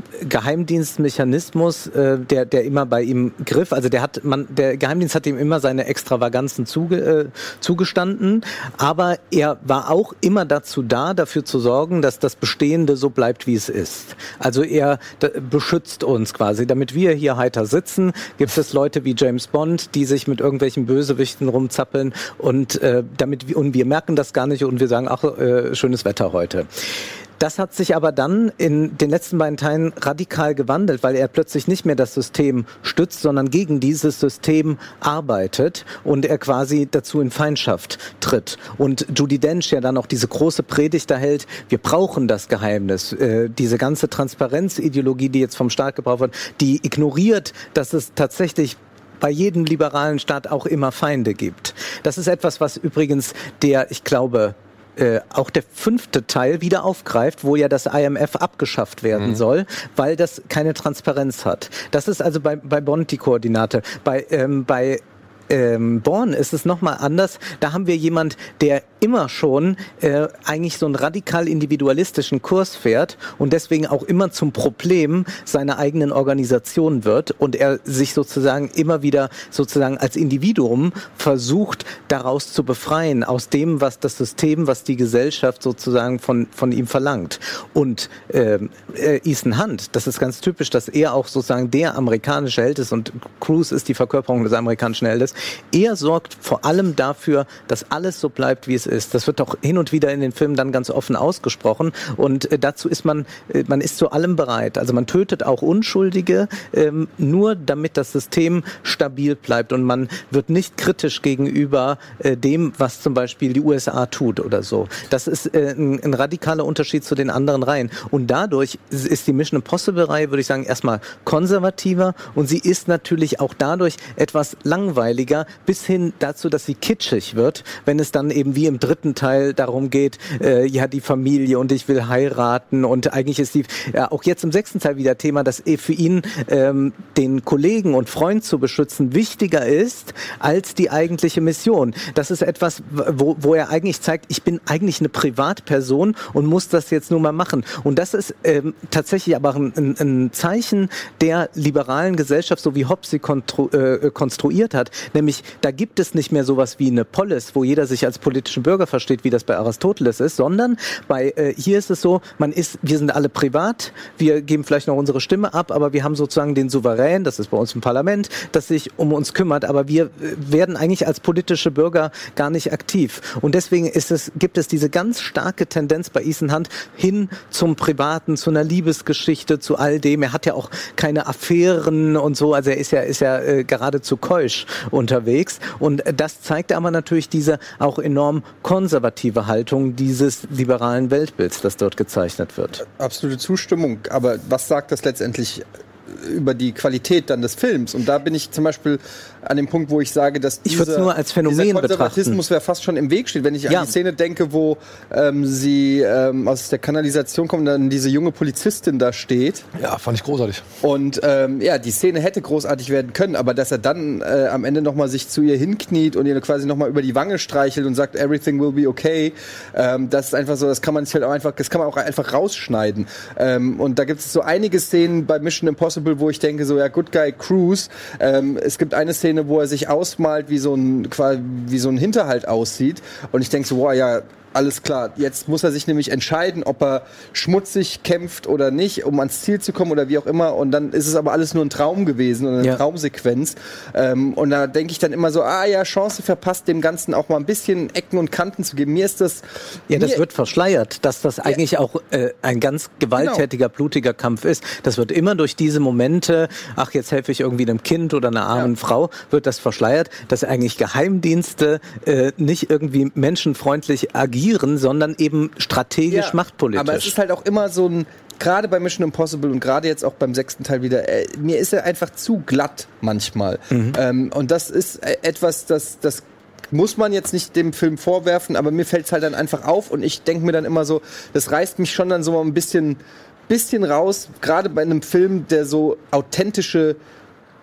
Speaker 3: Geheimdienstmechanismus, äh, der der immer bei ihm griff, also der hat man der Geheimdienst hat ihm immer seine Extravaganzen zuge, äh, zugestanden, aber er war auch immer dazu da, dafür zu sorgen, dass das Bestehende so bleibt, wie es ist. Also er d- beschützt uns quasi, damit wir hier heiter sitzen, gibt es Leute wie James Bond, die sich mit irgendwelchen Bösewichten rumzappeln und äh, damit wir, und wir merken das gar nicht und wir sagen, ach, äh, schönes Wetter heute. Das hat sich aber dann in den letzten beiden Teilen radikal gewandelt, weil er plötzlich nicht mehr das System stützt, sondern gegen dieses System arbeitet und er quasi dazu in Feindschaft tritt. Und Judi Dench ja dann auch diese große Predigt da hält, wir brauchen das Geheimnis. Äh, diese ganze Transparenzideologie, die jetzt vom Staat gebraucht wird, die ignoriert, dass es tatsächlich bei jedem liberalen Staat auch immer Feinde gibt. Das ist etwas, was übrigens der, ich glaube, Äh, auch der fünfte Teil wieder aufgreift, wo ja das I M F abgeschafft werden mhm. soll, weil das keine Transparenz hat. Das ist also bei, bei Bond die Koordinate. Bei, ähm, bei ähm, Bourne ist es nochmal anders. Da haben wir jemand, der immer schon äh, eigentlich so einen radikal individualistischen Kurs fährt und deswegen auch immer zum Problem seiner eigenen Organisation wird und er sich sozusagen immer wieder sozusagen als Individuum versucht, daraus zu befreien, aus dem, was das System, was die Gesellschaft sozusagen von von ihm verlangt. Und äh, Ethan Hunt, das ist ganz typisch, dass er auch sozusagen der amerikanische Held ist und Cruise ist die Verkörperung des amerikanischen Heldes. Er sorgt vor allem dafür, dass alles so bleibt, wie es ist. Das wird auch hin und wieder in den Filmen dann ganz offen ausgesprochen und äh, dazu ist man, äh, man ist zu allem bereit. Also man tötet auch Unschuldige, ähm, nur damit das System stabil bleibt und man wird nicht kritisch gegenüber äh, dem, was zum Beispiel die U S A tut oder so. Das ist äh, ein, ein radikaler Unterschied zu den anderen Reihen und dadurch ist die Mission Impossible-Reihe, würde ich sagen, erstmal konservativer und sie ist natürlich auch dadurch etwas langweiliger, bis hin dazu, dass sie kitschig wird, wenn es dann eben wie im dritten Teil darum geht, äh, ja, die Familie und ich will heiraten und eigentlich ist die, ja, auch jetzt im sechsten Teil wieder Thema, dass für ihn ähm, den Kollegen und Freund zu beschützen wichtiger ist als die eigentliche Mission. Das ist etwas, wo, wo er eigentlich zeigt, ich bin eigentlich eine Privatperson und muss das jetzt nur mal machen. Und das ist ähm, tatsächlich aber ein, ein, ein Zeichen der liberalen Gesellschaft, so wie Hobbes sie kontru- äh, konstruiert hat, nämlich da gibt es nicht mehr sowas wie eine Polis, wo jeder sich als politischen Bürger versteht, wie das bei Aristoteles ist, sondern bei äh, hier ist es so, man ist, wir sind alle privat, wir geben vielleicht noch unsere Stimme ab, aber wir haben sozusagen den Souverän, das ist bei uns im Parlament, das sich um uns kümmert, aber wir äh, werden eigentlich als politische Bürger gar nicht aktiv. Und deswegen ist es, gibt es diese ganz starke Tendenz bei Ethan Hunt hin zum Privaten, zu einer Liebesgeschichte, zu all dem. Er hat ja auch keine Affären und so, also er ist ja, ist ja äh, geradezu keusch unterwegs. Und das zeigt aber natürlich diese auch enorm konservative Haltung dieses liberalen Weltbilds, das dort gezeichnet wird.
Speaker 4: Absolute Zustimmung. Aber was sagt das letztendlich über die Qualität dann des Films? Und da bin ich zum Beispiel an dem Punkt, wo ich sage, dass dieser,
Speaker 3: ich würde es nur als Phänomen
Speaker 4: dieser Konservatismus
Speaker 3: betrachten.
Speaker 4: wäre fast schon im Weg steht. Wenn ich
Speaker 3: ja.
Speaker 4: an die Szene denke, wo ähm, sie ähm, aus der Kanalisation kommt, dann diese junge Polizistin da steht.
Speaker 1: Ja, fand ich großartig.
Speaker 4: Und ähm, ja, die Szene hätte großartig werden können, aber dass er dann äh, am Ende nochmal sich zu ihr hinkniet und ihr quasi nochmal über die Wange streichelt und sagt, everything will be okay, ähm, das ist einfach so, das kann man sich halt auch einfach, das kann man auch einfach rausschneiden. Ähm, und da gibt es so einige Szenen bei Mission Impossible, wo ich denke, so, ja, Good Guy Cruise, ähm, es gibt eine Szene, wo er sich ausmalt, wie so ein, quasi, wie so ein Hinterhalt aussieht. Und ich denke so, wow, ja, alles klar. Jetzt muss er sich nämlich entscheiden, ob er schmutzig kämpft oder nicht, um ans Ziel zu kommen oder wie auch immer. Und dann ist es aber alles nur ein Traum gewesen und eine ja. Traumsequenz. Ähm, und da denke ich dann immer so, ah ja, Chance verpasst, dem Ganzen auch mal ein bisschen Ecken und Kanten zu geben. Mir ist das...
Speaker 3: Ja, das wird verschleiert, dass das eigentlich ja. auch äh, ein ganz gewalttätiger, genau. blutiger Kampf ist. Das wird immer durch diese Momente, ach, jetzt helfe ich irgendwie einem Kind oder einer armen ja. Frau, wird das verschleiert, dass eigentlich Geheimdienste äh, nicht irgendwie menschenfreundlich agieren, sondern eben strategisch,
Speaker 4: ja,
Speaker 3: machtpolitisch.
Speaker 4: Aber es ist halt auch immer so ein, gerade bei Mission Impossible und gerade jetzt auch beim sechsten Teil wieder, äh, mir ist er einfach zu glatt manchmal. Mhm. Ähm, und das ist äh, etwas, das, das muss man jetzt nicht dem Film vorwerfen, aber mir fällt es halt dann einfach auf und ich denke mir dann immer so, das reißt mich schon dann so mal ein bisschen, bisschen raus, gerade bei einem Film, der so authentische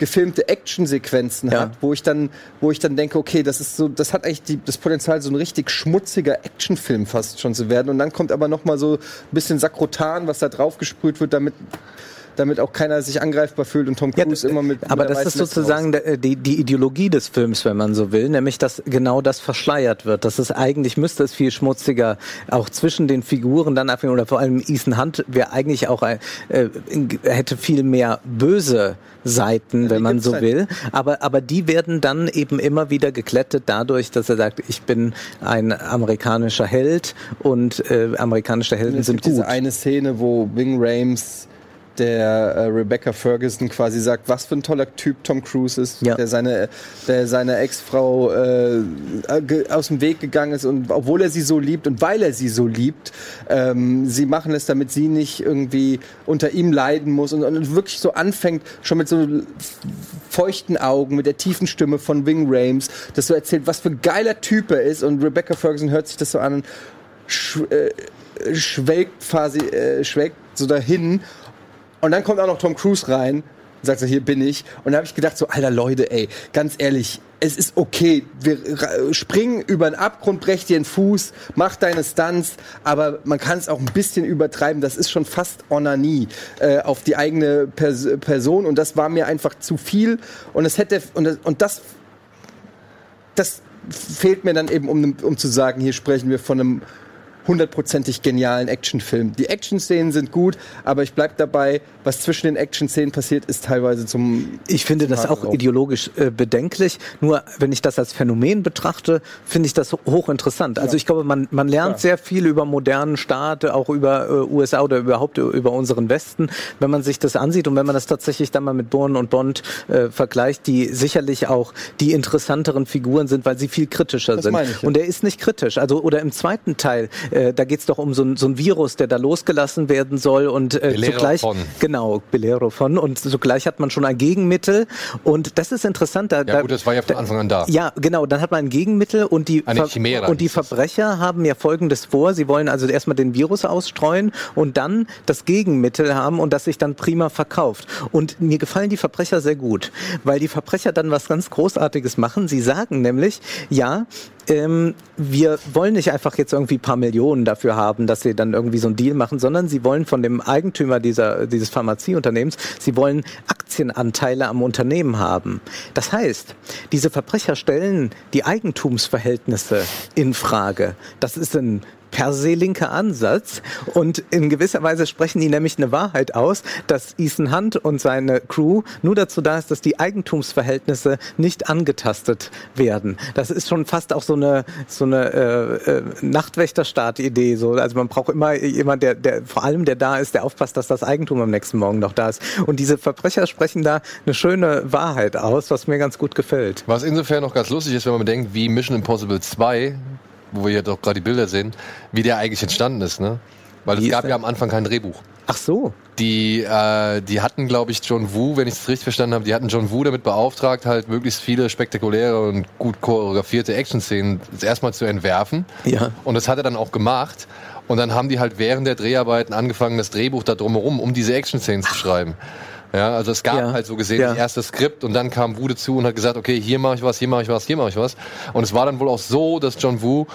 Speaker 4: gefilmte Actionsequenzen
Speaker 3: Ja.
Speaker 4: hat, wo ich dann, wo ich dann denke, okay, das ist so, das hat eigentlich die, das Potenzial, so ein richtig schmutziger Actionfilm fast schon zu werden. Und dann kommt aber noch mal so ein bisschen Sakrotan, was da drauf gesprüht wird, damit damit auch keiner sich angreifbar fühlt und Tom Cruise
Speaker 3: Ja,
Speaker 4: immer mit
Speaker 3: aber
Speaker 4: mit der
Speaker 3: das ist
Speaker 4: weißen Weste
Speaker 3: sozusagen der, die, die Ideologie des Films, wenn man so will, nämlich dass genau das verschleiert wird. Das ist eigentlich, müsste es viel schmutziger auch zwischen den Figuren dann abgehen, oder vor allem Ethan Hunt wäre eigentlich auch äh, hätte viel mehr böse Seiten,
Speaker 4: Ja,
Speaker 3: wenn
Speaker 4: die
Speaker 3: man
Speaker 4: gibt's
Speaker 3: so
Speaker 4: halt.
Speaker 3: will. Aber, aber die werden dann eben immer wieder geglättet dadurch, dass er sagt, ich bin ein amerikanischer Held und äh, amerikanische Helden
Speaker 4: Es
Speaker 3: sind
Speaker 4: gibt
Speaker 3: gut.
Speaker 4: diese eine Szene, wo Ving Rhames der äh, Rebecca Ferguson quasi sagt, was für ein toller Typ Tom Cruise ist,
Speaker 3: Ja.
Speaker 4: der seine der seine Ex-Frau äh, ge- aus dem Weg gegangen ist, und obwohl er sie so liebt und weil er sie so liebt, ähm, sie machen es, damit sie nicht irgendwie unter ihm leiden muss, und, und wirklich so anfängt, schon mit so feuchten Augen, mit der tiefen Stimme von Ving Rhames, das so erzählt, was für ein geiler Typ er ist, und Rebecca Ferguson hört sich das so an und sch- äh, schwelgt quasi, äh, schwelgt so dahin. Und dann kommt auch noch Tom Cruise rein und sagt so, hier bin ich. Und da habe ich gedacht so, alter Leute, ey, ganz ehrlich, es ist okay, wir ra- springen über den Abgrund, brech dir den Fuß, mach deine Stunts, aber man kann es auch ein bisschen übertreiben, das ist schon fast Onanie äh, auf die eigene Pers- Person, und das war mir einfach zu viel, und es hätte, und das, und das, das fehlt mir dann eben, um, um zu sagen, hier sprechen wir von einem hundertprozentig genialen Actionfilm. Die Action-Szenen sind gut, aber ich bleib dabei, was zwischen den Action-Szenen passiert, ist teilweise zum...
Speaker 3: Ich finde das auch
Speaker 4: Rauch.
Speaker 3: ideologisch äh, bedenklich. Nur wenn ich das als Phänomen betrachte, finde ich das hochinteressant. Also ich glaube, man, man lernt
Speaker 4: Ja.
Speaker 3: sehr viel über modernen Staat, auch über äh, U S A oder überhaupt über unseren Westen, wenn man sich das ansieht und wenn man das tatsächlich dann mal mit Bourne und Bond äh, vergleicht, die sicherlich auch die interessanteren Figuren sind, weil sie viel kritischer
Speaker 4: Das
Speaker 3: sind.
Speaker 4: meine ich, ja.
Speaker 3: Und er ist nicht kritisch. Also oder im zweiten Teil, äh, da geht es doch um so ein, so ein Virus, der da losgelassen werden soll, und äh, zugleich
Speaker 1: Bellerophon.
Speaker 3: genau Bellerophon, und zugleich hat man schon ein Gegenmittel, und das ist interessant. Da,
Speaker 1: Ja
Speaker 3: da,
Speaker 1: gut, das war ja von Anfang an da.
Speaker 3: ja, genau, dann hat man ein Gegenmittel, und die,
Speaker 1: Eine
Speaker 3: Ver-
Speaker 1: Chimära
Speaker 3: und die
Speaker 1: hieß es.
Speaker 3: Verbrecher haben ja Folgendes vor. Sie wollen also erstmal den Virus ausstreuen und dann das Gegenmittel haben, und das sich dann prima verkauft. Und mir gefallen die Verbrecher sehr gut, weil die Verbrecher dann was ganz Großartiges machen. Sie sagen nämlich, ja, ähm, wir wollen nicht einfach jetzt irgendwie ein paar Millionen dafür haben, dass sie dann irgendwie so einen Deal machen, sondern sie wollen von dem Eigentümer dieser, dieses Pharmazieunternehmens, sie wollen Aktienanteile am Unternehmen haben. Das heißt, diese Verbrecher stellen die Eigentumsverhältnisse in Frage. Das ist ein per se linker Ansatz, und in gewisser Weise sprechen die nämlich eine Wahrheit aus, dass Ethan Hunt und seine Crew nur dazu da ist, dass die Eigentumsverhältnisse nicht angetastet werden. Das ist schon fast auch so eine so eine äh, äh, Nachtwächterstaat-Idee. So, also man braucht immer jemand, der, der vor allem der da ist, der aufpasst, dass das Eigentum am nächsten Morgen noch da ist. Und diese Verbrecher sprechen da eine schöne Wahrheit aus, was mir ganz gut gefällt.
Speaker 1: Was insofern noch ganz lustig ist, wenn man bedenkt, wie Mission Impossible zwei, wo wir ja doch gerade die Bilder sehen, wie der eigentlich entstanden ist, ne? Weil
Speaker 3: Wie
Speaker 1: es
Speaker 3: ist
Speaker 1: gab
Speaker 3: der?
Speaker 1: ja am Anfang kein Drehbuch.
Speaker 3: Ach so.
Speaker 1: Die, äh, die hatten, glaube ich, John Woo, wenn ich es richtig verstanden habe, die hatten John Woo damit beauftragt, halt möglichst viele spektakuläre und gut choreografierte Action-Szenen erstmal zu entwerfen.
Speaker 3: Ja.
Speaker 1: Und das hat er dann auch gemacht. Und dann haben die halt während der Dreharbeiten angefangen, das Drehbuch da drumherum, um diese Action-Szenen zu schreiben. Ja, also es gab
Speaker 3: Ja.
Speaker 1: halt so gesehen
Speaker 3: Ja.
Speaker 1: das erste Skript, und dann kam Woo dazu und hat gesagt, okay, hier mache ich was, hier mache ich was, hier mache ich was. Und es war dann wohl auch so, dass John Woo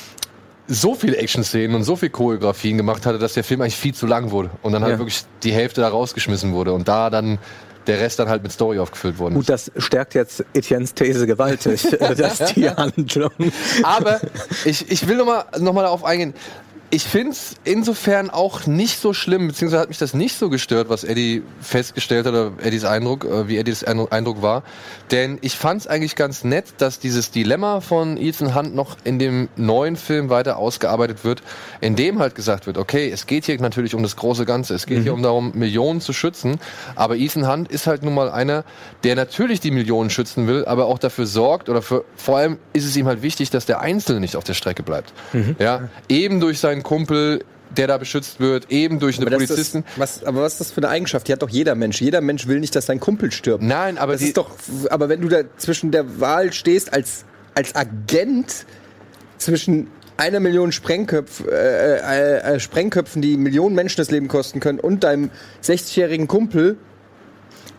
Speaker 1: so viele Action-Szenen und so viel Choreografien gemacht hatte, dass der Film eigentlich viel zu lang wurde. Und dann halt
Speaker 3: Ja.
Speaker 1: wirklich die Hälfte da rausgeschmissen wurde. Und da dann der Rest dann halt mit Story aufgefüllt worden
Speaker 3: Gut,
Speaker 1: ist.
Speaker 3: das stärkt jetzt Etiennes These gewaltig, äh, dass die Handlung.
Speaker 1: Aber ich, ich will nochmal noch mal darauf eingehen. Ich finde es insofern auch nicht so schlimm, beziehungsweise hat mich das nicht so gestört, was Eddie festgestellt hat, oder Eddies Eindruck, äh, wie Eddies Eindruck war. Denn ich fand es eigentlich ganz nett, dass dieses Dilemma von Ethan Hunt noch in dem neuen Film weiter ausgearbeitet wird, in dem halt gesagt wird, okay, es geht hier natürlich um das große Ganze, es geht
Speaker 3: Mhm.
Speaker 1: hier um darum, Millionen zu schützen, aber Ethan Hunt ist halt nun mal einer, der natürlich die Millionen schützen will, aber auch dafür sorgt, oder für, vor allem ist es ihm halt wichtig, dass der Einzelne nicht auf der Strecke bleibt. Ja, eben durch seinen Kumpel, der da beschützt wird, eben durch eine
Speaker 4: Aber, das
Speaker 1: Polizisten.
Speaker 4: ist, was, aber was ist das für eine Eigenschaft? Die hat doch jeder Mensch. Jeder Mensch will nicht, dass sein Kumpel stirbt.
Speaker 1: Nein, aber
Speaker 4: das
Speaker 1: die,
Speaker 4: ist doch. Aber wenn du da zwischen der Wahl stehst als als Agent zwischen einer Million Sprengköpf, äh, äh, äh, Sprengköpfen, die Millionen Menschen das Leben kosten können, und deinem sechzigjährigen Kumpel,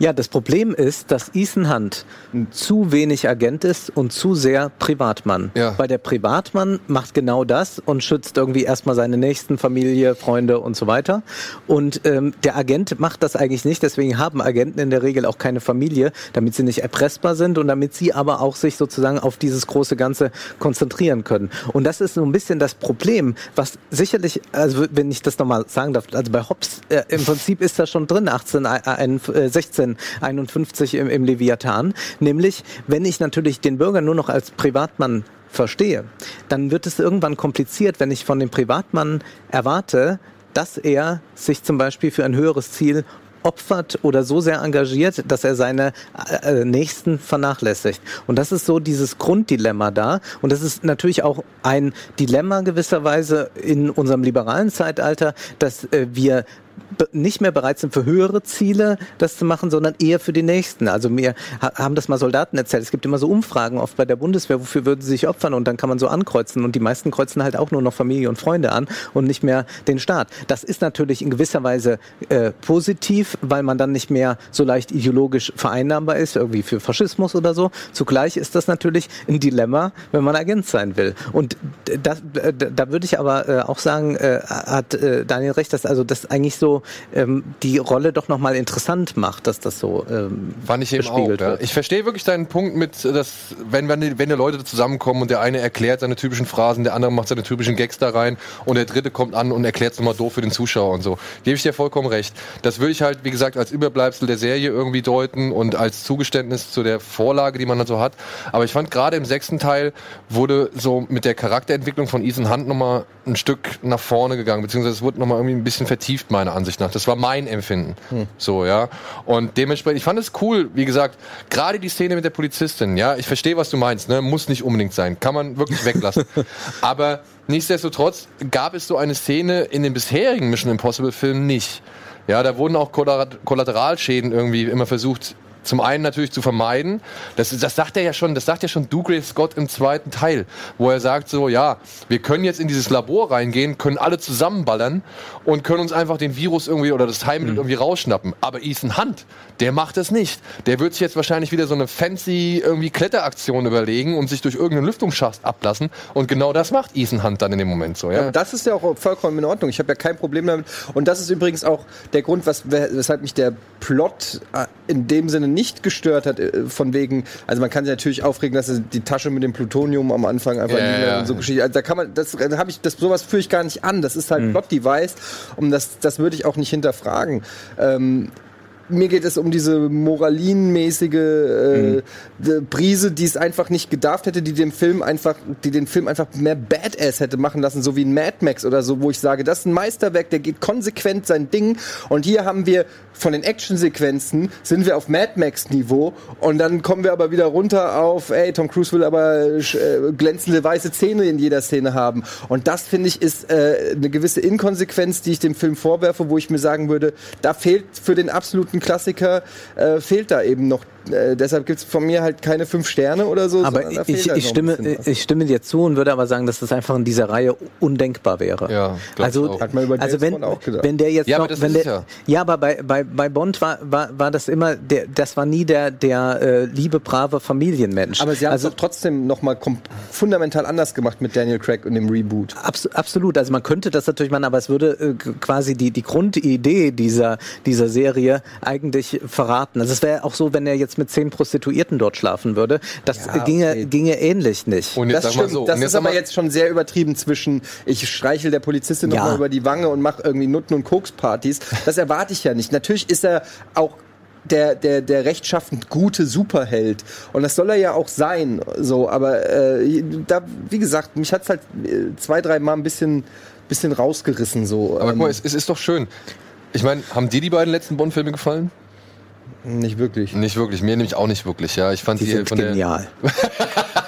Speaker 3: Ja, das Problem ist, dass Ethan Hunt zu wenig Agent ist und zu sehr Privatmann.
Speaker 1: Ja.
Speaker 3: Weil der Privatmann macht genau das und schützt irgendwie erstmal seine nächsten Familie, Freunde und so weiter. Und ähm, der Agent macht das eigentlich nicht, deswegen haben Agenten in der Regel auch keine Familie, damit sie nicht erpressbar sind und damit sie aber auch sich sozusagen auf dieses große Ganze konzentrieren können. Und das ist so ein bisschen das Problem, was sicherlich, also wenn ich das nochmal sagen darf, also bei Hobbes äh, im Prinzip ist das schon drin, achtzehn, äh, sechzehn einundfünfzig im, im Leviathan, nämlich wenn ich natürlich den Bürger nur noch als Privatmann verstehe, dann wird es irgendwann kompliziert, wenn ich von dem Privatmann erwarte, dass er sich zum Beispiel für ein höheres Ziel opfert oder so sehr engagiert, dass er seine äh, Nächsten vernachlässigt. Und das ist so dieses Grunddilemma da. Und das ist natürlich auch ein Dilemma gewisserweise in unserem liberalen Zeitalter, dass äh, wir nicht mehr bereit sind, für höhere Ziele das zu machen, sondern eher für die nächsten. Also mir haben das mal Soldaten erzählt. Es gibt immer so Umfragen oft bei der Bundeswehr, wofür würden sie sich opfern? Und dann kann man so ankreuzen. Und die meisten kreuzen halt auch nur noch Familie und Freunde an und nicht mehr den Staat. Das ist natürlich in gewisser Weise äh, positiv, weil man dann nicht mehr so leicht ideologisch vereinnahmbar ist, irgendwie für Faschismus oder so. Zugleich ist das natürlich ein Dilemma, wenn man Agent sein will. Und das, da, da würde ich aber äh, auch sagen, äh, hat äh, Daniel recht, dass also das eigentlich so ähm, die Rolle doch nochmal interessant macht, dass das so ähm,
Speaker 1: Fand ich eben auch, ja. Ich verstehe wirklich deinen Punkt mit, dass wenn, wenn, wenn die Leute zusammenkommen und der eine erklärt seine typischen Phrasen, der andere macht seine typischen Gags da rein und der dritte kommt an und erklärt es nochmal doof für den Zuschauer und so. Gebe ich dir vollkommen recht. Das würde ich halt, wie gesagt, als Überbleibsel der Serie irgendwie deuten und als Zugeständnis zu der Vorlage, die man dann so hat. Aber ich fand gerade im sechsten Teil wurde so mit der Charakterentwicklung von Ethan Hunt nochmal ein Stück nach vorne gegangen, beziehungsweise es wurde nochmal irgendwie ein bisschen vertieft, meiner Ansicht nach. Das war mein Empfinden. Hm. So, ja. Und dementsprechend, ich fand es cool, wie gesagt, gerade die Szene mit der Polizistin, ja, ich verstehe, was du meinst, ne, muss nicht unbedingt sein, kann man wirklich weglassen. Aber nichtsdestotrotz gab es so eine Szene in den bisherigen Mission Impossible Filmen nicht. Ja, da wurden auch Kollateralschäden irgendwie immer versucht, zum einen natürlich zu vermeiden. Das, das sagt er ja schon, das sagt ja schon Dougray Scott im zweiten Teil, wo er sagt so, ja, wir können jetzt in dieses Labor reingehen, können alle zusammenballern und können uns einfach den Virus irgendwie oder das Heilmittel mhm. irgendwie rausschnappen. Aber Ethan Hunt, der macht es nicht. Der wird sich jetzt wahrscheinlich wieder so eine fancy irgendwie Kletteraktion überlegen und sich durch irgendeinen Lüftungsschacht ablassen. Und genau das macht Ethan Hunt dann in dem Moment so. Ja,
Speaker 4: ja, das ist ja auch vollkommen in Ordnung. Ich habe ja kein Problem damit. Und das ist übrigens auch der Grund, was, weshalb mich der Plot in dem Sinne nicht gestört hat, von wegen, also man kann sich natürlich aufregen, dass die Tasche mit dem Plutonium am Anfang einfach
Speaker 1: ja,
Speaker 4: nicht mehr
Speaker 1: ja.
Speaker 4: und so geschieht. Also da kann man, das da habe ich, das sowas führe ich gar nicht an. Das ist halt mhm. Plot-Device und das, das würde ich auch nicht hinterfragen. Ähm, Mir geht es um diese moralinmäßige äh, mhm. Prise, die es einfach nicht gedarft hätte, die dem Film einfach, die den Film einfach mehr Badass hätte machen lassen, so wie ein Mad Max oder so, wo ich sage, das ist ein Meisterwerk, der geht konsequent sein Ding. Und hier haben wir von den Actionsequenzen sind wir auf Mad Max Niveau und dann kommen wir aber wieder runter auf, ey, Tom Cruise will aber äh, glänzende weiße Zähne in jeder Szene haben. Und das finde ich ist äh, eine gewisse Inkonsequenz, die ich dem Film vorwerfe, wo ich mir sagen würde, da fehlt für den absoluten Klassiker äh, fehlt da eben noch. Äh, deshalb gibt es von mir halt keine fünf Sterne oder so.
Speaker 3: Aber ich, ich, halt ich, stimme, ich stimme dir zu und würde aber sagen, dass das einfach in dieser Reihe undenkbar wäre.
Speaker 1: Ja,
Speaker 3: also,
Speaker 4: hat man über
Speaker 3: also wenn,
Speaker 4: Bond auch gedacht.
Speaker 3: wenn der jetzt
Speaker 1: ja,
Speaker 3: noch,
Speaker 1: aber das
Speaker 3: wenn
Speaker 1: ist
Speaker 3: der,
Speaker 1: ja.
Speaker 3: ja, aber bei, bei, bei Bond war, war, war das immer, der, das war nie der, der äh, liebe, brave Familienmensch.
Speaker 4: Aber sie haben
Speaker 3: also,
Speaker 4: es doch trotzdem nochmal fundamental anders gemacht mit Daniel Craig und dem Reboot.
Speaker 3: Abs- absolut, also man könnte das natürlich machen, aber es würde äh, quasi die, die Grundidee dieser, dieser Serie eigentlich verraten. Also es wäre auch so, wenn er jetzt mit zehn Prostituierten dort schlafen würde. Das
Speaker 4: ja,
Speaker 3: ginge,
Speaker 4: okay.
Speaker 3: ginge ähnlich nicht.
Speaker 1: Und jetzt
Speaker 4: das
Speaker 1: sag mal
Speaker 4: stimmt,
Speaker 1: so.
Speaker 4: das
Speaker 1: und jetzt
Speaker 4: ist aber
Speaker 1: mal
Speaker 4: jetzt schon sehr übertrieben zwischen, ich streichel der Polizistin
Speaker 3: Ja.
Speaker 4: nochmal über die Wange und mache irgendwie Nutten- und Kokspartys. Das erwarte ich ja nicht. Natürlich ist er auch der, der, der rechtschaffend gute Superheld. Und das soll er ja auch sein. So, aber äh, da, wie gesagt, mich hat's halt äh, zwei, drei Mal ein bisschen, bisschen rausgerissen. So.
Speaker 1: aber
Speaker 4: ähm,
Speaker 1: guck mal, es, es ist doch schön. Ich meine, haben dir die beiden letzten Bond-Filme gefallen?
Speaker 4: Nicht wirklich.
Speaker 1: Nicht wirklich, mir nämlich auch nicht wirklich, ja. Ich fand
Speaker 3: Die
Speaker 1: die,
Speaker 3: sind
Speaker 1: von
Speaker 3: genial.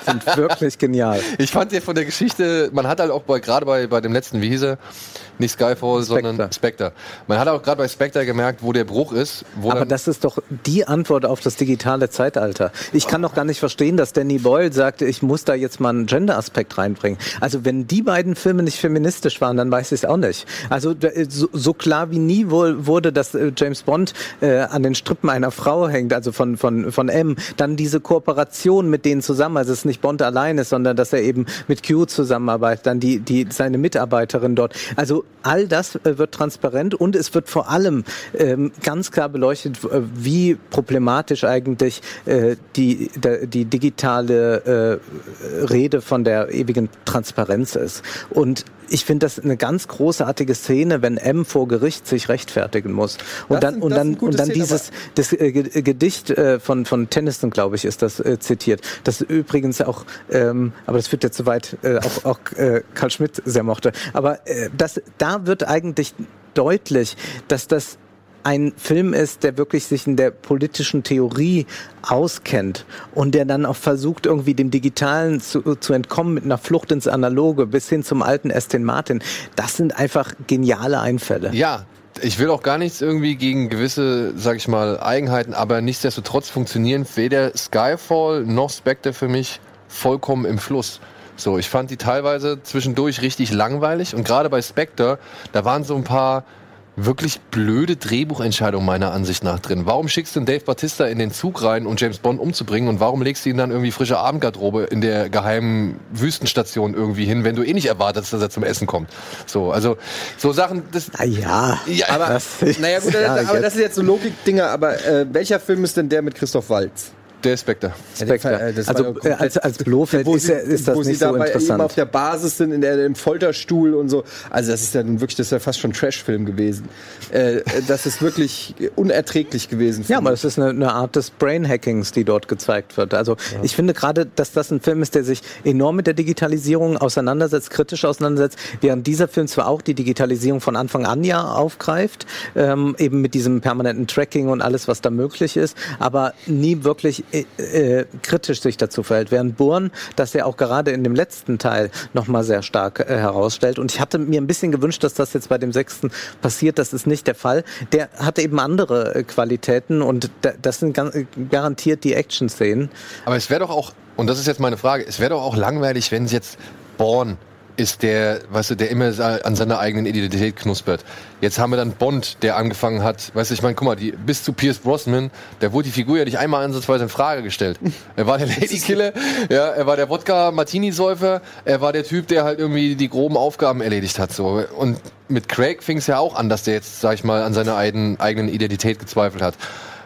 Speaker 3: sind wirklich genial.
Speaker 1: Ich fand ja von der Geschichte, man hat halt auch bei, gerade bei, bei dem letzten, wie hieß er, nicht Skyfall,
Speaker 3: Spectre.
Speaker 1: sondern Spectre. Man hat auch gerade bei Spectre gemerkt, wo der Bruch ist. Wo
Speaker 3: Aber das ist doch die Antwort auf das digitale Zeitalter. Ich kann doch gar nicht verstehen, dass Danny Boyle sagte, ich muss da jetzt mal einen Gender-Aspekt reinbringen. Also wenn die beiden Filme nicht feministisch waren, dann weiß ich es auch nicht. Also so, so klar wie nie wohl wurde, dass James Bond äh, an den Strippen einer Frau hängt, also von, von, von M. Dann diese Kooperation mit denen zusammen, also es ist nicht Bond allein ist, sondern dass er eben mit Q zusammenarbeitet, dann die, die, seine Mitarbeiterin dort. Also all das äh, wird transparent und es wird vor allem ähm, ganz klar beleuchtet, äh, wie problematisch eigentlich äh, die, der, die digitale äh, Rede von der ewigen Transparenz ist. Und ich finde das eine ganz großartige Szene, wenn M vor Gericht sich rechtfertigen muss. Und
Speaker 4: Das
Speaker 3: dann
Speaker 4: sind-
Speaker 3: und
Speaker 4: das
Speaker 3: dann
Speaker 4: sind gute
Speaker 3: und dann
Speaker 4: Szenen,
Speaker 3: dieses das äh, Ge- Gedicht äh, von von Tennyson, glaube ich, ist das äh, zitiert. Das übrigens auch, ähm, aber das führt jetzt zu weit, äh, auch auch äh, Karl Schmidt sehr mochte. Aber äh, das da wird eigentlich deutlich, dass das ein Film ist, der wirklich sich in der politischen Theorie auskennt und der dann auch versucht, irgendwie dem Digitalen zu, zu entkommen mit einer Flucht ins Analoge bis hin zum alten Aston Martin. Das sind einfach geniale Einfälle.
Speaker 1: Ja, ich will auch gar nichts irgendwie gegen gewisse, sag ich mal, Eigenheiten, aber nichtsdestotrotz funktionieren weder Skyfall noch Spectre für mich vollkommen im Fluss. So, ich fand die teilweise zwischendurch richtig langweilig und gerade bei Spectre, da waren so ein paar wirklich blöde Drehbuchentscheidungen meiner Ansicht nach drin. Warum schickst du denn Dave Bautista in den Zug rein, um James Bond umzubringen und warum legst du ihn dann irgendwie frische Abendgarderobe in der geheimen Wüstenstation irgendwie hin, wenn du eh nicht erwartest, dass er zum Essen kommt? So, also so Sachen, das
Speaker 3: Na ja,
Speaker 1: Ja,
Speaker 4: Aber,
Speaker 3: das ist-
Speaker 4: naja gut,
Speaker 3: ja,
Speaker 4: aber das ist jetzt so Logik-Dinger, aber äh, welcher Film ist denn der mit Christoph Waltz?
Speaker 1: der Spectre.
Speaker 3: Spectre.
Speaker 4: Ja, das war
Speaker 3: Also
Speaker 4: ja
Speaker 3: äh,
Speaker 4: komplett-
Speaker 3: als, als Blofeld
Speaker 4: wo
Speaker 3: ist,
Speaker 4: sie,
Speaker 3: ja- ist das
Speaker 4: wo sie
Speaker 3: nicht so
Speaker 4: dabei eben
Speaker 3: interessant.
Speaker 4: auf der Basis sind, in der, im Folterstuhl und so. Also das ist ja nun wirklich, das ist ja fast schon Trash-Film gewesen. Äh, das ist wirklich unerträglich gewesen.
Speaker 3: Ja, aber es ist eine, eine Art des Brain-Hackings, die dort gezeigt wird. Also ich finde gerade, dass das ein Film ist, der sich enorm mit der Digitalisierung auseinandersetzt, kritisch auseinandersetzt, während dieser Film zwar auch die Digitalisierung von Anfang an ja aufgreift, ähm, eben mit diesem permanenten Tracking und alles, was da möglich ist, aber nie wirklich äh, äh, kritisch sich dazu verhält. Während Bourne das ja auch gerade in dem letzten Teil nochmal sehr stark äh, herausstellt. Und ich hatte mir ein bisschen gewünscht, dass das jetzt bei dem sechsten passiert. Das ist nicht der Fall. Der hat eben andere äh, Qualitäten und da, das sind gan- äh, garantiert die Action-Szenen.
Speaker 1: Aber es wäre doch auch, und das ist jetzt meine Frage, es wäre doch auch langweilig, wenn es jetzt Bourne ist, der, weißt du, der immer an seiner eigenen Identität knuspert. Jetzt haben wir dann Bond, der angefangen hat, weißt du, ich meine, guck mal, die, bis zu Pierce Brosnan, da wurde die Figur ja nicht einmal ansatzweise in Frage gestellt. Er war der Ladykiller, ja, er war der Wodka-Martini-Säufer, er war der Typ, der halt irgendwie die groben Aufgaben erledigt hat, so. Und mit Craig fing es ja auch an, dass der jetzt, sag ich mal, an seiner eigenen, eigenen Identität gezweifelt hat.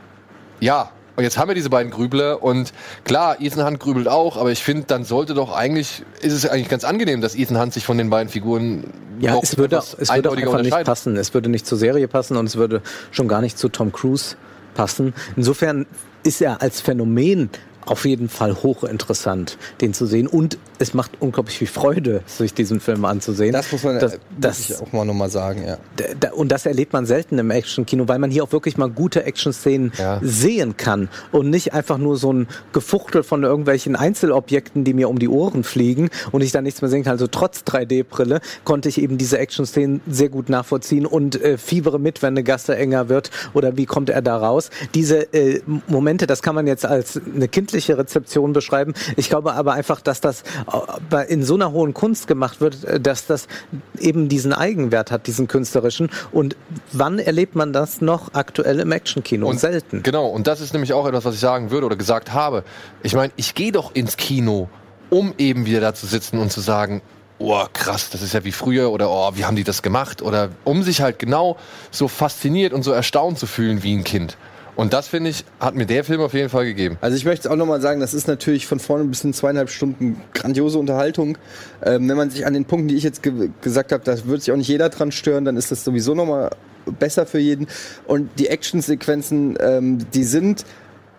Speaker 1: Ja, und jetzt haben wir diese beiden Grübler und klar, Ethan Hunt grübelt auch, aber ich finde, dann sollte doch eigentlich, ist es eigentlich ganz angenehm, dass Ethan Hunt sich von den beiden Figuren
Speaker 3: Ja,
Speaker 1: doch
Speaker 3: es würde,
Speaker 1: etwas
Speaker 3: es würde auch
Speaker 1: eindeutiger
Speaker 3: einfach nicht
Speaker 1: unterscheiden.
Speaker 3: passen. Es würde nicht zur Serie passen und es würde schon gar nicht zu Tom Cruise passen. Insofern ist er als Phänomen auf jeden Fall hochinteressant, den zu sehen. Und es macht unglaublich viel Freude, sich diesen Film anzusehen.
Speaker 4: Das muss man
Speaker 3: das,
Speaker 4: das,
Speaker 3: das,
Speaker 4: auch mal nochmal sagen, ja.
Speaker 3: da, und das erlebt man selten im Action-Kino, weil man hier auch wirklich mal gute Action-Szenen
Speaker 1: Ja.
Speaker 3: sehen kann und nicht einfach nur so ein Gefuchtel von irgendwelchen Einzelobjekten, die mir um die Ohren fliegen und ich dann nichts mehr sehen kann. Also trotz drei D-Brille konnte ich eben diese Action-Szenen sehr gut nachvollziehen und äh, fiebere mit, wenn eine Gasse enger wird oder wie kommt er da raus. Diese äh, Momente, das kann man jetzt als eine kindliche Rezeption beschreiben. Ich glaube aber einfach, dass das in so einer hohen Kunst gemacht wird, dass das eben diesen Eigenwert hat, diesen künstlerischen. Und wann erlebt man das noch aktuell im Actionkino?
Speaker 1: Und
Speaker 3: Selten.
Speaker 1: Genau, und das ist nämlich auch etwas, was ich sagen würde oder gesagt habe. Ich meine, ich gehe doch ins Kino, um eben wieder da zu sitzen und zu sagen, oh krass, das ist ja wie früher oder oh, wie haben die das gemacht? Oder um sich halt genau so fasziniert und so erstaunt zu fühlen wie ein Kind. Und das, finde ich, hat mir der Film auf jeden Fall gegeben.
Speaker 4: Also ich möchte auch nochmal sagen, das ist natürlich von vorne bis in zweieinhalb Stunden grandiose Unterhaltung. Ähm, wenn man sich an den Punkten, die ich jetzt ge- gesagt habe, da wird sich auch nicht jeder dran stören, dann ist das sowieso nochmal besser für jeden. Und die Actionsequenzen, ähm, die sind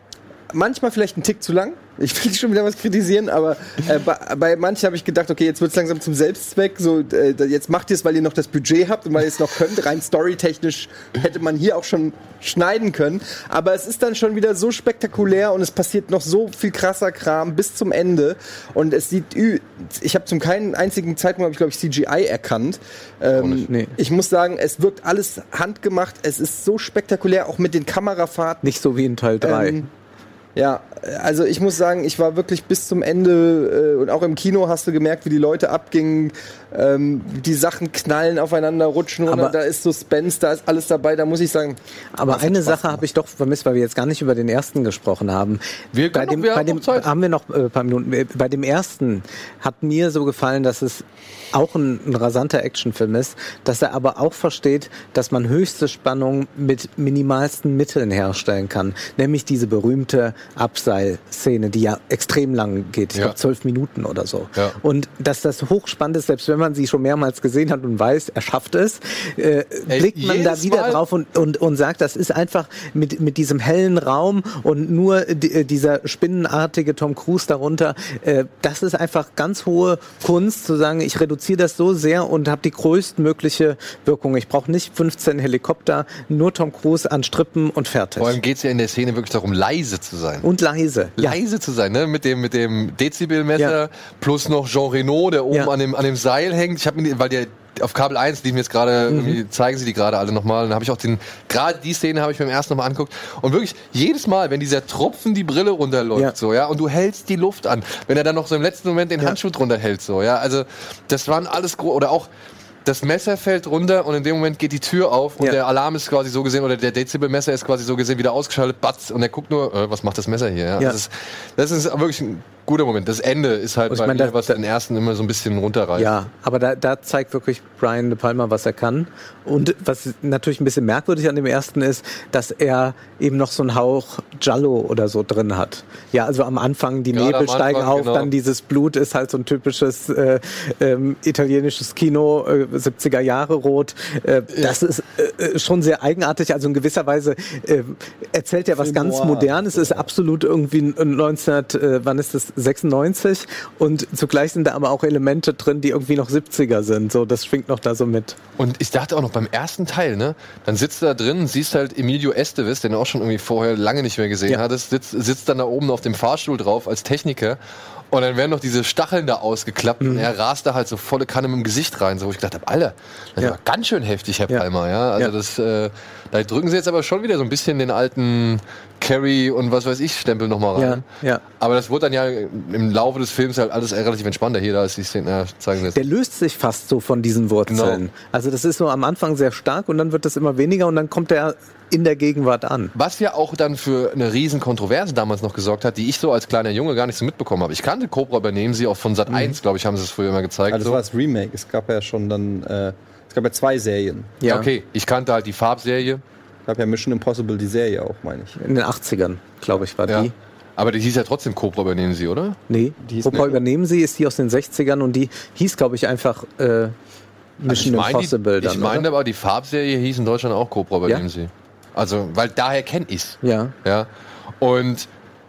Speaker 4: manchmal vielleicht ein Tick zu lang. Ich will schon wieder was kritisieren, aber äh, bei, bei manchen habe ich gedacht, okay, jetzt wird es langsam zum Selbstzweck. So, äh, jetzt macht ihr es, weil ihr noch das Budget habt und weil ihr es noch könnt. Rein storytechnisch hätte man hier auch schon schneiden können. Aber es ist dann schon wieder so spektakulär und es passiert noch so viel krasser Kram bis zum Ende. Und es sieht, ich habe zum keinen einzigen Zeitpunkt, habe ich glaube ich C G I erkannt. Ähm,
Speaker 3: nee.
Speaker 4: Ich muss sagen, es wirkt alles handgemacht. Es ist so spektakulär, auch mit den Kamerafahrten.
Speaker 3: Nicht so wie in Teil drei.
Speaker 4: Ähm, Ja, also ich muss sagen, ich war wirklich bis zum Ende äh, und auch im Kino hast du gemerkt, wie die Leute abgingen, ähm, die Sachen knallen, aufeinander rutschen,
Speaker 3: Aber
Speaker 4: und da ist Suspense, da ist alles dabei, da muss ich sagen.
Speaker 3: Aber eine Sache habe ich doch vermisst, weil wir jetzt gar nicht über den ersten gesprochen haben.
Speaker 1: Wir
Speaker 3: bei
Speaker 1: können
Speaker 3: dem,
Speaker 1: noch, wir
Speaker 3: bei
Speaker 1: haben
Speaker 3: dem
Speaker 1: noch Zeit.
Speaker 3: haben wir noch äh, ein paar Minuten. Äh, Bei dem ersten hat mir so gefallen, dass es auch ein, ein rasanter Actionfilm ist, dass er aber auch versteht, dass man höchste Spannung mit minimalsten Mitteln herstellen kann. Nämlich diese berühmte Abseilszene, die ja extrem lang geht. Ich
Speaker 1: Ja.
Speaker 3: glaube zwölf Minuten oder so.
Speaker 1: Ja.
Speaker 3: Und dass das hochspannend ist, selbst wenn man sie schon mehrmals gesehen hat und weiß, er schafft es, äh,
Speaker 1: Ey,
Speaker 3: blickt man da
Speaker 1: jedes
Speaker 3: wieder
Speaker 1: Mal-
Speaker 3: drauf und, und, und sagt, das ist einfach mit, mit diesem hellen Raum und nur die, dieser spinnenartige Tom Cruise darunter, äh, das ist einfach ganz hohe Kunst, zu sagen, ich reduziere das so sehr und habe die größtmögliche Wirkung. Ich brauche nicht fünfzehn Helikopter, nur Tom Cruise an Strippen und fertig.
Speaker 1: Vor allem geht es ja in der Szene wirklich darum, leise zu sein.
Speaker 3: Und leise. Ja.
Speaker 1: Leise zu sein, ne? Mit dem, mit dem Dezibelmesser
Speaker 3: Ja.
Speaker 1: plus noch Jean Reno, der oben
Speaker 3: Ja.
Speaker 1: an, dem, an dem Seil hängt. Ich habe mir, weil der auf Kabel eins lief mir jetzt gerade, irgendwie zeigen sie die gerade alle nochmal. Und dann habe ich auch den, gerade die Szene habe ich mir im ersten nochmal angeguckt. Und wirklich jedes Mal, wenn dieser Tropfen die Brille runterläuft,
Speaker 3: Ja.
Speaker 1: so, ja, und du hältst die Luft an, wenn er dann noch so im letzten Moment den
Speaker 3: Ja.
Speaker 1: Handschuh drunter hält, so, ja, also das waren alles gro- oder auch das Messer fällt runter und in dem Moment geht die Tür auf und
Speaker 3: Ja.
Speaker 1: der Alarm ist quasi so gesehen, oder der Dezibelmesser ist quasi so gesehen wieder ausgeschaltet, batz, und er guckt nur, äh, was macht das Messer hier? Ja?
Speaker 3: Ja.
Speaker 1: Das, ist, das ist wirklich ein guter Moment. Das Ende ist halt
Speaker 3: Und ich
Speaker 1: bei
Speaker 3: meine,
Speaker 1: mir,
Speaker 3: da-
Speaker 1: was
Speaker 3: da-
Speaker 1: den ersten immer so ein bisschen runterreißt.
Speaker 3: Ja, aber da, da zeigt wirklich Brian De Palma, was er kann. Und was natürlich ein bisschen merkwürdig an dem ersten ist, dass er eben noch so einen Hauch Giallo oder so drin hat. Ja, also am Anfang die
Speaker 1: Gerade
Speaker 3: Nebel
Speaker 1: am
Speaker 3: steigen
Speaker 1: Anfang,
Speaker 3: auf,
Speaker 1: genau.
Speaker 3: dann dieses Blut ist halt so ein typisches äh, ähm, italienisches Kino, äh, siebziger Jahre Rot. Äh, das ist äh, schon sehr eigenartig. Also in gewisser Weise äh, erzählt er was
Speaker 4: Film
Speaker 3: ganz
Speaker 4: noir.
Speaker 3: Modernes. Es ist absolut irgendwie neunzehn, äh, wann ist das, sechsundneunzig, und zugleich sind da aber auch Elemente drin, die irgendwie noch siebziger sind. So, das schwingt noch da so mit.
Speaker 1: Und ich dachte auch noch beim ersten Teil, ne, dann sitzt du da drin, siehst halt Emilio Estevez, den du auch schon irgendwie vorher lange nicht mehr gesehen
Speaker 3: Ja.
Speaker 1: hattest, sitzt, sitzt dann da oben auf dem Fahrstuhl drauf als Techniker. Und dann werden noch diese Stacheln da ausgeklappt und er rast da halt so volle Kanne mit dem Gesicht rein, so wo ich gedacht habe, Alter, das
Speaker 3: Ja.
Speaker 1: war ganz schön heftig, Herr
Speaker 3: Ja.
Speaker 1: Palmer, ja. Also
Speaker 3: Ja.
Speaker 1: das, äh, da drücken sie jetzt aber schon wieder so ein bisschen den alten Carrie und was weiß ich Stempel nochmal rein.
Speaker 3: Ja, ja.
Speaker 1: Aber das wurde dann ja im Laufe des Films halt alles relativ entspannter. Hier, da ist die Szene, ja, zeigen wir jetzt.
Speaker 3: Der löst sich fast so von diesen Wurzeln.
Speaker 1: Genau.
Speaker 3: Also das ist so am Anfang sehr stark und dann wird das immer weniger und dann kommt er in der Gegenwart an.
Speaker 1: Was ja auch dann für eine riesen Kontroverse damals noch gesorgt hat, die ich so als kleiner Junge gar nicht so mitbekommen habe. Ich kannte Cobra übernehmen sie auch von Sat eins, glaube ich, haben sie es früher immer gezeigt.
Speaker 4: Also das war das Remake. Es gab ja schon dann, äh, es gab ja zwei Serien.
Speaker 1: ja, okay. Ich kannte halt die Farbserie.
Speaker 4: Es gab ja Mission Impossible, die Serie auch, meine ich.
Speaker 3: In den achtzigern, glaube ich, war
Speaker 1: Ja.
Speaker 3: die.
Speaker 1: Aber die hieß ja trotzdem Cobra übernehmen sie, oder?
Speaker 3: Nee,
Speaker 4: Die hieß
Speaker 3: Cobra
Speaker 4: nicht.
Speaker 3: übernehmen sie, ist die aus den sechzigern und die hieß, glaube ich, einfach äh, Mission
Speaker 1: ich meine,
Speaker 3: Impossible
Speaker 1: die,
Speaker 3: dann,
Speaker 1: ich meine
Speaker 3: oder?
Speaker 1: aber, die Farbserie hieß in Deutschland auch Cobra übernehmen
Speaker 3: Ja?
Speaker 1: sie. Also, weil daher kenne ich's.
Speaker 3: Ja.
Speaker 1: Ja. Und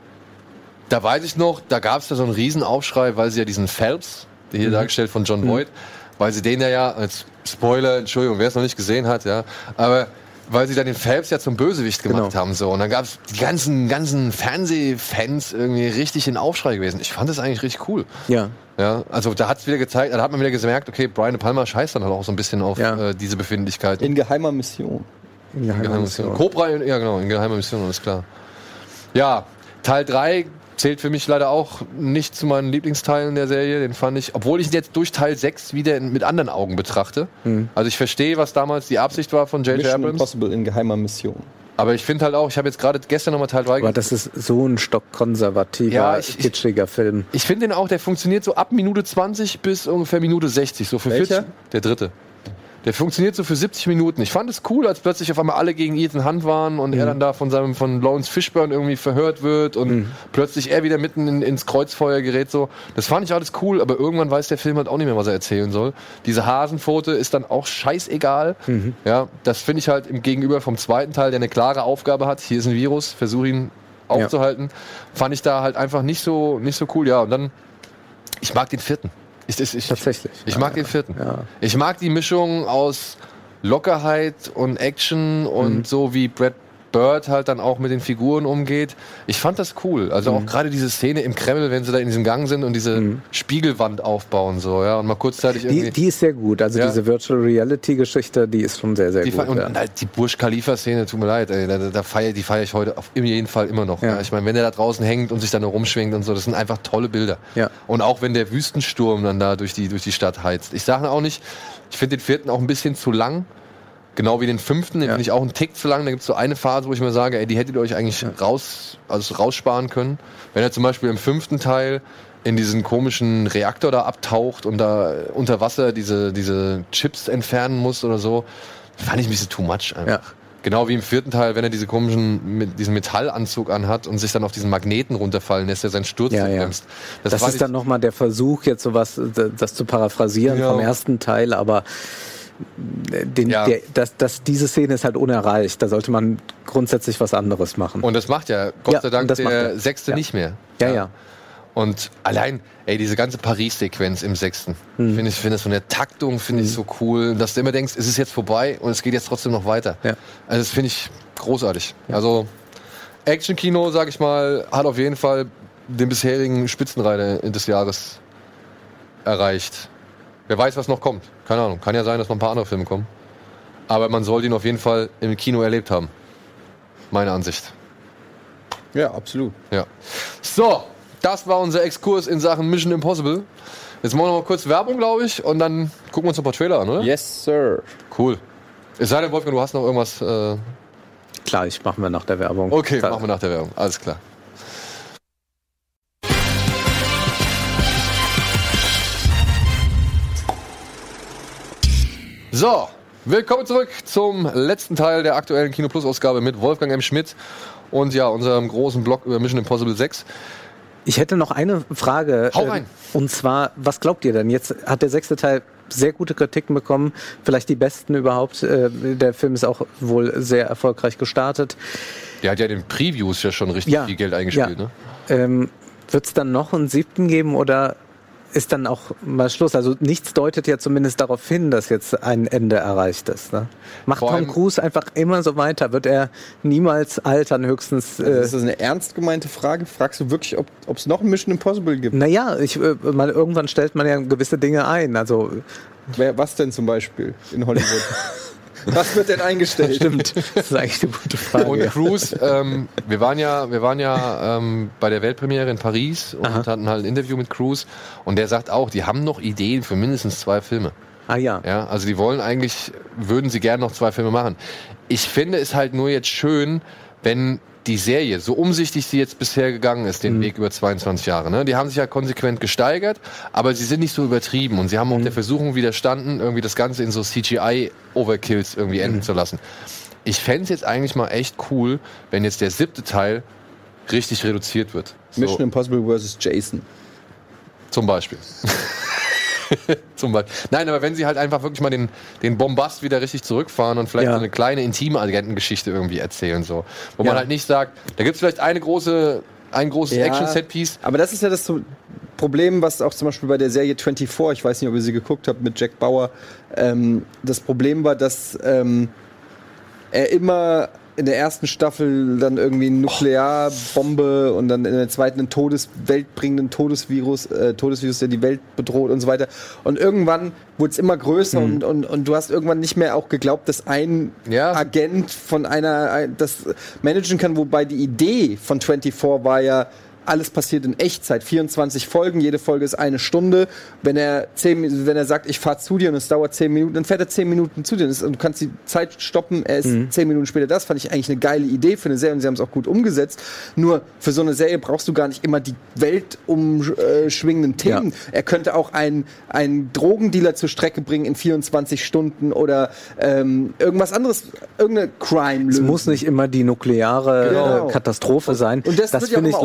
Speaker 1: da weiß ich noch, da gab es da so einen riesen Aufschrei, weil sie ja diesen Phelps, der hier dargestellt von John Voight, weil sie den ja, ja als Spoiler, Entschuldigung, wer es noch nicht gesehen hat, ja, aber weil sie dann den Phelps ja zum Bösewicht gemacht
Speaker 3: Genau.
Speaker 1: haben, so. Und dann gab es die ganzen, ganzen Fernsehfans irgendwie richtig in Aufschrei gewesen. Ich fand das eigentlich richtig cool.
Speaker 3: Ja.
Speaker 1: Ja, also da hat es wieder gezeigt, da hat man wieder gemerkt, okay, Brian De Palma scheißt dann halt auch so ein bisschen auf
Speaker 3: Ja.
Speaker 1: äh, diese Befindlichkeiten.
Speaker 4: In geheimer Mission.
Speaker 3: In
Speaker 1: Geheime Mission. Cobra, in, ja genau, in geheimer Mission, alles klar. Ja, Teil drei zählt für mich leider auch nicht zu meinen Lieblingsteilen der Serie. Den fand ich, obwohl ich ihn jetzt durch Teil sechs wieder in, mit anderen Augen betrachte. Also ich verstehe, was damals die Absicht war von J J
Speaker 4: Mission
Speaker 1: Abrams.
Speaker 4: Impossible in geheimer Mission.
Speaker 1: Aber ich finde halt auch, ich habe jetzt gerade gestern nochmal Teil drei
Speaker 3: Aber das ist so ein stockkonservativer,
Speaker 1: Ja, ich- ich-
Speaker 3: kitschiger Film.
Speaker 1: Ich finde den auch, der funktioniert so ab Minute zwanzig bis ungefähr Minute sechzig. So für
Speaker 4: Welcher?
Speaker 1: vierzig, der dritte. Der funktioniert so für siebzig Minuten. Ich fand es cool, als plötzlich auf einmal alle gegen Ethan Hunt waren und er dann da von seinem von Lawrence Fishburne irgendwie verhört wird und plötzlich er wieder mitten in, ins Kreuzfeuer gerät. So, das fand ich alles cool, aber irgendwann weiß der Film halt auch nicht mehr, was er erzählen soll. Diese Hasenpfote ist dann auch scheißegal. Ja, das finde ich halt im Gegenüber vom zweiten Teil, der eine klare Aufgabe hat. Hier ist ein Virus, versuch ihn aufzuhalten, fand ich da halt einfach nicht so, nicht so cool. Ja, und dann, ich mag den vierten. Ich, ich, ich,
Speaker 3: Tatsächlich.
Speaker 1: Ich
Speaker 3: ja,
Speaker 1: mag
Speaker 3: ja.
Speaker 1: den vierten.
Speaker 3: Ja.
Speaker 1: Ich mag die Mischung aus Lockerheit und Action und
Speaker 3: Mhm.
Speaker 1: so wie Brad Bird halt dann auch mit den Figuren umgeht. Ich fand das cool. Also auch gerade diese Szene im Kreml, wenn sie da in diesem Gang sind und diese
Speaker 3: Mhm.
Speaker 1: Spiegelwand aufbauen, so, ja, und mal kurzzeitig irgendwie.
Speaker 3: Die, die ist sehr gut. Also
Speaker 1: Ja.
Speaker 3: diese Virtual Reality Geschichte, die ist schon sehr, sehr
Speaker 1: Die
Speaker 3: gut.
Speaker 1: fe- und,
Speaker 3: ja.
Speaker 1: und halt die Burj Khalifa Szene, tut mir leid, ey, da, da feier, die feiere ich heute auf jeden Fall immer noch.
Speaker 3: Ja.
Speaker 1: Ja. Ich meine, wenn der da draußen hängt und sich dann nur rumschwingt und so, das sind einfach tolle Bilder.
Speaker 3: Ja.
Speaker 1: Und auch wenn der Wüstensturm dann da durch die, durch die Stadt heizt. Ich sage auch nicht, ich finde den vierten auch ein bisschen zu lang. Genau wie den fünften, den
Speaker 3: Ja.
Speaker 1: finde ich auch einen Tick zu lang. Da gibt es so eine Phase, wo ich mir sage, ey, die hättet ihr euch eigentlich raus, also raussparen können. Wenn er zum Beispiel im fünften Teil in diesen komischen Reaktor da abtaucht und da unter Wasser diese, diese Chips entfernen muss oder so, fand ich ein bisschen too much einfach.
Speaker 3: Ja.
Speaker 1: Genau wie im vierten Teil, wenn er diese komischen, mit diesen Metallanzug anhat und sich dann auf diesen Magneten runterfallen lässt, der seinen Sturz
Speaker 3: Ja, ja.
Speaker 1: bremst.
Speaker 3: Das,
Speaker 1: fand
Speaker 3: ist
Speaker 1: ich-
Speaker 3: dann nochmal der Versuch, jetzt sowas, das zu paraphrasieren
Speaker 1: Ja.
Speaker 3: vom ersten Teil, aber den,
Speaker 1: Ja.
Speaker 3: der, das, das, diese Szene ist halt unerreicht. Da sollte man grundsätzlich was anderes machen.
Speaker 1: Und das macht ja, Gott
Speaker 3: Ja,
Speaker 1: sei Dank,
Speaker 3: und das macht
Speaker 1: der
Speaker 3: er.
Speaker 1: sechste
Speaker 3: Ja.
Speaker 1: nicht mehr.
Speaker 3: ja, ja.
Speaker 1: Und allein, ey, diese ganze Paris-Sequenz im sechsten,
Speaker 3: Mhm.
Speaker 1: finde ich, finde das von der Taktung, finde ich so cool, dass du immer denkst, es ist jetzt vorbei und es geht jetzt trotzdem noch weiter.
Speaker 3: Ja.
Speaker 1: Also das finde ich großartig. Also Action-Kino, sag ich mal, hat auf jeden Fall den bisherigen Spitzenreiter des Jahres erreicht. Wer weiß, was noch kommt. Keine Ahnung. Kann ja sein, dass noch ein paar andere Filme kommen. Aber man sollte ihn auf jeden Fall im Kino erlebt haben. Meine Ansicht.
Speaker 4: Ja, absolut.
Speaker 1: Ja. So, das war unser Exkurs in Sachen Mission Impossible. Jetzt machen wir noch mal kurz Werbung, glaube ich, und dann gucken wir uns ein paar Trailer an, oder?
Speaker 4: Yes, sir.
Speaker 1: Cool. Es sei denn, Wolfgang, du hast noch irgendwas. Äh
Speaker 3: Klar, ich machen wir nach der Werbung.
Speaker 1: okay,
Speaker 3: Klar.
Speaker 1: machen wir nach der Werbung. Alles klar. So, willkommen zurück zum letzten Teil der aktuellen Kino Plus Ausgabe mit Wolfgang M. Schmidt und ja, unserem großen Blog über Mission Impossible sechs.
Speaker 3: Ich hätte noch eine Frage.
Speaker 1: Hau
Speaker 3: ähm,
Speaker 1: rein.
Speaker 3: Und zwar, was glaubt ihr denn? Jetzt hat der sechste Teil sehr gute Kritiken bekommen, vielleicht die besten überhaupt. Äh, Der Film ist auch wohl sehr erfolgreich gestartet.
Speaker 1: Der hat ja in den Previews ja schon richtig
Speaker 3: Ja,
Speaker 1: viel Geld eingespielt,
Speaker 3: ja.
Speaker 1: ne?
Speaker 3: Ähm, Wird es dann noch einen siebten geben oder ist dann auch mal Schluss? Also nichts deutet ja zumindest darauf hin, dass jetzt ein Ende erreicht ist. Ne? Macht
Speaker 1: Vor
Speaker 3: Tom
Speaker 1: allem-
Speaker 3: Cruise einfach immer so weiter? Wird er niemals altern, höchstens... Äh,
Speaker 4: Das ist eine ernst gemeinte Frage. Fragst du wirklich, ob es noch ein Mission Impossible gibt?
Speaker 3: naja, ich, äh, mal, irgendwann stellt man ja gewisse Dinge ein. Also
Speaker 4: Wer, was denn zum Beispiel in Hollywood? Was wird denn eingestellt?
Speaker 3: stimmt, das ist eigentlich eine gute Frage.
Speaker 1: Und
Speaker 3: ja.
Speaker 1: Cruise, ähm, wir waren ja, wir waren ja ähm, bei der Weltpremiere in Paris und
Speaker 3: Aha.
Speaker 1: hatten halt ein Interview mit Cruise und der sagt auch, die haben noch Ideen für mindestens zwei Filme.
Speaker 3: Ah ja.
Speaker 1: Ja, also die wollen eigentlich, würden sie gerne noch zwei Filme machen. Ich finde es halt nur jetzt schön, wenn die Serie, so umsichtig sie jetzt bisher gegangen ist, den
Speaker 3: Mhm.
Speaker 1: Weg über zweiundzwanzig Jahre, ne? Die haben sich ja konsequent gesteigert, aber sie sind nicht so übertrieben und sie haben auch
Speaker 3: Mhm.
Speaker 1: der Versuchung widerstanden, irgendwie das Ganze in so C G I-Overkills irgendwie enden
Speaker 3: Mhm.
Speaker 1: zu lassen. Ich fände es jetzt eigentlich mal echt cool, wenn jetzt der siebte Teil richtig reduziert wird. So,
Speaker 4: Mission Impossible versus Jason.
Speaker 1: zum Beispiel. Zum Beispiel. Nein, aber wenn sie halt einfach wirklich mal den, den Bombast wieder richtig zurückfahren und vielleicht
Speaker 3: Ja.
Speaker 1: so eine kleine intime Agentengeschichte irgendwie erzählen, so. Wo
Speaker 3: Ja.
Speaker 1: man halt nicht sagt, da gibt es vielleicht eine große, ein großes
Speaker 4: Ja.
Speaker 1: Action-Set-Piece.
Speaker 4: Aber das ist ja das so Problem, was auch zum Beispiel bei der Serie vierundzwanzig, ich weiß nicht, ob ihr sie geguckt habt, mit Jack Bauer, ähm, das Problem war, dass ähm, er immer in der ersten Staffel dann irgendwie eine Nuklearbombe und dann in der zweiten einen Todes weltbringenden Todesvirus, äh, Todesvirus, der die Welt bedroht und so weiter. Und irgendwann wurde es immer größer und, und, und du hast irgendwann nicht mehr auch geglaubt, dass ein
Speaker 1: Ja.
Speaker 4: Agent von einer ein- das managen kann, wobei die Idee von vierundzwanzig war ja, alles passiert in Echtzeit. vierundzwanzig Folgen, jede Folge ist eine Stunde. Wenn er, zehn, wenn er sagt, ich fahre zu dir und es dauert zehn Minuten, dann fährt er zehn Minuten zu dir. Das ist, und du kannst die Zeit stoppen, er ist
Speaker 3: Mhm.
Speaker 4: zehn Minuten später. Das fand ich eigentlich eine geile Idee für eine Serie und sie haben es auch gut umgesetzt. Nur für so eine Serie brauchst du gar nicht immer die weltumschwingenden Themen.
Speaker 3: Ja.
Speaker 4: Er könnte auch einen, einen Drogendealer zur Strecke bringen in vierundzwanzig Stunden oder ähm, irgendwas anderes, irgendeine Crime
Speaker 3: Es
Speaker 4: lösen.
Speaker 3: muss nicht immer die nukleare
Speaker 4: Genau.
Speaker 3: äh, Katastrophe sein.
Speaker 4: Und das
Speaker 3: das
Speaker 4: wird ja
Speaker 3: finde ich
Speaker 4: immer
Speaker 3: läuft sich
Speaker 4: unglaubwürdig.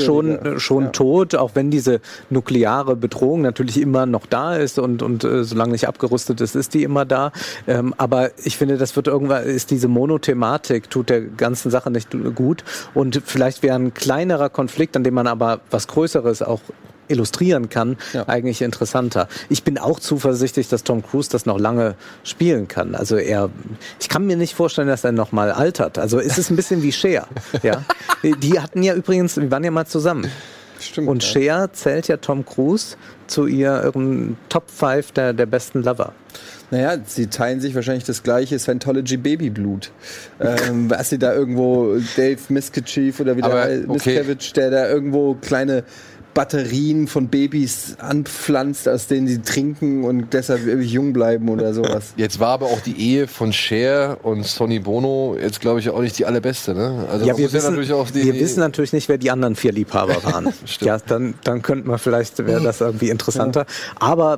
Speaker 3: schon, schon
Speaker 4: ja.
Speaker 3: tot, auch wenn diese nukleare Bedrohung natürlich immer noch da ist und, und äh, solange nicht abgerüstet ist, ist die immer da. Ähm, aber ich finde, das wird irgendwann, ist diese Monothematik, tut der ganzen Sache nicht gut. Und vielleicht wäre ein kleinerer Konflikt, an dem man aber was Größeres auch illustrieren kann, ja. eigentlich interessanter. Ich bin auch zuversichtlich, dass Tom Cruise das noch lange spielen kann. Also er, ich kann mir nicht vorstellen, dass er noch mal altert. Also es ist ein bisschen wie Cher. Ja? Die hatten ja übrigens, wir waren ja mal zusammen.
Speaker 4: Stimmt,
Speaker 3: und
Speaker 4: ja.
Speaker 3: Cher zählt ja Tom Cruise zu ihrem Top fünf der, der besten Lover.
Speaker 4: Naja, sie teilen sich wahrscheinlich das gleiche Scientology Babyblut. ähm, was sie da irgendwo, Dave Miscavige oder wie der heißt,
Speaker 1: okay.
Speaker 4: Miscavige, der da irgendwo kleine Batterien von Babys anpflanzt, aus denen sie trinken und deshalb irgendwie jung bleiben oder sowas.
Speaker 1: Jetzt war aber auch die Ehe von Cher und Sonny Bono jetzt, glaube ich, auch nicht die allerbeste, ne? Also
Speaker 3: ja, wir, wissen,
Speaker 1: ja natürlich auch die,
Speaker 3: wir wissen natürlich nicht, wer die anderen vier Liebhaber waren. Ja, dann, dann könnte man vielleicht, wäre das irgendwie interessanter. Ja. Aber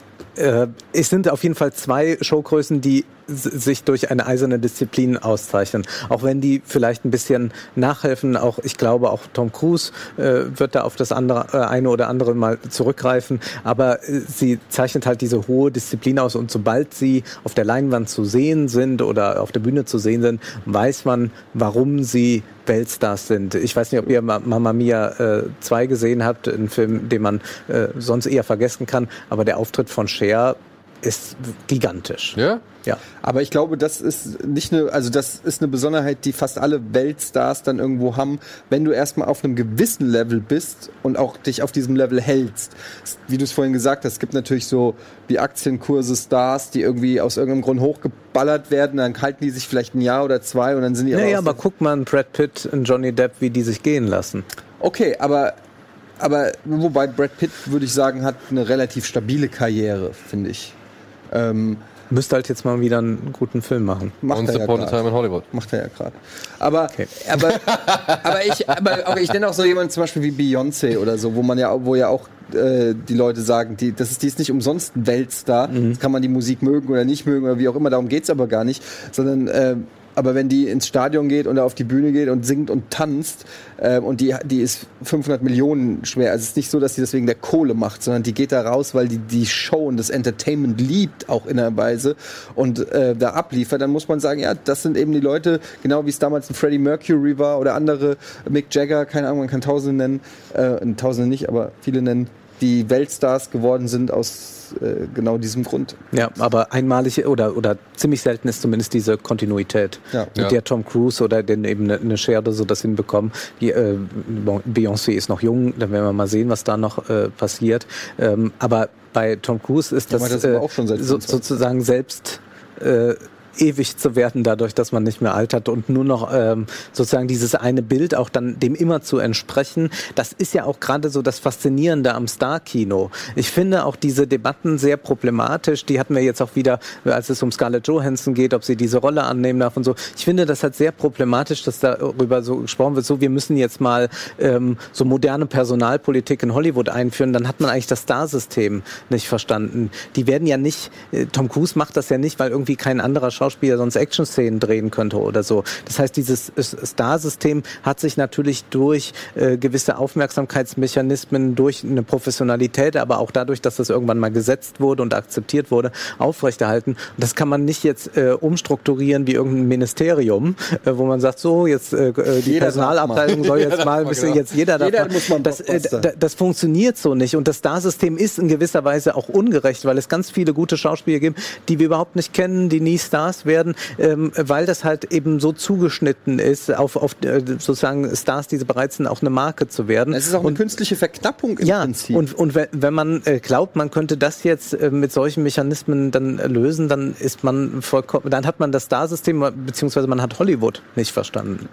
Speaker 3: äh, es sind auf jeden Fall zwei Showgrößen, die sich durch eine eiserne Disziplin auszeichnen. Auch wenn die vielleicht ein bisschen nachhelfen, auch ich glaube, auch Tom Cruise äh, wird da auf das andere, äh, eine oder andere mal zurückgreifen, aber äh, sie zeichnet halt diese hohe Disziplin aus und sobald sie auf der Leinwand zu sehen sind oder auf der Bühne zu sehen sind, weiß man, warum sie Weltstars sind. Ich weiß nicht, ob ihr Mamma Mia äh, zwei gesehen habt, einen Film, den man äh, sonst eher vergessen kann, aber der Auftritt von Cher ist gigantisch.
Speaker 1: Ja?
Speaker 3: Ja.
Speaker 4: Aber ich glaube, das ist nicht eine, also das ist eine Besonderheit, die fast alle Weltstars dann irgendwo haben, wenn du erstmal auf einem gewissen Level bist und auch dich auf diesem Level hältst. Wie du es vorhin gesagt hast, es gibt natürlich so wie Aktienkurse Stars, die irgendwie aus irgendeinem Grund hochgeballert werden, dann halten die sich vielleicht ein Jahr oder zwei und dann sind die
Speaker 3: naja,
Speaker 4: aber
Speaker 3: aber guck mal an Brad Pitt und Johnny Depp, wie die sich gehen lassen.
Speaker 4: Okay, aber aber wobei Brad Pitt, würde ich sagen, hat eine relativ stabile Karriere, finde ich. Ähm,
Speaker 3: Müsste halt jetzt mal wieder einen guten Film machen.
Speaker 4: Macht
Speaker 1: Once
Speaker 4: er ja
Speaker 1: Upon a Time in Hollywood.
Speaker 4: Macht er ja gerade. Aber,
Speaker 3: Okay.
Speaker 4: aber, aber ich, aber auch, ich nenne auch so jemanden zum Beispiel wie Beyoncé oder so, wo man ja, wo ja auch äh, die Leute sagen, die, das ist, die ist nicht umsonst ein Weltstar. Mhm. Jetzt kann man die Musik mögen oder nicht mögen oder wie auch immer, darum geht's aber gar nicht, sondern äh, aber wenn die ins Stadion geht und auf die Bühne geht und singt und tanzt äh, und die, die ist fünfhundert Millionen schwer, also es ist nicht so, dass sie das wegen der Kohle macht, sondern die geht da raus, weil die die Show und das Entertainment liebt, auch in einer Weise und äh, da abliefert, dann muss man sagen, ja, das sind eben die Leute, genau wie es damals ein Freddie Mercury war oder andere, Mick Jagger, keine Ahnung, man kann Tausende nennen, äh, Tausende nicht, aber viele nennen, die Weltstars geworden sind aus äh, genau diesem Grund.
Speaker 3: Ja, aber einmalig oder, oder ziemlich selten ist zumindest diese Kontinuität,
Speaker 4: ja.
Speaker 3: mit
Speaker 1: ja. der
Speaker 3: Tom Cruise oder den eben eine, eine Cher oder so das hinbekommen. Die, äh, Beyoncé ist noch jung, dann werden wir mal sehen, was da noch äh, passiert. Ähm, aber bei Tom Cruise ist das,
Speaker 4: das
Speaker 3: äh,
Speaker 4: auch schon seit
Speaker 3: so, sozusagen selbst äh, ewig zu werden, dadurch, dass man nicht mehr altert und nur noch ähm, sozusagen dieses eine Bild auch dann dem immer zu entsprechen. Das ist ja auch gerade so das Faszinierende am Star-Kino. Ich finde auch diese Debatten sehr problematisch. Die hatten wir jetzt auch wieder, als es um Scarlett Johansson geht, ob sie diese Rolle annehmen darf und so. Ich finde das halt sehr problematisch, dass darüber so gesprochen wird, so wir müssen jetzt mal ähm, so moderne Personalpolitik in Hollywood einführen. Dann hat man eigentlich das Star-System nicht verstanden. Die werden ja nicht, äh, Tom Cruise macht das ja nicht, weil irgendwie kein anderer Schauspieler sonst Action-Szenen drehen könnte oder so. Das heißt, dieses Star-System hat sich natürlich durch äh, gewisse Aufmerksamkeitsmechanismen, durch eine Professionalität, aber auch dadurch, dass das irgendwann mal gesetzt wurde und akzeptiert wurde, aufrechterhalten. Und das kann man nicht jetzt äh, umstrukturieren wie irgendein Ministerium, äh, wo man sagt, so, jetzt äh, die
Speaker 4: jeder
Speaker 3: Personalabteilung soll jetzt mal ein bisschen, jetzt jeder darf
Speaker 4: jeder
Speaker 3: mal.
Speaker 4: muss man
Speaker 3: das, äh, d- das funktioniert so nicht. Und das Star-System ist in gewisser Weise auch ungerecht, weil es ganz viele gute Schauspieler gibt, die wir überhaupt nicht kennen, die nie Stars werden, ähm, weil das halt eben so zugeschnitten ist auf, auf äh, sozusagen Stars, die bereit sind, auch eine Marke zu werden.
Speaker 4: Es ist auch eine
Speaker 3: und,
Speaker 4: künstliche Verknappung im
Speaker 3: ja,
Speaker 4: Prinzip.
Speaker 3: und, und wenn, wenn man äh, glaubt, man könnte das jetzt äh, mit solchen Mechanismen dann äh, lösen, dann ist man vollkommen, dann hat man das Star-System, beziehungsweise man hat Hollywood nicht verstanden.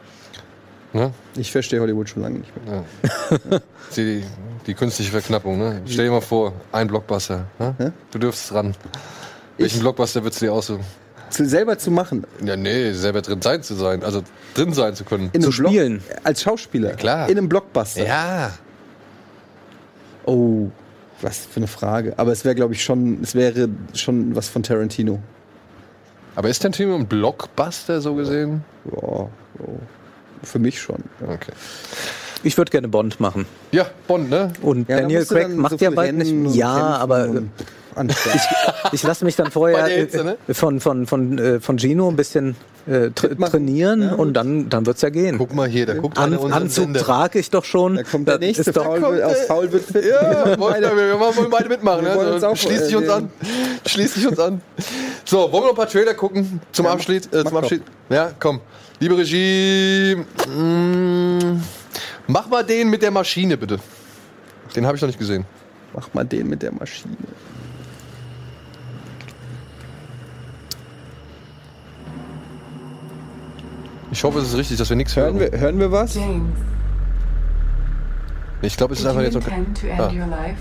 Speaker 1: Ne?
Speaker 4: Ich verstehe Hollywood schon lange nicht mehr.
Speaker 1: Ja. die, die künstliche Verknappung, ne? Stell dir mal vor, ein Blockbuster. Ne?
Speaker 4: Ja?
Speaker 1: Du dürftest ran. Welchen
Speaker 4: Ich-
Speaker 1: Blockbuster würdest du dir aussuchen?
Speaker 4: Zu, selber zu machen.
Speaker 1: Ja, nee, selber drin sein zu sein. Also drin sein zu können.
Speaker 4: In
Speaker 3: Zu
Speaker 4: einem Block-
Speaker 3: spielen.
Speaker 4: Als Schauspieler.
Speaker 1: klar.
Speaker 4: In einem Blockbuster.
Speaker 1: Ja.
Speaker 4: Oh, was für eine Frage. Aber es wäre, glaube ich, schon, es wäre schon was von Tarantino.
Speaker 1: Aber ist Tarantino ein Blockbuster so gesehen?
Speaker 4: Ja, oh. Für mich schon.
Speaker 1: Okay.
Speaker 3: Ich würde gerne Bond machen.
Speaker 1: Ja, Bond, ne?
Speaker 3: Und
Speaker 4: Ja, da
Speaker 3: Daniel
Speaker 4: musst du
Speaker 3: Craig
Speaker 4: dann
Speaker 3: macht
Speaker 4: so
Speaker 3: ja
Speaker 4: viel
Speaker 3: bald
Speaker 4: rennen
Speaker 3: nicht.
Speaker 4: und
Speaker 3: Ja,
Speaker 4: kämpfen
Speaker 3: aber
Speaker 4: und anstrengen.
Speaker 3: ich, ich lasse mich dann
Speaker 1: Bei
Speaker 3: vorher
Speaker 1: der Hitze, ne?
Speaker 3: äh, von, von, von, äh, von Gino ein bisschen äh, tra
Speaker 4: machen.
Speaker 3: trainieren
Speaker 4: Ja,
Speaker 3: und dann, dann wird's ja gehen.
Speaker 1: Guck mal hier, da guckt
Speaker 3: An,
Speaker 1: einer unseren
Speaker 3: Anzug
Speaker 1: Sender.
Speaker 3: trage ich doch schon.
Speaker 4: Da kommt der
Speaker 3: Das
Speaker 4: nächste
Speaker 3: ist doch-
Speaker 4: Faul, wird- aus Faul wird fit.
Speaker 1: Ja, wollen wir, wir wollen beide mitmachen.
Speaker 4: Wir
Speaker 1: Ne?
Speaker 4: wollen uns
Speaker 1: Also,
Speaker 4: auch,
Speaker 1: schließ dich
Speaker 4: äh,
Speaker 1: uns
Speaker 4: wir-
Speaker 1: an. Schließ dich uns an. So, wollen wir noch ein paar Trailer gucken zum
Speaker 4: Ja,
Speaker 1: Abschied?
Speaker 4: mach
Speaker 1: Äh, zum
Speaker 4: doch.
Speaker 1: Abschied? Ja, komm. Liebe Regie, mm, mach mal den mit der Maschine, bitte. Den habe ich noch nicht gesehen.
Speaker 4: Mach mal den mit der Maschine.
Speaker 1: Ich hoffe, es ist richtig, dass wir nichts
Speaker 4: Hören
Speaker 1: hören.
Speaker 4: wir, hören wir was?
Speaker 7: James,
Speaker 1: Ich glaube, es ist
Speaker 7: did
Speaker 1: einfach
Speaker 7: you
Speaker 1: jetzt noch.
Speaker 7: intend to end
Speaker 1: Ah.
Speaker 7: your life?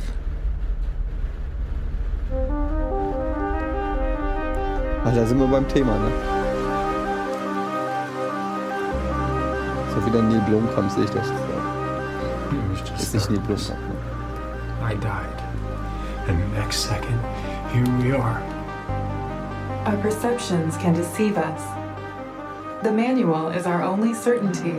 Speaker 4: Ach, da sind wir beim Thema, ne? So wieder Neil Blomkamp, sehe ich das. Das ist nicht Neil Blomkamp, ne?
Speaker 8: I died. And the next second, here we are.
Speaker 7: Our perceptions can deceive us. The manual is our only certainty.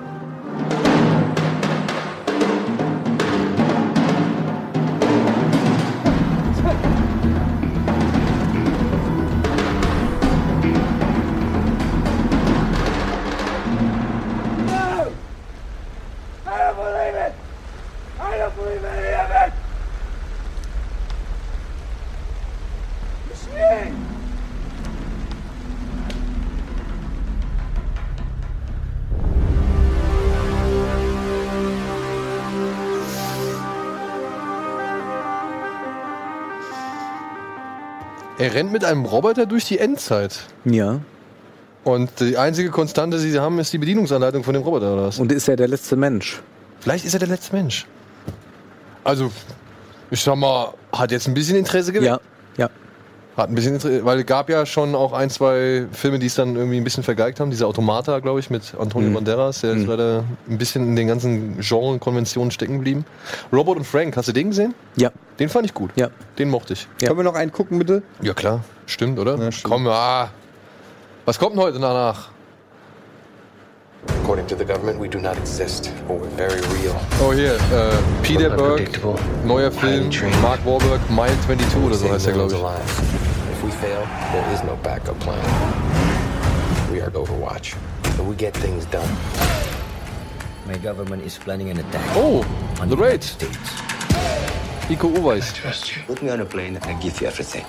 Speaker 1: Er rennt mit einem Roboter durch die Endzeit.
Speaker 3: Ja.
Speaker 1: Und die einzige Konstante, die sie haben, ist die Bedienungsanleitung von dem Roboter, oder was?
Speaker 3: Und ist er der letzte Mensch?
Speaker 1: Vielleicht ist er der letzte Mensch. Also, ich sag mal, hat jetzt ein bisschen Interesse geweckt.
Speaker 3: Ja, ja.
Speaker 1: Hat ein bisschen Interesse, weil es gab ja schon auch ein, zwei Filme, die es dann irgendwie ein bisschen vergeigt haben. Dieser Automata, glaube ich, mit Antonio
Speaker 3: Mhm.
Speaker 1: Banderas, der ist
Speaker 3: Mhm.
Speaker 1: leider ein bisschen in den ganzen Genre-Konventionen stecken geblieben. Robot und Frank, hast du den gesehen?
Speaker 3: Ja.
Speaker 1: Den fand ich gut.
Speaker 3: Ja.
Speaker 1: Den mochte ich.
Speaker 3: Ja.
Speaker 4: Können wir noch einen gucken, bitte?
Speaker 1: Ja, klar. Stimmt, oder?
Speaker 4: Ja, stimmt.
Speaker 1: Komm, ah. Was kommt denn heute danach?
Speaker 9: According to the government, we do not exist, but we're very real.
Speaker 1: Oh, hier, äh, Peter Berg,
Speaker 9: Unpredictable,
Speaker 1: neuer Film,
Speaker 9: highly trained.
Speaker 1: Mark Wahlberg, Mile zweiundzwanzig oder so
Speaker 9: Save
Speaker 1: heißt der, glaube ich.
Speaker 9: millions of lives. If we fail, there is no backup plan. We are Overwatch, but we get things done.
Speaker 10: My government is planning an attack
Speaker 1: Oh,
Speaker 10: on
Speaker 1: The
Speaker 10: the
Speaker 1: Raid.
Speaker 10: United States.
Speaker 1: Iko Uweis.
Speaker 10: Put me on a plane and I give you everything.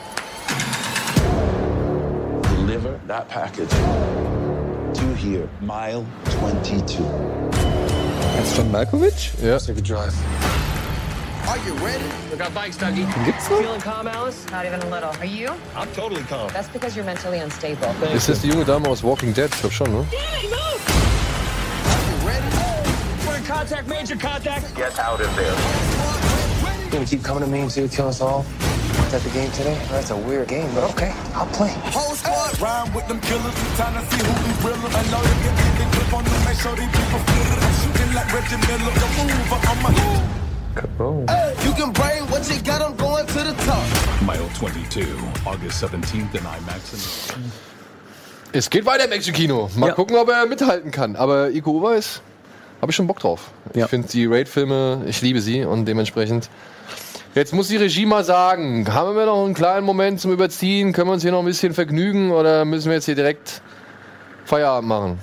Speaker 11: Deliver that package to here, mile twenty-two.
Speaker 4: Das ist John Malkovich?
Speaker 1: Ja.
Speaker 9: Take a drive.
Speaker 6: Are you ready? Look our bikes, Dougie.
Speaker 4: Gibt's noch?
Speaker 12: Feeling calm, Alice? Not even a little. Are you?
Speaker 6: I'm totally calm.
Speaker 12: That's because you're mentally unstable.
Speaker 1: Ist das die junge Dame aus Walking Dead? Ich glaube schon, ne?
Speaker 6: We're in contact, major contact.
Speaker 11: Get out of there.
Speaker 9: You gonna keep coming to me until you kill us all? Is that the game today? That's a weird game, but okay, I'll play.
Speaker 6: Whole squad. Rhyme with them killers. Time to see who we realer. I know you get the clip on them. Make sure these people feel it. I'm shooting like Reggie Miller. The mover on my Hey, you can bring what you got. I'm going to the top.
Speaker 8: Mile twenty-two, August seventeenth in IMAX. And
Speaker 1: Es geht weiter im Action-Kino. Mal
Speaker 3: Ja.
Speaker 1: gucken, ob er mithalten kann. Aber Iko Uweis, habe ich schon Bock drauf.
Speaker 3: Ja.
Speaker 1: Ich finde die Raid-Filme, ich liebe sie und dementsprechend. Jetzt muss die Regie mal sagen, haben wir noch einen kleinen Moment zum Überziehen? Können wir uns hier noch ein bisschen vergnügen oder müssen wir jetzt hier direkt Feierabend machen?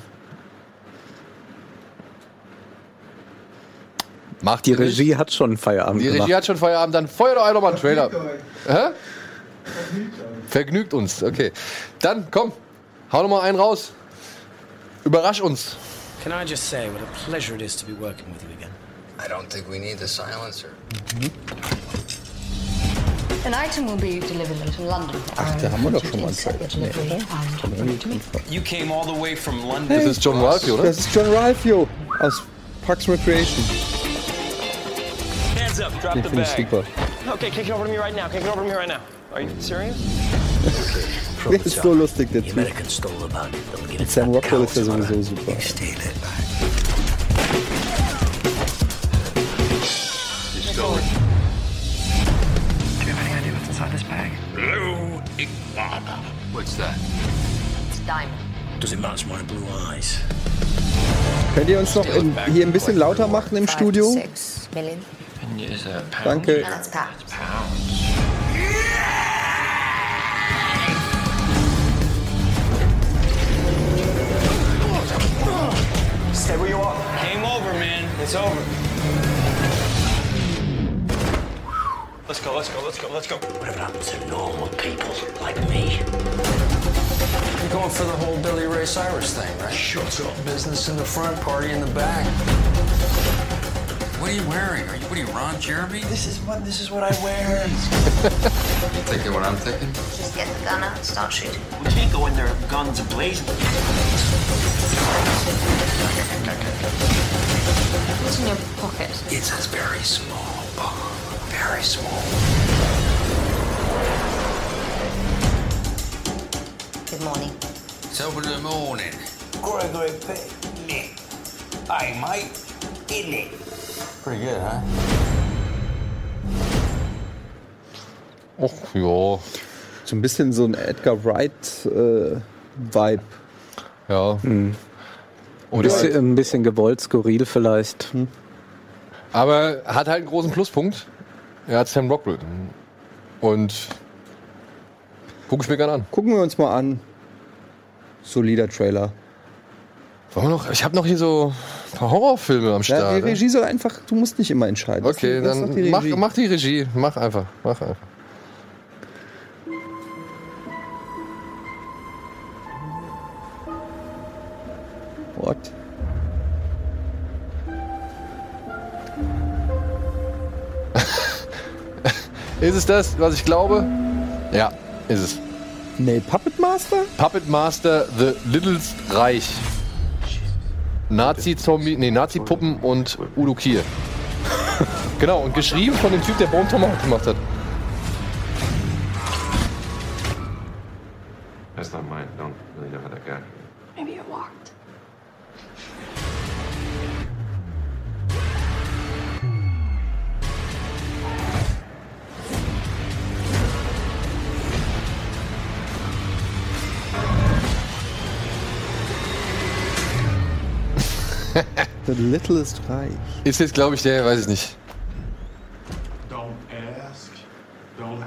Speaker 1: Macht
Speaker 3: Die
Speaker 1: ihr nicht?
Speaker 3: Regie hat schon Feierabend
Speaker 1: Die Regie
Speaker 3: gemacht.
Speaker 1: hat schon Feierabend, dann feuer doch einfach mal einen Trailer. Hä? Vergnügt uns, okay. Dann, komm, hau noch mal einen raus. Überrasch uns.
Speaker 10: Can I just say what a pleasure it is to be working with you again?
Speaker 9: I don't think we need the silencer.
Speaker 12: An item will be delivered to London.
Speaker 4: Ach, da haben wir doch schon mal einen Trailer. Nee, oder?
Speaker 5: You came all the way from London.
Speaker 1: Das ist John Ralphio, oder?
Speaker 4: Das ist John Ralphio aus Parks and Recreation.
Speaker 5: Hands up, drop
Speaker 4: Den
Speaker 5: the
Speaker 4: finde ich
Speaker 5: bag.
Speaker 4: super.
Speaker 5: Okay, kick it over to me right now. Kick it over to me right now. Are you serious?
Speaker 4: Der ist so lustig, der
Speaker 10: The
Speaker 4: Typ.
Speaker 10: Americans stole the bounty. They'll get it
Speaker 4: Sam
Speaker 10: back.
Speaker 4: Rockwell ist ja
Speaker 10: Cowards,
Speaker 4: sowieso super.
Speaker 10: You steal it.
Speaker 5: Do you have any idea what's inside this bag?
Speaker 11: Blue Iguana. What's that?
Speaker 12: It's diamond.
Speaker 10: Does it match my blue eyes?
Speaker 4: Könnt ihr uns noch in, hier ein bisschen lauter machen im Studio?
Speaker 12: Six million.
Speaker 4: Danke.
Speaker 12: And that's pounds.
Speaker 13: Stay where you are. Game over, man. It's over. Let's go, let's go, let's go, let's go.
Speaker 14: Whatever happens to normal people like me?
Speaker 13: You're going for the whole Billy Ray Cyrus thing, right?
Speaker 14: Shut up.
Speaker 13: Business in the front, party in the back. What are you wearing? Are you, what are you, Ron Jeremy? This is what, this is what I wear.
Speaker 15: You thinking what I'm thinking?
Speaker 12: Just get the gun out and start shooting.
Speaker 14: We can't go in there guns blazing.
Speaker 12: What's in your pocket?
Speaker 14: It's a very small bomb. Very small.
Speaker 12: Good morning.
Speaker 13: Top of the morning.
Speaker 14: Gregory Payne. Hi, mate. In it.
Speaker 13: Pretty good, huh?
Speaker 1: Och, ja.
Speaker 4: So ein bisschen so ein Edgar Wright-Vibe. Äh,
Speaker 1: ja.
Speaker 3: Hm. Ein bisschen, ein bisschen gewollt, skurril vielleicht. Hm.
Speaker 1: Aber hat halt einen großen Pluspunkt. Er hat Sam Rockwell. Und guck ich mir gerne an.
Speaker 4: Gucken wir uns mal an. Solider Trailer.
Speaker 1: Wollen wir noch? Ich habe noch hier so ein paar Horrorfilme am Start.
Speaker 4: Ja, die Regie soll einfach, du musst nicht immer entscheiden.
Speaker 1: Okay,
Speaker 4: das
Speaker 1: dann
Speaker 4: die
Speaker 1: mach, mach die Regie. Mach einfach. Mach einfach.
Speaker 4: What?
Speaker 1: Ist es das, was ich glaube? Ja, ist es.
Speaker 4: Nee, Puppet Master?
Speaker 1: Puppet Master The Littles Reich. Nazi-Zombie, nee, Nazi-Puppen und Udo Kier. Genau, und geschrieben von dem Typ, der Bone Tomahawk gemacht hat.
Speaker 15: That's not mine. Don't really know how that got.
Speaker 12: Maybe it walked.
Speaker 4: The Littlest Reich.
Speaker 1: Ist jetzt, glaube ich, der, weiß ich nicht.
Speaker 11: Don't ask. Don't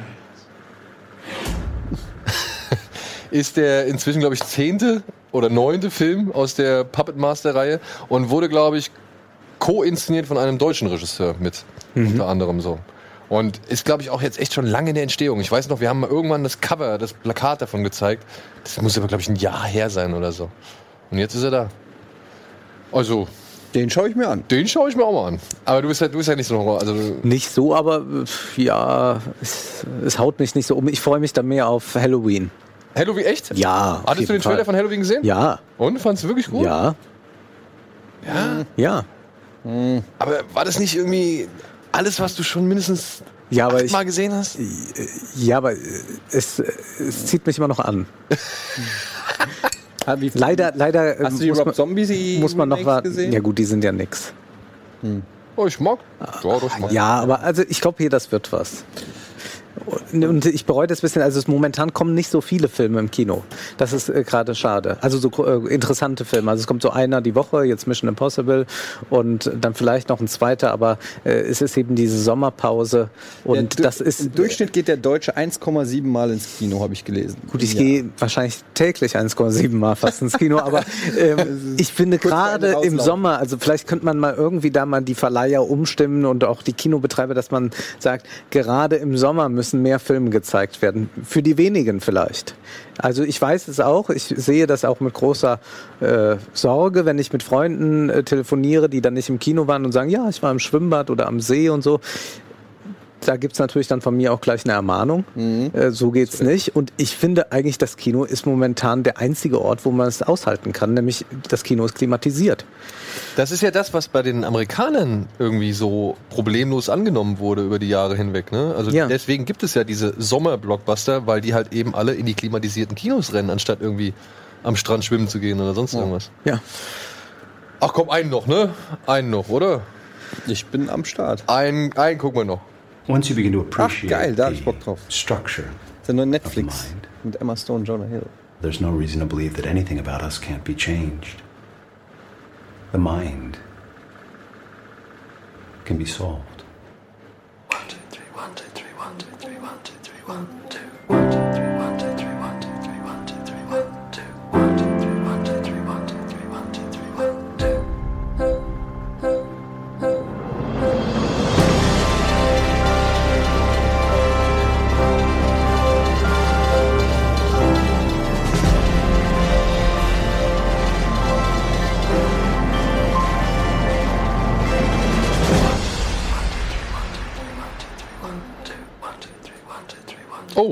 Speaker 11: ask.
Speaker 1: Ist der inzwischen, glaube ich, zehnte oder neunte Film aus der Puppet Master-Reihe und wurde, glaube ich, co-inszeniert von einem deutschen Regisseur mit, mhm. unter anderem so. Und ist, glaube ich, auch jetzt echt schon lange in der Entstehung. Ich weiß noch, wir haben mal irgendwann das Cover, das Plakat davon gezeigt. Das muss aber, glaube ich, ein Jahr her sein oder so. Und jetzt ist er da. Also...
Speaker 4: Den schaue ich mir an.
Speaker 1: Den schaue ich mir auch mal an. Aber du bist ja, du bist ja nicht so Horror. Also
Speaker 3: nicht so, aber ja, es, es haut mich nicht so um. Ich freue mich da mehr auf Halloween.
Speaker 1: Halloween, echt?
Speaker 3: Ja.
Speaker 1: Hattest du den Trailer
Speaker 3: Fall.
Speaker 1: von Halloween gesehen?
Speaker 3: Ja.
Speaker 1: Und? Fandest du wirklich gut?
Speaker 3: Ja.
Speaker 1: Ja?
Speaker 3: Ja.
Speaker 1: Mhm. Aber war das nicht irgendwie alles, was du schon mindestens
Speaker 3: ja, aber
Speaker 1: achtmal gesehen hast?
Speaker 3: Ja, aber es, es zieht mich immer noch an. Leider, leider
Speaker 4: Hast du die Rob Zombie
Speaker 3: muss man noch warten.
Speaker 4: Gesehen?
Speaker 3: Ja gut, die sind ja nix.
Speaker 1: Hm. Oh, ich mag. Ja, ich mag.
Speaker 3: Ja, aber also ich glaube hier, das wird was. Und ich bereue das ein bisschen, also es, momentan kommen nicht so viele Filme im Kino. Das ist äh, gerade schade. Also so äh, interessante Filme. Also es kommt so einer die Woche, jetzt Mission Impossible und dann vielleicht noch ein zweiter, aber äh, es ist eben diese Sommerpause und
Speaker 4: ja,
Speaker 3: das ist...
Speaker 4: Im Durchschnitt geht der Deutsche eins Komma sieben Mal ins Kino, habe ich gelesen.
Speaker 3: Gut, ich
Speaker 4: ja.
Speaker 3: gehe wahrscheinlich täglich eins Komma sieben Mal fast ins Kino, aber ähm, ich finde gerade im Sommer, also vielleicht könnte man mal irgendwie da mal die Verleiher umstimmen und auch die Kinobetreiber, dass man sagt, gerade im Sommer müssen mehr Filme gezeigt werden. Für die wenigen vielleicht. Also ich weiß es auch, ich sehe das auch mit großer äh, Sorge, wenn ich mit Freunden äh, telefoniere, die dann nicht im Kino waren und sagen, ja, ich war im Schwimmbad oder am See und so. Da gibt's natürlich dann von mir auch gleich eine Ermahnung. Mhm. Äh, so geht's nicht. Und ich finde eigentlich, das Kino ist momentan der einzige Ort, wo man es aushalten kann. Nämlich das Kino ist klimatisiert.
Speaker 1: Das ist ja das, was bei den Amerikanern irgendwie so problemlos angenommen wurde über die Jahre hinweg. Ne? Also ja. Deswegen gibt es ja diese Sommer-Blockbuster, weil die halt eben alle in die klimatisierten Kinos rennen, anstatt irgendwie am Strand schwimmen zu gehen oder sonst
Speaker 3: ja.
Speaker 1: irgendwas.
Speaker 3: Ja.
Speaker 1: Ach komm, einen noch, ne? Einen noch, oder?
Speaker 4: Ich bin am Start.
Speaker 1: Einen, einen gucken wir noch.
Speaker 14: Once you begin to appreciate
Speaker 4: Ach, geil, da hab ich Bock drauf.
Speaker 14: Structure.
Speaker 4: Das ist nur Netflix mit Emma Stone, Jonah Hill.
Speaker 14: There's no reason to believe that anything about us can't be changed. the mind can be solved.
Speaker 13: One, two, three, one, two, three, one, two, three, one, two, three, one, two, one, two, three, one, two, three, one, two, three, one, two, three, one, two, one, two, three, one, two, three, one, two, three, one, two, three, one, two.
Speaker 1: Oh,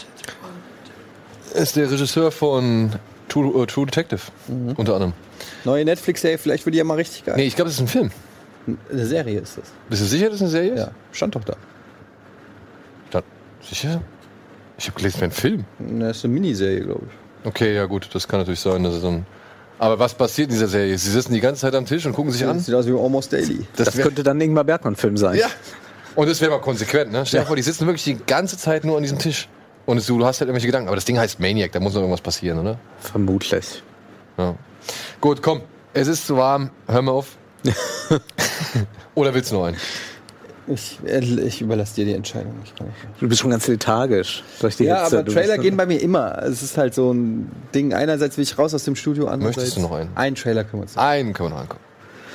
Speaker 1: ist der Regisseur von True, uh, True Detective, mhm. unter anderem.
Speaker 4: Neue Netflix-Serie, vielleicht wird die ja mal richtig geil.
Speaker 1: Nee, ich glaube, das ist ein Film.
Speaker 4: Eine Serie ist das.
Speaker 1: Bist du sicher, dass es eine Serie ist?
Speaker 4: Ja, stand doch da.
Speaker 1: Stand, sicher? Ich habe gelesen, es wäre ein Film.
Speaker 4: Das ist eine Miniserie, glaube ich.
Speaker 1: Okay, ja gut, das kann natürlich sein, dass es dann... Aber was passiert in dieser Serie? Sie sitzen die ganze Zeit am Tisch und gucken sich
Speaker 4: das
Speaker 1: an?
Speaker 4: Das sieht aus wie Almost Daily.
Speaker 3: Das, das könnte dann ein Ingmar Bergmann-Film sein.
Speaker 1: Ja. Und das wäre mal konsequent, ne? Stell dir ja. vor, die sitzen wirklich die ganze Zeit nur an diesem Tisch. Und es, du hast halt irgendwelche Gedanken. Aber das Ding heißt Maniac, da muss noch irgendwas passieren, oder?
Speaker 3: Vermutlich.
Speaker 1: Ja. Gut, komm. Es ist zu warm. Hör mal auf. Oder willst du noch einen?
Speaker 4: Ich, ich überlasse dir die Entscheidung. Ich kann nicht.
Speaker 3: Du bist schon ganz lethargisch. Durch die
Speaker 4: ja,
Speaker 3: Hitze.
Speaker 4: aber
Speaker 3: Du
Speaker 4: Trailer
Speaker 3: bist,
Speaker 4: gehen bei mir immer. Es ist halt so ein Ding. Einerseits will ich raus aus dem Studio, andererseits...
Speaker 1: Möchtest du noch einen?
Speaker 4: Einen Trailer können wir uns...
Speaker 1: Einen können wir noch angucken.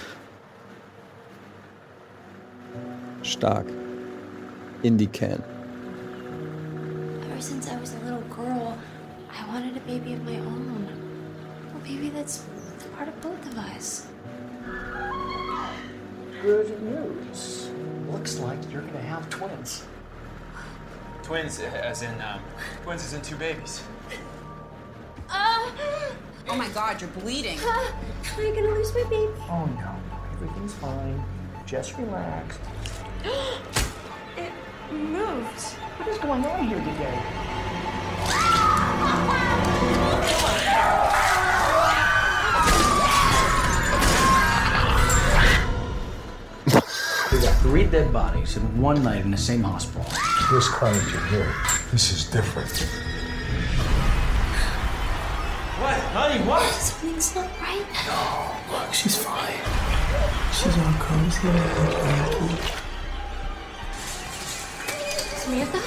Speaker 4: Stark. Indie Can.
Speaker 12: Ever since I was a little girl, I wanted a baby of my own. A baby that's part of both of us.
Speaker 16: Good news. Looks like you're gonna have twins.
Speaker 17: Twins, as in, um, twins as in two babies.
Speaker 12: Uh,
Speaker 18: oh my God, you're bleeding.
Speaker 12: Uh, am I gonna lose my baby?
Speaker 16: Oh no, everything's fine. Just relax.
Speaker 12: It moved.
Speaker 16: What is going on here today? We got three dead bodies in one night in the same hospital.
Speaker 11: This kind you're here. This is different.
Speaker 16: What, honey, what?
Speaker 12: Something's not right.
Speaker 16: No, look, she's fine. She's all cozy and happy.
Speaker 12: Samantha?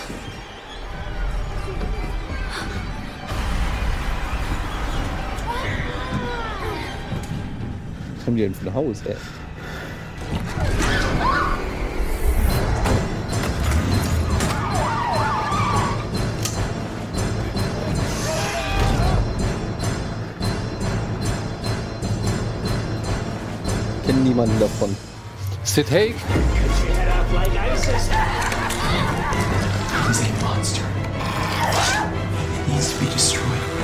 Speaker 4: Was haben die denn für ein Haus, ey? Ich kenne niemanden davon.
Speaker 1: Sid Haig.
Speaker 16: He's a monster. He needs to be destroyed.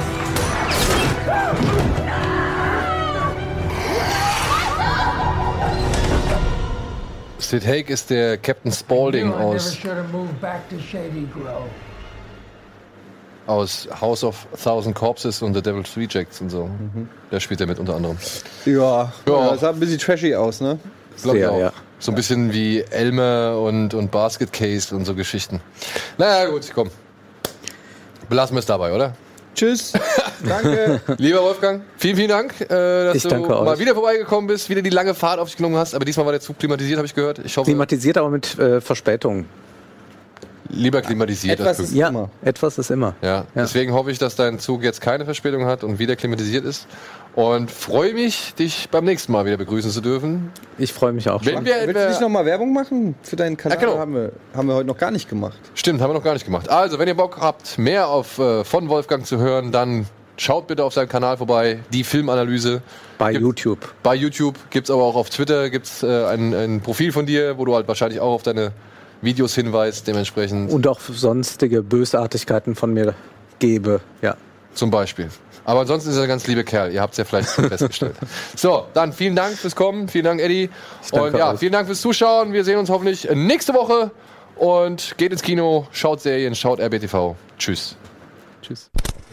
Speaker 1: Sid Haig ist der Captain Spaulding aus, aus House of Thousand Corpses und The Devil's Rejects und so. Mhm. Da spielt er mit unter anderem.
Speaker 4: Ja,
Speaker 1: ja.
Speaker 4: Das sah ein bisschen trashy aus, ne?
Speaker 1: Glaub ich auch. Ja. So ein bisschen wie Elmer und, und Basket Case und so Geschichten. Naja, gut, komm. Belassen wir es dabei, oder?
Speaker 4: Tschüss. Danke.
Speaker 1: Lieber Wolfgang, vielen, vielen Dank, äh, dass
Speaker 3: ich
Speaker 1: du
Speaker 3: danke
Speaker 1: mal
Speaker 3: euch.
Speaker 1: wieder vorbeigekommen bist, wieder die lange Fahrt auf dich genommen hast. Aber diesmal war der Zug klimatisiert, habe ich gehört. Ich hoffe,
Speaker 3: klimatisiert, aber mit äh, Verspätung.
Speaker 1: Lieber klimatisiert.
Speaker 3: Etwas
Speaker 1: als
Speaker 3: ist ja, immer. Etwas ist immer.
Speaker 1: Ja,
Speaker 3: ja.
Speaker 1: Deswegen hoffe ich, dass dein Zug jetzt keine Verspätung hat und wieder klimatisiert ist. Und freue mich, dich beim nächsten Mal wieder begrüßen zu dürfen.
Speaker 3: Ich freue mich auch
Speaker 1: Wenn
Speaker 3: schon.
Speaker 1: Wir
Speaker 4: Willst du nicht nochmal Werbung machen für deinen Kanal?
Speaker 1: Ja, genau.
Speaker 4: haben, wir, haben wir heute noch gar nicht gemacht.
Speaker 1: Stimmt, haben wir noch gar nicht gemacht. Also, wenn ihr Bock habt, mehr auf, äh, von Wolfgang zu hören, dann schaut bitte auf seinem Kanal vorbei. Die Filmanalyse.
Speaker 3: Bei
Speaker 1: Gibt,
Speaker 3: YouTube.
Speaker 1: Bei YouTube. Gibt es aber auch auf Twitter gibt's, äh, ein, ein Profil von dir, wo du halt wahrscheinlich auch auf deine Videos hinweist, dementsprechend.
Speaker 3: Und auch sonstige Bösartigkeiten von mir gebe, ja.
Speaker 1: Zum Beispiel. Aber ansonsten ist er ein ganz lieber Kerl. Ihr habt es ja vielleicht festgestellt. So, dann vielen Dank fürs Kommen. Vielen Dank, Eddie. Und ja, euch. Vielen Dank fürs Zuschauen. Wir sehen uns hoffentlich nächste Woche. Und geht ins Kino, schaut Serien, schaut R B T V. Tschüss.
Speaker 3: Tschüss.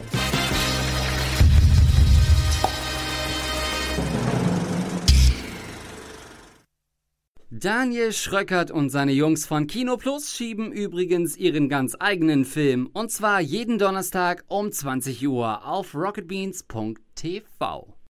Speaker 19: Daniel Schröckert und seine Jungs von Kino Plus schieben übrigens ihren ganz eigenen Film. Und zwar jeden Donnerstag um zwanzig Uhr auf rocketbeans punkt t v.